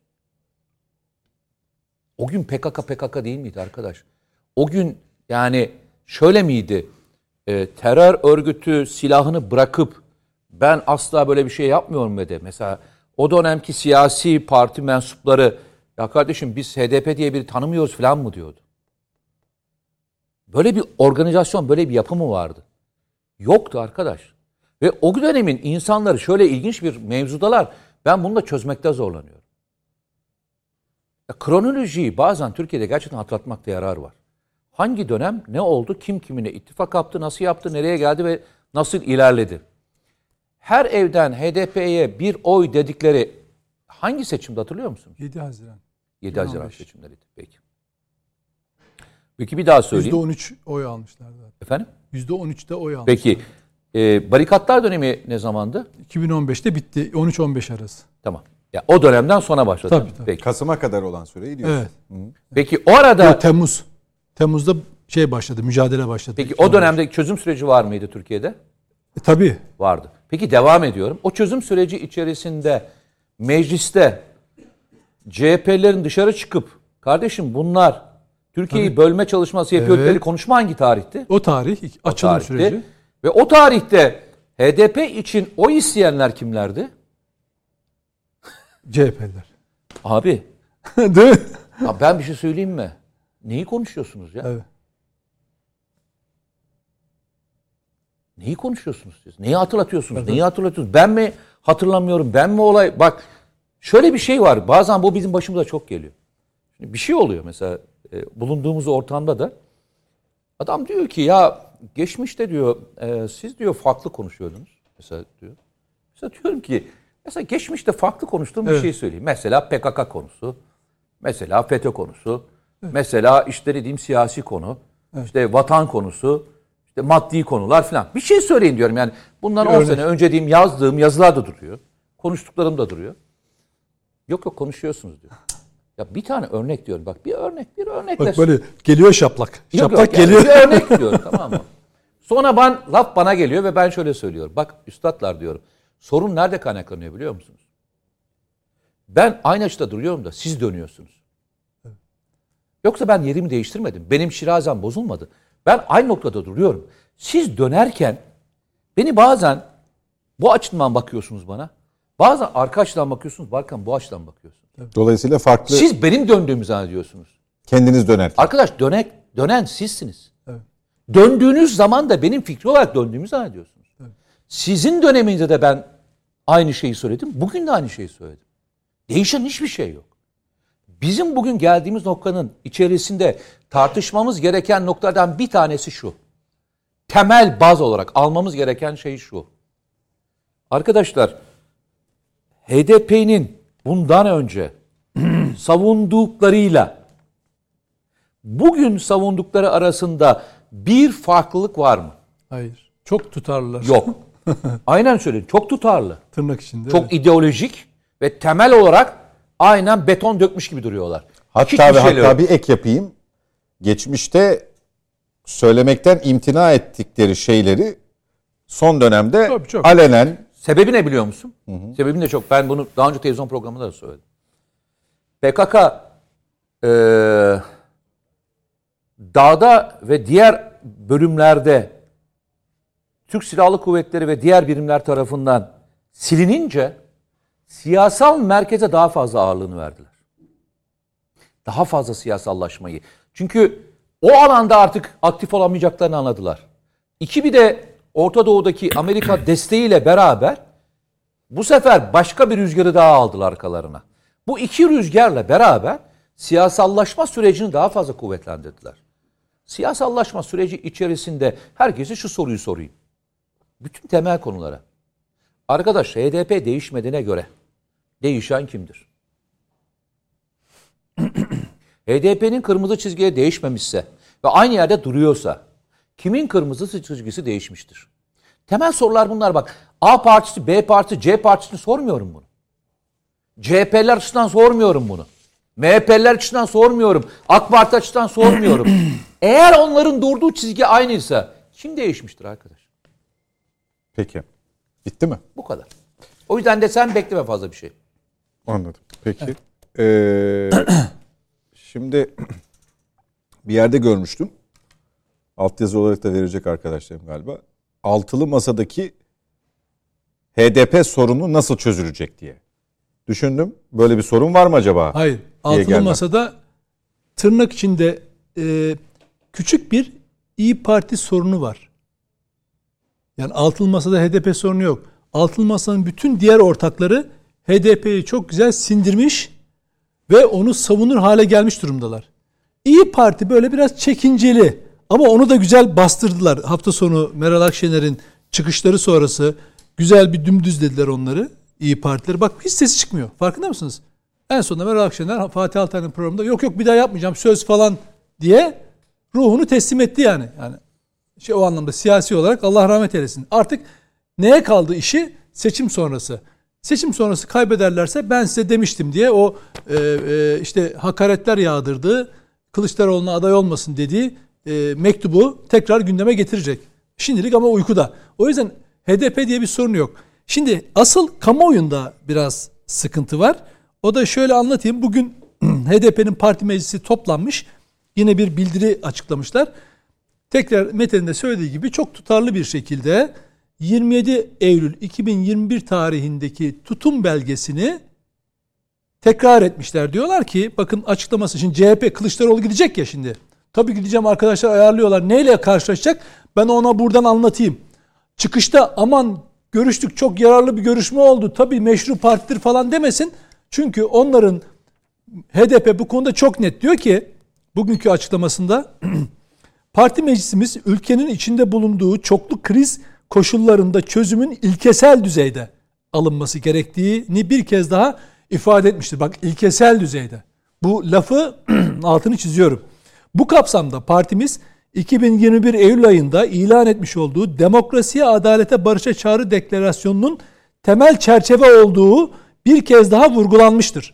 O gün P K K P K K değil miydi arkadaş? O gün yani şöyle miydi? E, terör örgütü silahını bırakıp ben asla böyle bir şey yapmıyorum dedi. Mesela o dönemki siyasi parti mensupları, ya kardeşim biz H D P diye biri tanımıyoruz falan mı diyordu. Böyle bir organizasyon, böyle bir yapı mı vardı? Yoktu arkadaş. Ve o dönemin insanları şöyle ilginç bir mevzudalar. Ben bunu da çözmekte zorlanıyorum. Ya, kronolojiyi bazen Türkiye'de gerçekten hatırlatmakta yarar var. Hangi dönem ne oldu, kim kimine ittifak yaptı, nasıl yaptı, nereye geldi ve nasıl ilerledi? Her evden H D P'ye bir oy dedikleri hangi seçimde hatırlıyor musunuz? yedi Haziran. yedi Haziran on beş. seçimleriydi. Peki. Peki bir daha söyleyeyim. yüzde on üç oy almışlardı. Efendim? yüzde on üçte oy almışlar. Peki. E, barikatlar dönemi ne zamandı? iki bin on beşte bitti. on üç on beş arası. Tamam. Ya o dönemden sonra başladı. Tabii, değil mi? tabii. Peki. Kasım'a kadar olan süreyi diyorsun. Evet. Peki o arada Yok, Temmuz. Temmuz'da şey başladı, mücadele başladı. peki iki bin on o beş. dönemde çözüm süreci var mıydı Türkiye'de? E, tabii. Vardı. Peki devam ediyorum. O çözüm süreci içerisinde mecliste C H P'lilerin dışarı çıkıp kardeşim bunlar Türkiye'yi bölme çalışması yapıyor Evet. dedikleri konuşma hangi tarihti? O tarih O açılım tarihte. süreci. Ve o tarihte H D P için oy isteyenler kimlerdi? C H P'liler. Abi Değil mi? ya ben bir şey söyleyeyim mi? Neyi konuşuyorsunuz ya? Evet. Neyi konuşuyorsunuz siz? Neyi hatırlatıyorsunuz? Neyi hatırlatıyorsunuz? Ben mi hatırlamıyorum? Ben mi olay? Bak şöyle bir şey var. Bazen bu bizim başımıza çok geliyor. Şimdi bir şey oluyor mesela e, bulunduğumuz ortamda da. Adam diyor ki ya geçmişte diyor e, siz diyor farklı konuşuyordunuz. Mesela diyor. Mesela diyorum ki mesela geçmişte farklı konuştuğum bir Evet. şey söyleyeyim. Mesela P K K konusu. Mesela FETÖ konusu. Mesela işte dediğim siyasi konu. İşte vatan konusu. İşte maddi konular falan. Bir şey söyleyin diyorum yani. Bundan Bir on örnek. sene önce diyeyim yazdığım yazılar da duruyor. Konuştuklarım da duruyor. Yok yok konuşuyorsunuz diyor. Ya bir tane örnek diyorum. Bak bir örnek, bir örnekle. Bak böyle geliyor şaplak. Yok, Şaplak yok, yani geliyor. bir örnek diyorum tamam mı? Sonra ben, laf bana geliyor ve ben şöyle söylüyorum. Bak üstadlar diyorum. Sorun nerede kaynaklanıyor biliyor musunuz? Ben aynı açıda duruyorum da siz dönüyorsunuz. Yoksa ben yerimi değiştirmedim. Benim şirazem bozulmadı. Ben aynı noktada duruyorum. Siz dönerken beni bazen bu açıdan bakıyorsunuz bana. Bazen arka açıdan bakıyorsunuz. Bazen bu açıdan bakıyorsunuz. Dolayısıyla farklı Siz benim döndüğümü zannediyorsunuz. kendiniz dönerken. Arkadaş dönek, dönen sizsiniz. Evet. Döndüğünüz zaman da benim fikri olarak döndüğümü zannediyorsunuz. Evet. Sizin döneminde de ben aynı şeyi söyledim. Bugün de aynı şeyi söyledim. Değişen hiçbir şey yok. Bizim bugün geldiğimiz noktanın içerisinde tartışmamız gereken noktadan bir tanesi şu. Temel baz olarak almamız gereken şey şu. Arkadaşlar, H D P'nin bundan önce savunduklarıyla bugün savundukları arasında bir farklılık var mı? Hayır. Çok tutarlılar. Yok. Aynen söyledim. Çok tutarlı. Tırnak içinde. Çok evet. ideolojik ve temel olarak aynen beton dökmüş gibi duruyorlar. Hatta Hiçbir ve şeyleri hatta yok. bir ek yapayım. Geçmişte söylemekten imtina ettikleri şeyleri son dönemde Tabii, çok. alenen. Sebebi ne biliyor musun? Hı hı. Sebebi de çok. Ben bunu daha önce televizyon programında da söyledim. P K K e, dağda ve diğer bölümlerde Türk Silahlı Kuvvetleri ve diğer birimler tarafından silinince siyasal merkeze daha fazla ağırlığını verdiler. Daha fazla siyasallaşmayı. Çünkü o alanda artık aktif olamayacaklarını anladılar. İki bir de Orta Doğu'daki Amerika desteğiyle beraber bu sefer başka bir rüzgarı daha aldılar arkalarına. Bu iki rüzgarla beraber siyasallaşma sürecini daha fazla kuvvetlendirdiler. Siyasallaşma süreci içerisinde herkese şu soruyu sorayım. Bütün temel konulara. Arkadaş, H D P değişmediğine göre değişen kimdir? H D P'nin kırmızı çizgiye değişmemişse ve aynı yerde duruyorsa kimin kırmızı çizgisi değişmiştir? Temel sorular bunlar bak. A partisi, B partisi, C partisini sormuyorum bunu. C H P'ler açısından sormuyorum bunu. M H P'ler açısından sormuyorum. AK Parti açısından sormuyorum. Eğer onların durduğu çizgi aynıysa kim değişmiştir arkadaş? Peki. Bitti mi? Bu kadar. O yüzden de sen bekleme fazla bir şey. Anladım. Peki. Ee, şimdi bir yerde görmüştüm. Altyazı olarak da verecek arkadaşlarım galiba. Altılı masadaki H D P sorunu nasıl çözülecek diye. Düşündüm. Böyle bir sorun var mı acaba? Hayır. Altılı gelmem. masada tırnak içinde e, küçük bir İYİ Parti sorunu var. Yani altılı masada H D P sorunu yok. Altılı masanın bütün diğer ortakları H D P'yi çok güzel sindirmiş ve onu savunur hale gelmiş durumdalar. İYİ Parti böyle biraz çekinceli ama onu da güzel bastırdılar. Hafta sonu Meral Akşener'in çıkışları sonrası güzel bir dümdüzlediler onları. İYİ Partileri. Bak hiç sesi çıkmıyor. Farkında mısınız? En sonunda Meral Akşener Fatih Altaylı'nın programında yok yok bir daha yapmayacağım söz falan diye ruhunu teslim etti yani. Yani şey o anlamda siyasi olarak Allah rahmet eylesin. Artık neye kaldı işi? Seçim sonrası. Seçim sonrası kaybederlerse ben size demiştim diye o e, e, işte hakaretler yağdırdığı Kılıçdaroğlu'na aday olmasın dediği e, mektubu tekrar gündeme getirecek. Şimdilik ama uykuda. O yüzden H D P diye bir sorun yok. Şimdi asıl kamuoyunda biraz sıkıntı var. O da şöyle anlatayım. Bugün H D P'nin parti meclisi toplanmış. Yine bir bildiri açıklamışlar. Tekrar Mete'nin de söylediği gibi çok tutarlı bir şekilde yirmi yedi Eylül iki bin yirmi bir tarihindeki tutum belgesini tekrar etmişler. Diyorlar ki bakın açıklaması şimdi C H P Kılıçdaroğlu gidecek ya şimdi. Tabii gideceğim arkadaşlar ayarlıyorlar. Neyle karşılaşacak? Ben ona buradan anlatayım. Çıkışta aman görüştük çok yararlı bir görüşme oldu. Tabii meşru partidir falan demesin. Çünkü onların H D P bu konuda çok net diyor ki bugünkü açıklamasında parti meclisimiz ülkenin içinde bulunduğu çoklu kriz koşullarında çözümün ilkesel düzeyde alınması gerektiğini bir kez daha ifade etmiştir. Bak ilkesel düzeyde. Bu lafı altını çiziyorum. Bu kapsamda partimiz iki bin yirmi bir Eylül ayında ilan etmiş olduğu Demokrasiye, Adalete, Barış'a Çağrı Deklarasyonu'nun temel çerçeve olduğu bir kez daha vurgulanmıştır.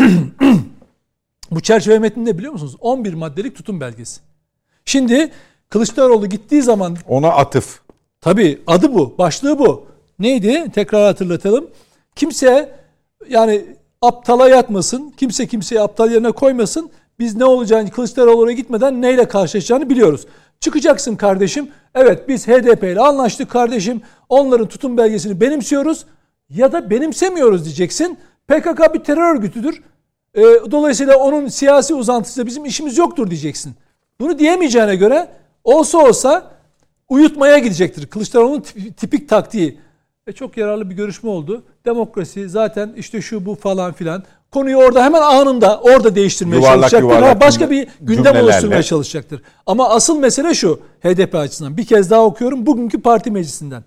Bu çerçeve metni ne biliyor musunuz? on bir maddelik tutum belgesi. Şimdi Kılıçdaroğlu gittiği zaman Ona atıf. tabii adı bu, başlığı bu. Neydi? Tekrar hatırlatalım. Kimse yani aptala yatmasın, kimse kimseyi aptal yerine koymasın. Biz ne olacağını Kılıçdaroğlu'na gitmeden neyle karşılaşacağını biliyoruz. Çıkacaksın kardeşim. Evet biz H D P ile anlaştık kardeşim. Onların tutum belgesini benimsiyoruz ya da benimsemiyoruz diyeceksin. P K K bir terör örgütüdür. E, dolayısıyla onun siyasi uzantısıyla bizim işimiz yoktur diyeceksin. Bunu diyemeyeceğine göre olsa olsa uyutmaya gidecektir. Kılıçdaroğlu'nun tipik taktiği. E, çok yararlı bir görüşme oldu. Demokrasi zaten işte şu bu falan filan. Konuyu orada hemen anında orada değiştirmeye Yuvarlak çalışacaktır. yuvarlak Ha, başka bir gündem cümlelerle. oluşturmaya çalışacaktır. Ama asıl mesele şu H D P açısından. Bir kez daha okuyorum bugünkü parti meclisinden.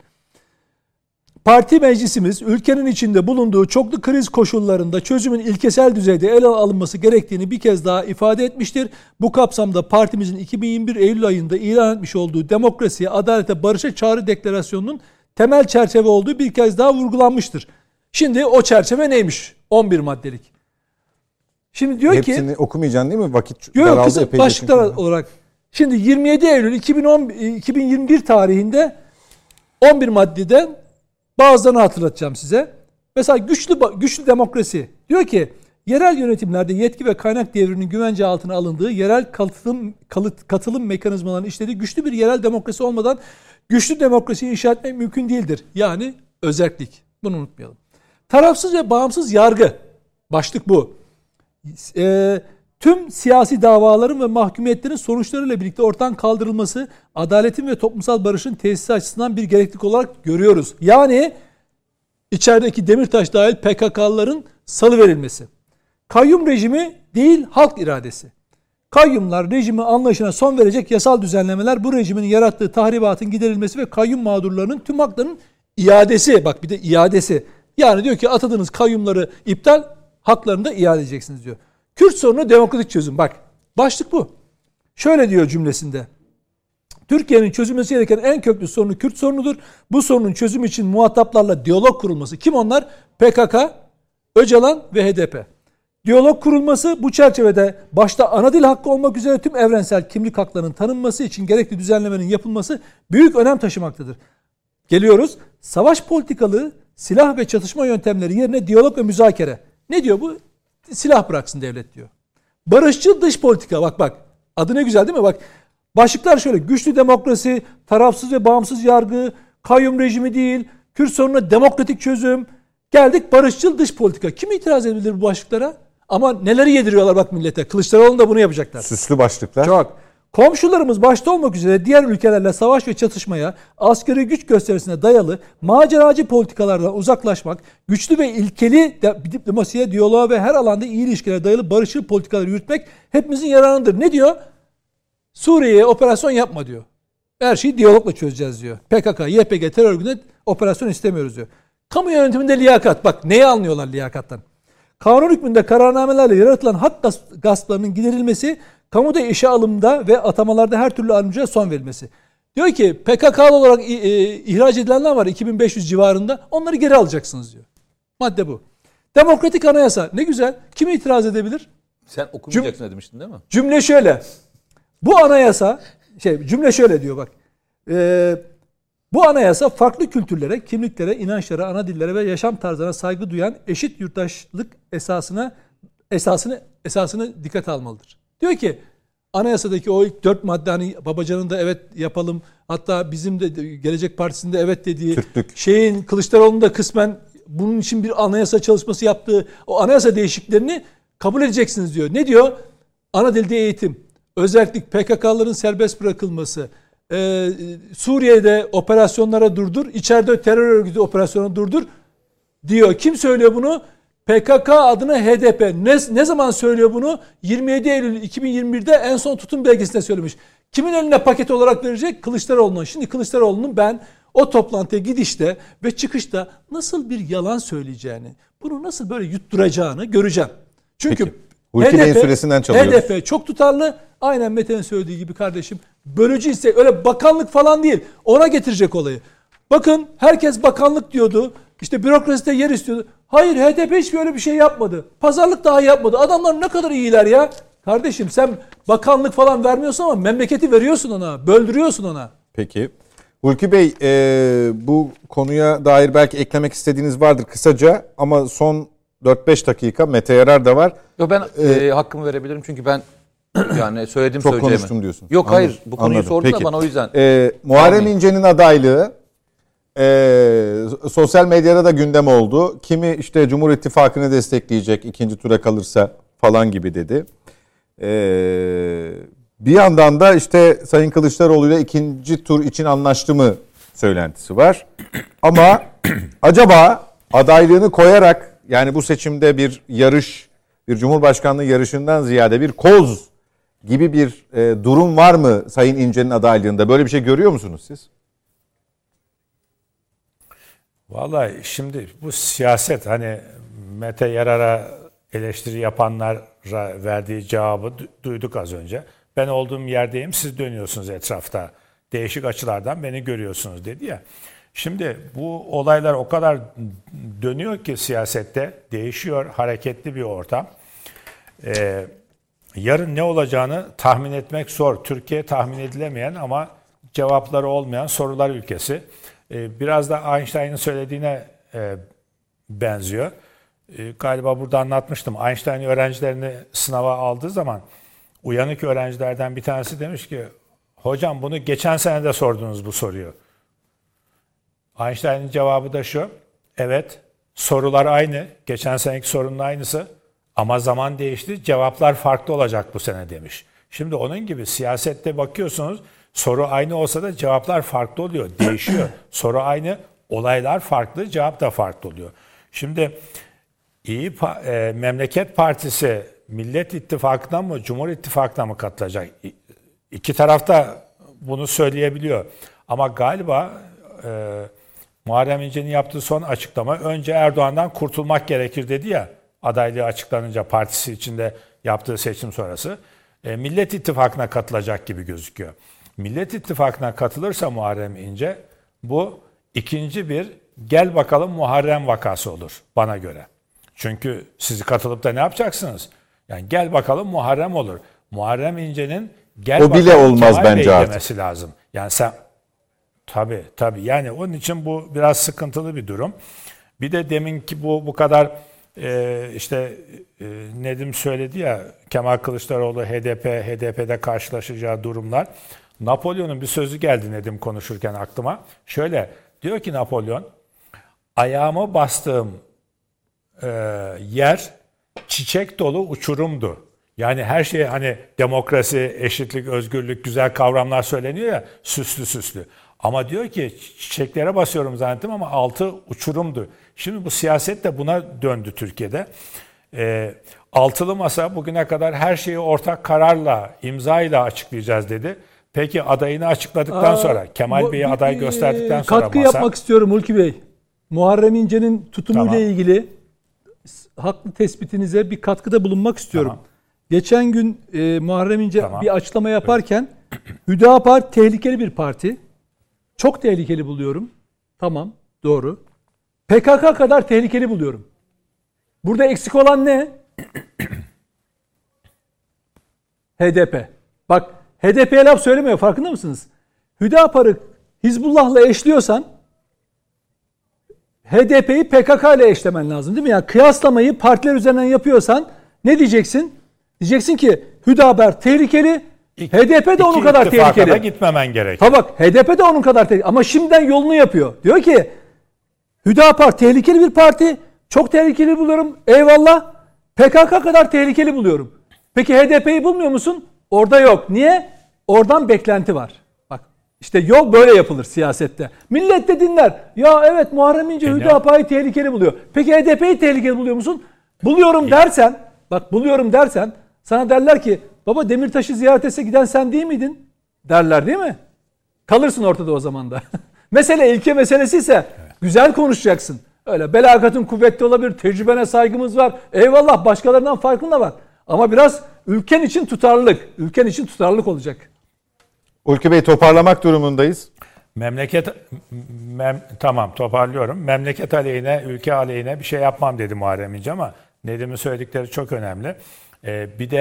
Parti meclisimiz ülkenin içinde bulunduğu çoklu kriz koşullarında çözümün ilkesel düzeyde ele alınması gerektiğini bir kez daha ifade etmiştir. Bu kapsamda partimizin iki bin yirmi bir Eylül ayında ilan etmiş olduğu demokrasiye, adalete, barışa çağrı deklarasyonunun temel çerçeve olduğu bir kez daha vurgulanmıştır. Şimdi o çerçeve neymiş? on bir maddelik. Şimdi diyor ki Hepsini okumayacaksın değil mi? Vakit Yok daraldı kısa epeyce başlıklar çünkü. olarak. Şimdi yirmi yedi Eylül iki bin on, iki bin yirmi bir tarihinde on bir maddeden bazılarını hatırlatacağım size. Mesela güçlü güçlü demokrasi diyor ki yerel yönetimlerde yetki ve kaynak devrinin güvence altına alındığı yerel katılım kalıt, katılım mekanizmalarının işlediği güçlü bir yerel demokrasi olmadan güçlü demokrasiyi inşa etmek mümkün değildir. Yani özerklik. Bunu unutmayalım. Tarafsız ve bağımsız yargı. Başlık bu. E, tüm siyasi davaların ve mahkumiyetlerin sonuçlarıyla birlikte ortadan kaldırılması adaletin ve toplumsal barışın tesisi açısından bir gereklilik olarak görüyoruz. Yani içerideki Demirtaş dahil P K K'lıların salıverilmesi. Kayyum rejimi değil halk iradesi. Kayyumlar rejimi anlayışına son verecek yasal düzenlemeler bu rejimin yarattığı tahribatın giderilmesi ve kayyum mağdurlarının tüm haklarının iadesi. Bak bir de iadesi. Yani diyor ki atadığınız kayyumları iptal, haklarını da iade edeceksiniz diyor. Kürt sorunu demokratik çözüm. Bak başlık bu. Şöyle diyor cümlesinde. Türkiye'nin çözülmesi gereken en köklü sorunu Kürt sorunudur. Bu sorunun çözümü için muhataplarla diyalog kurulması. Kim onlar? P K K, Öcalan ve H D P. Diyalog kurulması bu çerçevede başta ana dil hakkı olmak üzere tüm evrensel kimlik haklarının tanınması için gerekli düzenlemenin yapılması büyük önem taşımaktadır. Geliyoruz. Savaş politikalı silah ve çatışma yöntemleri yerine diyalog ve müzakere. Ne diyor bu? Silah bıraksın devlet diyor. Barışçıl dış politika. Bak bak. Adı ne güzel değil mi? Bak. Başlıklar şöyle. Güçlü demokrasi, tarafsız ve bağımsız yargı, kayyum rejimi değil, Kürt sorununa demokratik çözüm. Geldik barışçıl dış politika. Kim itiraz edebilir bu başlıklara? Ama neleri yediriyorlar bak millete. Kılıçdaroğlu da bunu yapacaklar. Süslü başlıklar. Çok. Komşularımız başta olmak üzere diğer ülkelerle savaş ve çatışmaya, askeri güç gösterisine dayalı maceracı politikalardan uzaklaşmak, güçlü ve ilkeli diplomasiye, diyaloğa ve her alanda iyi ilişkilere dayalı barışçıl politikaları yürütmek hepimizin yararıdır. Ne diyor? Suriye'ye operasyon yapma diyor. Her şeyi diyalogla çözeceğiz diyor. P K K, Y P G terör örgütüne operasyon istemiyoruz diyor. Kamu yönetiminde liyakat. Bak neyi anlıyorlar liyakattan? Kanun hükmünde kararnamelerle yaratılan hak gasplarının giderilmesi, kamuda işe alımda ve atamalarda her türlü ayrımcılığa son verilmesi. Diyor ki P K K'lı olarak e, ihraç edilenler var iki bin beş yüz civarında. Onları geri alacaksınız diyor. Madde bu. Demokratik anayasa. Ne güzel. Kim itiraz edebilir? Sen okumayacaksın demiştin değil mi? Cümle şöyle. Bu anayasa şey cümle şöyle diyor bak. E, bu anayasa farklı kültürlere, kimliklere, inançlara, ana dillere ve yaşam tarzlarına saygı duyan eşit yurttaşlık esasına esasını esasını dikkate almalıdır. Diyor ki anayasadaki o ilk dört madde hani Babacan'ın da evet yapalım hatta bizim de Gelecek Partisi'nde evet dediği Türklük. şeyin Kılıçdaroğlu'nun da kısmen bunun için bir anayasa çalışması yaptığı o anayasa değişikliklerini kabul edeceksiniz diyor. Ne diyor? Ana dilde eğitim, özellik, P K K'ların serbest bırakılması, Ee, Suriye'de operasyonlara durdur, içeride terör örgütü operasyonu durdur diyor. Kim söylüyor bunu? P K K adına H D P. Ne, ne zaman söylüyor bunu? yirmi yedi Eylül iki bin yirmi bir'de en son tutum belgesinde söylemiş. Kimin eline paket olarak verecek? Kılıçdaroğlu'nun. Şimdi Kılıçdaroğlu'nun ben o toplantıya gidişte ve çıkışta nasıl bir yalan söyleyeceğini, bunu nasıl böyle yutturacağını göreceğim. Çünkü Peki. Hulki Bey'in süresinden çalıyoruz. H D P çok tutarlı. Aynen Mete'nin söylediği gibi kardeşim. Bölücü ise öyle bakanlık falan değil. Ona getirecek olayı. Bakın herkes bakanlık diyordu. İşte bürokraside yer istiyordu. Hayır H D P hiç böyle bir şey yapmadı. Pazarlık daha yapmadı. Adamlar ne kadar iyiler ya. Kardeşim sen bakanlık falan vermiyorsun ama memleketi veriyorsun ona. Böldürüyorsun ona. Peki. Hulki Bey, e, bu konuya dair belki eklemek istediğiniz vardır kısaca ama son dört beş dakika Mete Yarar da var. Yo, ben e, hakkımı verebilirim çünkü ben yani söyledim Çok söyleyeceğimi. konuştum diyorsun. Yok Anladım, hayır bu konuyu anladım. sordun Peki. da bana o yüzden. E, Muharrem Anladım. İnce'nin adaylığı e, sosyal medyada da gündem oldu. Kimi işte Cumhur İttifakı'nı destekleyecek ikinci tura kalırsa falan gibi dedi. E, bir yandan da işte Sayın Kılıçdaroğlu ile ikinci tur için anlaştı mı söylentisi var. Ama acaba adaylığını koyarak yani bu seçimde bir yarış, bir Cumhurbaşkanlığı yarışından ziyade bir koz gibi bir e, durum var mı Sayın İnce'nin adaylığında? Böyle bir şey görüyor musunuz siz? Vallahi şimdi bu siyaset, hani Mete Yarar'a eleştiri yapanlara verdiği cevabı du- duyduk az önce. Ben olduğum yerdeyim, siz dönüyorsunuz etrafta. Değişik açılardan beni görüyorsunuz dedi ya. Şimdi bu olaylar o kadar dönüyor ki siyasette, değişiyor, hareketli bir ortam. Ee, yarın ne olacağını tahmin etmek zor. Türkiye tahmin edilemeyen ama cevapları olmayan sorular ülkesi. Ee, biraz da Einstein'ın söylediğine e, benziyor. Ee, galiba burada anlatmıştım. Einstein öğrencilerini sınava aldığı zaman uyanık öğrencilerden bir tanesi demiş ki, hocam bunu geçen sene de sordunuz bu soruyu. Einstein'ın cevabı da şu: evet, sorular aynı, geçen seneki sorunun aynısı ama zaman değişti, cevaplar farklı olacak bu sene demiş. Şimdi onun gibi siyasette bakıyorsunuz, soru aynı olsa da cevaplar farklı oluyor, değişiyor. Soru aynı, olaylar farklı, cevap da farklı oluyor. Şimdi İyi e, Memleket Partisi Millet İttifakı'na mı, Cumhur İttifakı'na mı katılacak? İki taraf da bunu söyleyebiliyor. Ama galiba e, Muharrem İnce'nin yaptığı son açıklama, önce Erdoğan'dan kurtulmak gerekir dedi ya, adaylığı açıklanınca partisi içinde yaptığı seçim sonrası. E, Millet İttifakı'na katılacak gibi gözüküyor. Millet İttifakı'na katılırsa Muharrem İnce, bu ikinci bir gel bakalım Muharrem vakası olur bana göre. Çünkü sizi katılıp da ne yapacaksınız? Yani gel bakalım Muharrem olur. Muharrem İnce'nin gel O bile bakalım olmaz Kemal bence Bey artık. demesi lazım. Yani sen tabii tabii yani onun için bu biraz sıkıntılı bir durum. Bir de deminki bu bu kadar e, işte e, Nedim söyledi ya, Kemal Kılıçdaroğlu H D P H D P'de karşılaşacağı durumlar. Napolyon'un bir sözü geldi Nedim konuşurken aklıma. Şöyle diyor ki Napolyon, ayağımı bastığım e, yer çiçek dolu uçurumdu. Yani her şey, hani demokrasi, eşitlik, özgürlük, güzel kavramlar söyleniyor ya, süslü süslü. Ama diyor ki çiçeklere basıyorum zannettim ama altı uçurumdu. Şimdi bu siyaset de buna döndü Türkiye'de. E, altılı masa bugüne kadar her şeyi ortak kararla, imzayla açıklayacağız dedi. Peki adayını açıkladıktan Aa, sonra, Kemal bu- Bey'i bir- aday bir, gösterdikten sonra katkı masa... yapmak istiyorum Hulki Bey. Muharrem İnce'nin tutumuyla Tamam. ilgili haklı tespitinize bir katkıda bulunmak istiyorum. Tamam. Geçen gün e, Muharrem İnce Tamam. bir açıklama yaparken Hüdapar tehlikeli bir parti. Çok tehlikeli buluyorum. Tamam, doğru. P K K kadar tehlikeli buluyorum. Burada eksik olan ne? H D P. Bak, H D P'ye laf söylemiyor, farkında mısınız? Hüdapar'ı Hizbullah'la eşliyorsan H D P'yi P K K ile eşlemen lazım değil mi? Yani kıyaslamayı partiler üzerinden yapıyorsan ne diyeceksin? Diyeceksin ki Hüdapar tehlikeli, İki- H D P de onun iki kadar ittifaka da tehlikeli. gitmemen gerekiyor. Ha bak, H D P de onun kadar tehlikeli. Ama şimdiden yolunu yapıyor. Diyor ki Hüdapar tehlikeli bir parti. Çok tehlikeli buluyorum. Eyvallah. P K K kadar tehlikeli buluyorum. Peki H D P'yi bulmuyor musun? Orada yok. Niye? Oradan beklenti var. Bak işte yol böyle yapılır siyasette. Millet de dinler. Ya evet, Muharrem İnce Hüdapar'ı tehlikeli buluyor. Peki H D P'yi tehlikeli buluyor musun? Buluyorum dersen, bak buluyorum dersen sana derler ki baba Demirtaş'ı ziyaret etse giden sen değil miydin? Derler değil mi? Kalırsın ortada o zaman da. Mesele ilke meselesi ise güzel konuşacaksın. Öyle belakatın kuvvetli olabilir, tecrübene saygımız var. Eyvallah, başkalarından farkında var. Ama biraz ülken için tutarlılık, ülken için tutarlılık olacak. Hulki Bey, toparlamak durumundayız. Memleket mem, tamam toparlıyorum. Memleket aleyhine, ülke aleyhine bir şey yapmam dedi Muharrem İnce ama Nedim'in söyledikleri çok önemli. Ee, bir de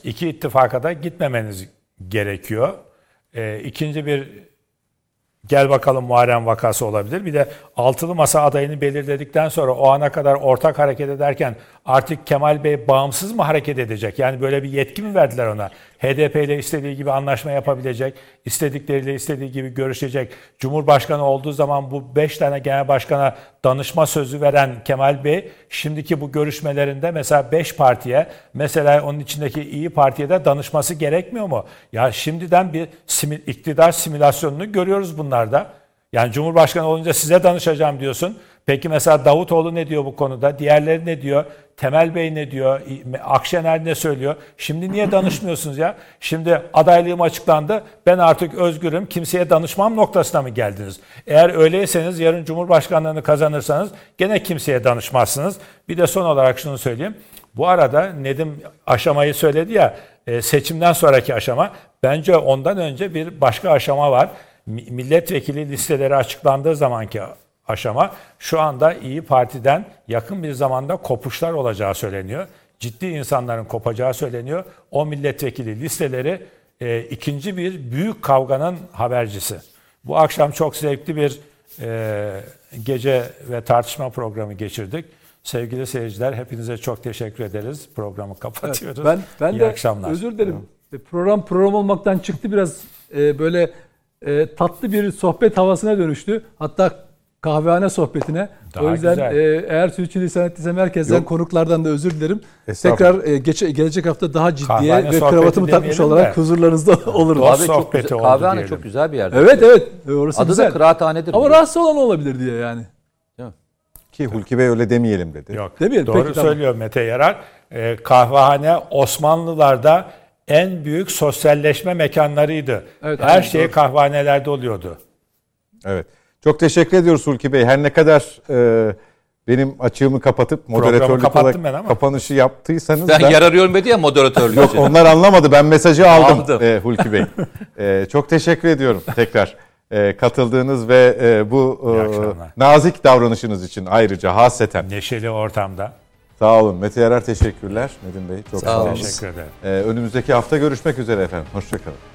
İki ittifaka da gitmemeniz gerekiyor. E, ikinci bir gel bakalım Muharrem vakası olabilir. Bir de altılı masa adayını belirledikten sonra o ana kadar ortak hareket ederken artık Kemal Bey bağımsız mı hareket edecek? Yani böyle bir yetki mi verdiler ona? H D P ile istediği gibi anlaşma yapabilecek, istedikleriyle istediği gibi görüşecek. Cumhurbaşkanı olduğu zaman bu beş tane genel başkana danışma sözü veren Kemal Bey, şimdiki bu görüşmelerinde mesela beş partiye, mesela onun içindeki İyi Parti'ye de danışması gerekmiyor mu? Ya şimdiden bir simül, iktidar simülasyonunu görüyoruz bunlarda. Yani Cumhurbaşkanı olunca size danışacağım diyorsun. Peki mesela Davutoğlu ne diyor bu konuda? Diğerleri ne diyor? Temel Bey ne diyor? Akşener ne söylüyor? Şimdi niye danışmıyorsunuz ya? Şimdi adaylığım açıklandı. Ben artık özgürüm. Kimseye danışmam noktasına mı geldiniz? Eğer öyleyseniz yarın Cumhurbaşkanlığını kazanırsanız gene kimseye danışmazsınız. Bir de son olarak şunu söyleyeyim. Bu arada Nedim aşamayı söyledi ya, seçimden sonraki aşama. Bence ondan önce bir başka aşama var. Milletvekili listeleri açıklandığı zamanki aşama, şu anda İyi Parti'den yakın bir zamanda kopuşlar olacağı söyleniyor. Ciddi insanların kopacağı söyleniyor. O milletvekili listeleri e, ikinci bir büyük kavganın habercisi. Bu akşam çok zevkli bir e, gece ve tartışma programı geçirdik. Sevgili seyirciler, hepinize çok teşekkür ederiz. Programı kapatıyoruz. Evet, ben ben İyi de akşamlar. özür dilerim. Program program olmaktan çıktı, biraz e, böyle e, tatlı bir sohbet havasına dönüştü. Hatta kahvehane sohbetine. Daha o yüzden güzel. e, eğer sürçülisan ettiysem herkesten, Yok. konuklardan da özür dilerim. Estağfurullah. Tekrar e, geç, gelecek hafta daha ciddiye Kahvehane ve sohbeti kravatımı takmış demeyelim olarak de. huzurlarınızda olurum. Dost Kahve çok sohbeti güzel, oldu kahvehane diyelim. çok güzel bir yerde. Evet evet. Orası Adı güzel. da kıraathanedir. Ama diyor. rahatsız olan olabilir diye yani. Ki Hulki Bey öyle demeyelim dedi. Yok. Demeyelim, Doğru peki, tamam. söylüyor Mete Yarar. Ee, kahvehane Osmanlılarda en büyük sosyalleşme mekanlarıydı. Evet, Her aynen, şey doğru. kahvehanelerde oluyordu. Evet. Çok teşekkür ediyoruz Hulki Bey. Her ne kadar e, benim açığımı kapatıp moderatörlük kapattım olarak ben ama. kapanışı yaptıysanız Ben da... yer arıyorum dedi ya moderatörlük Yok, için. onlar anlamadı. Ben mesajı aldım, Aldım. e, Hulki Bey. E, çok teşekkür ediyorum tekrar e, katıldığınız ve e, bu İyi e, akşamlar. nazik davranışınız için ayrıca hasreten. Neşeli ortamda. Sağ olun. Mete Yarar teşekkürler. Nedim Bey çok Sağ sağ, olun. olun. Teşekkür ederim. E, önümüzdeki hafta görüşmek üzere efendim. Hoşçakalın.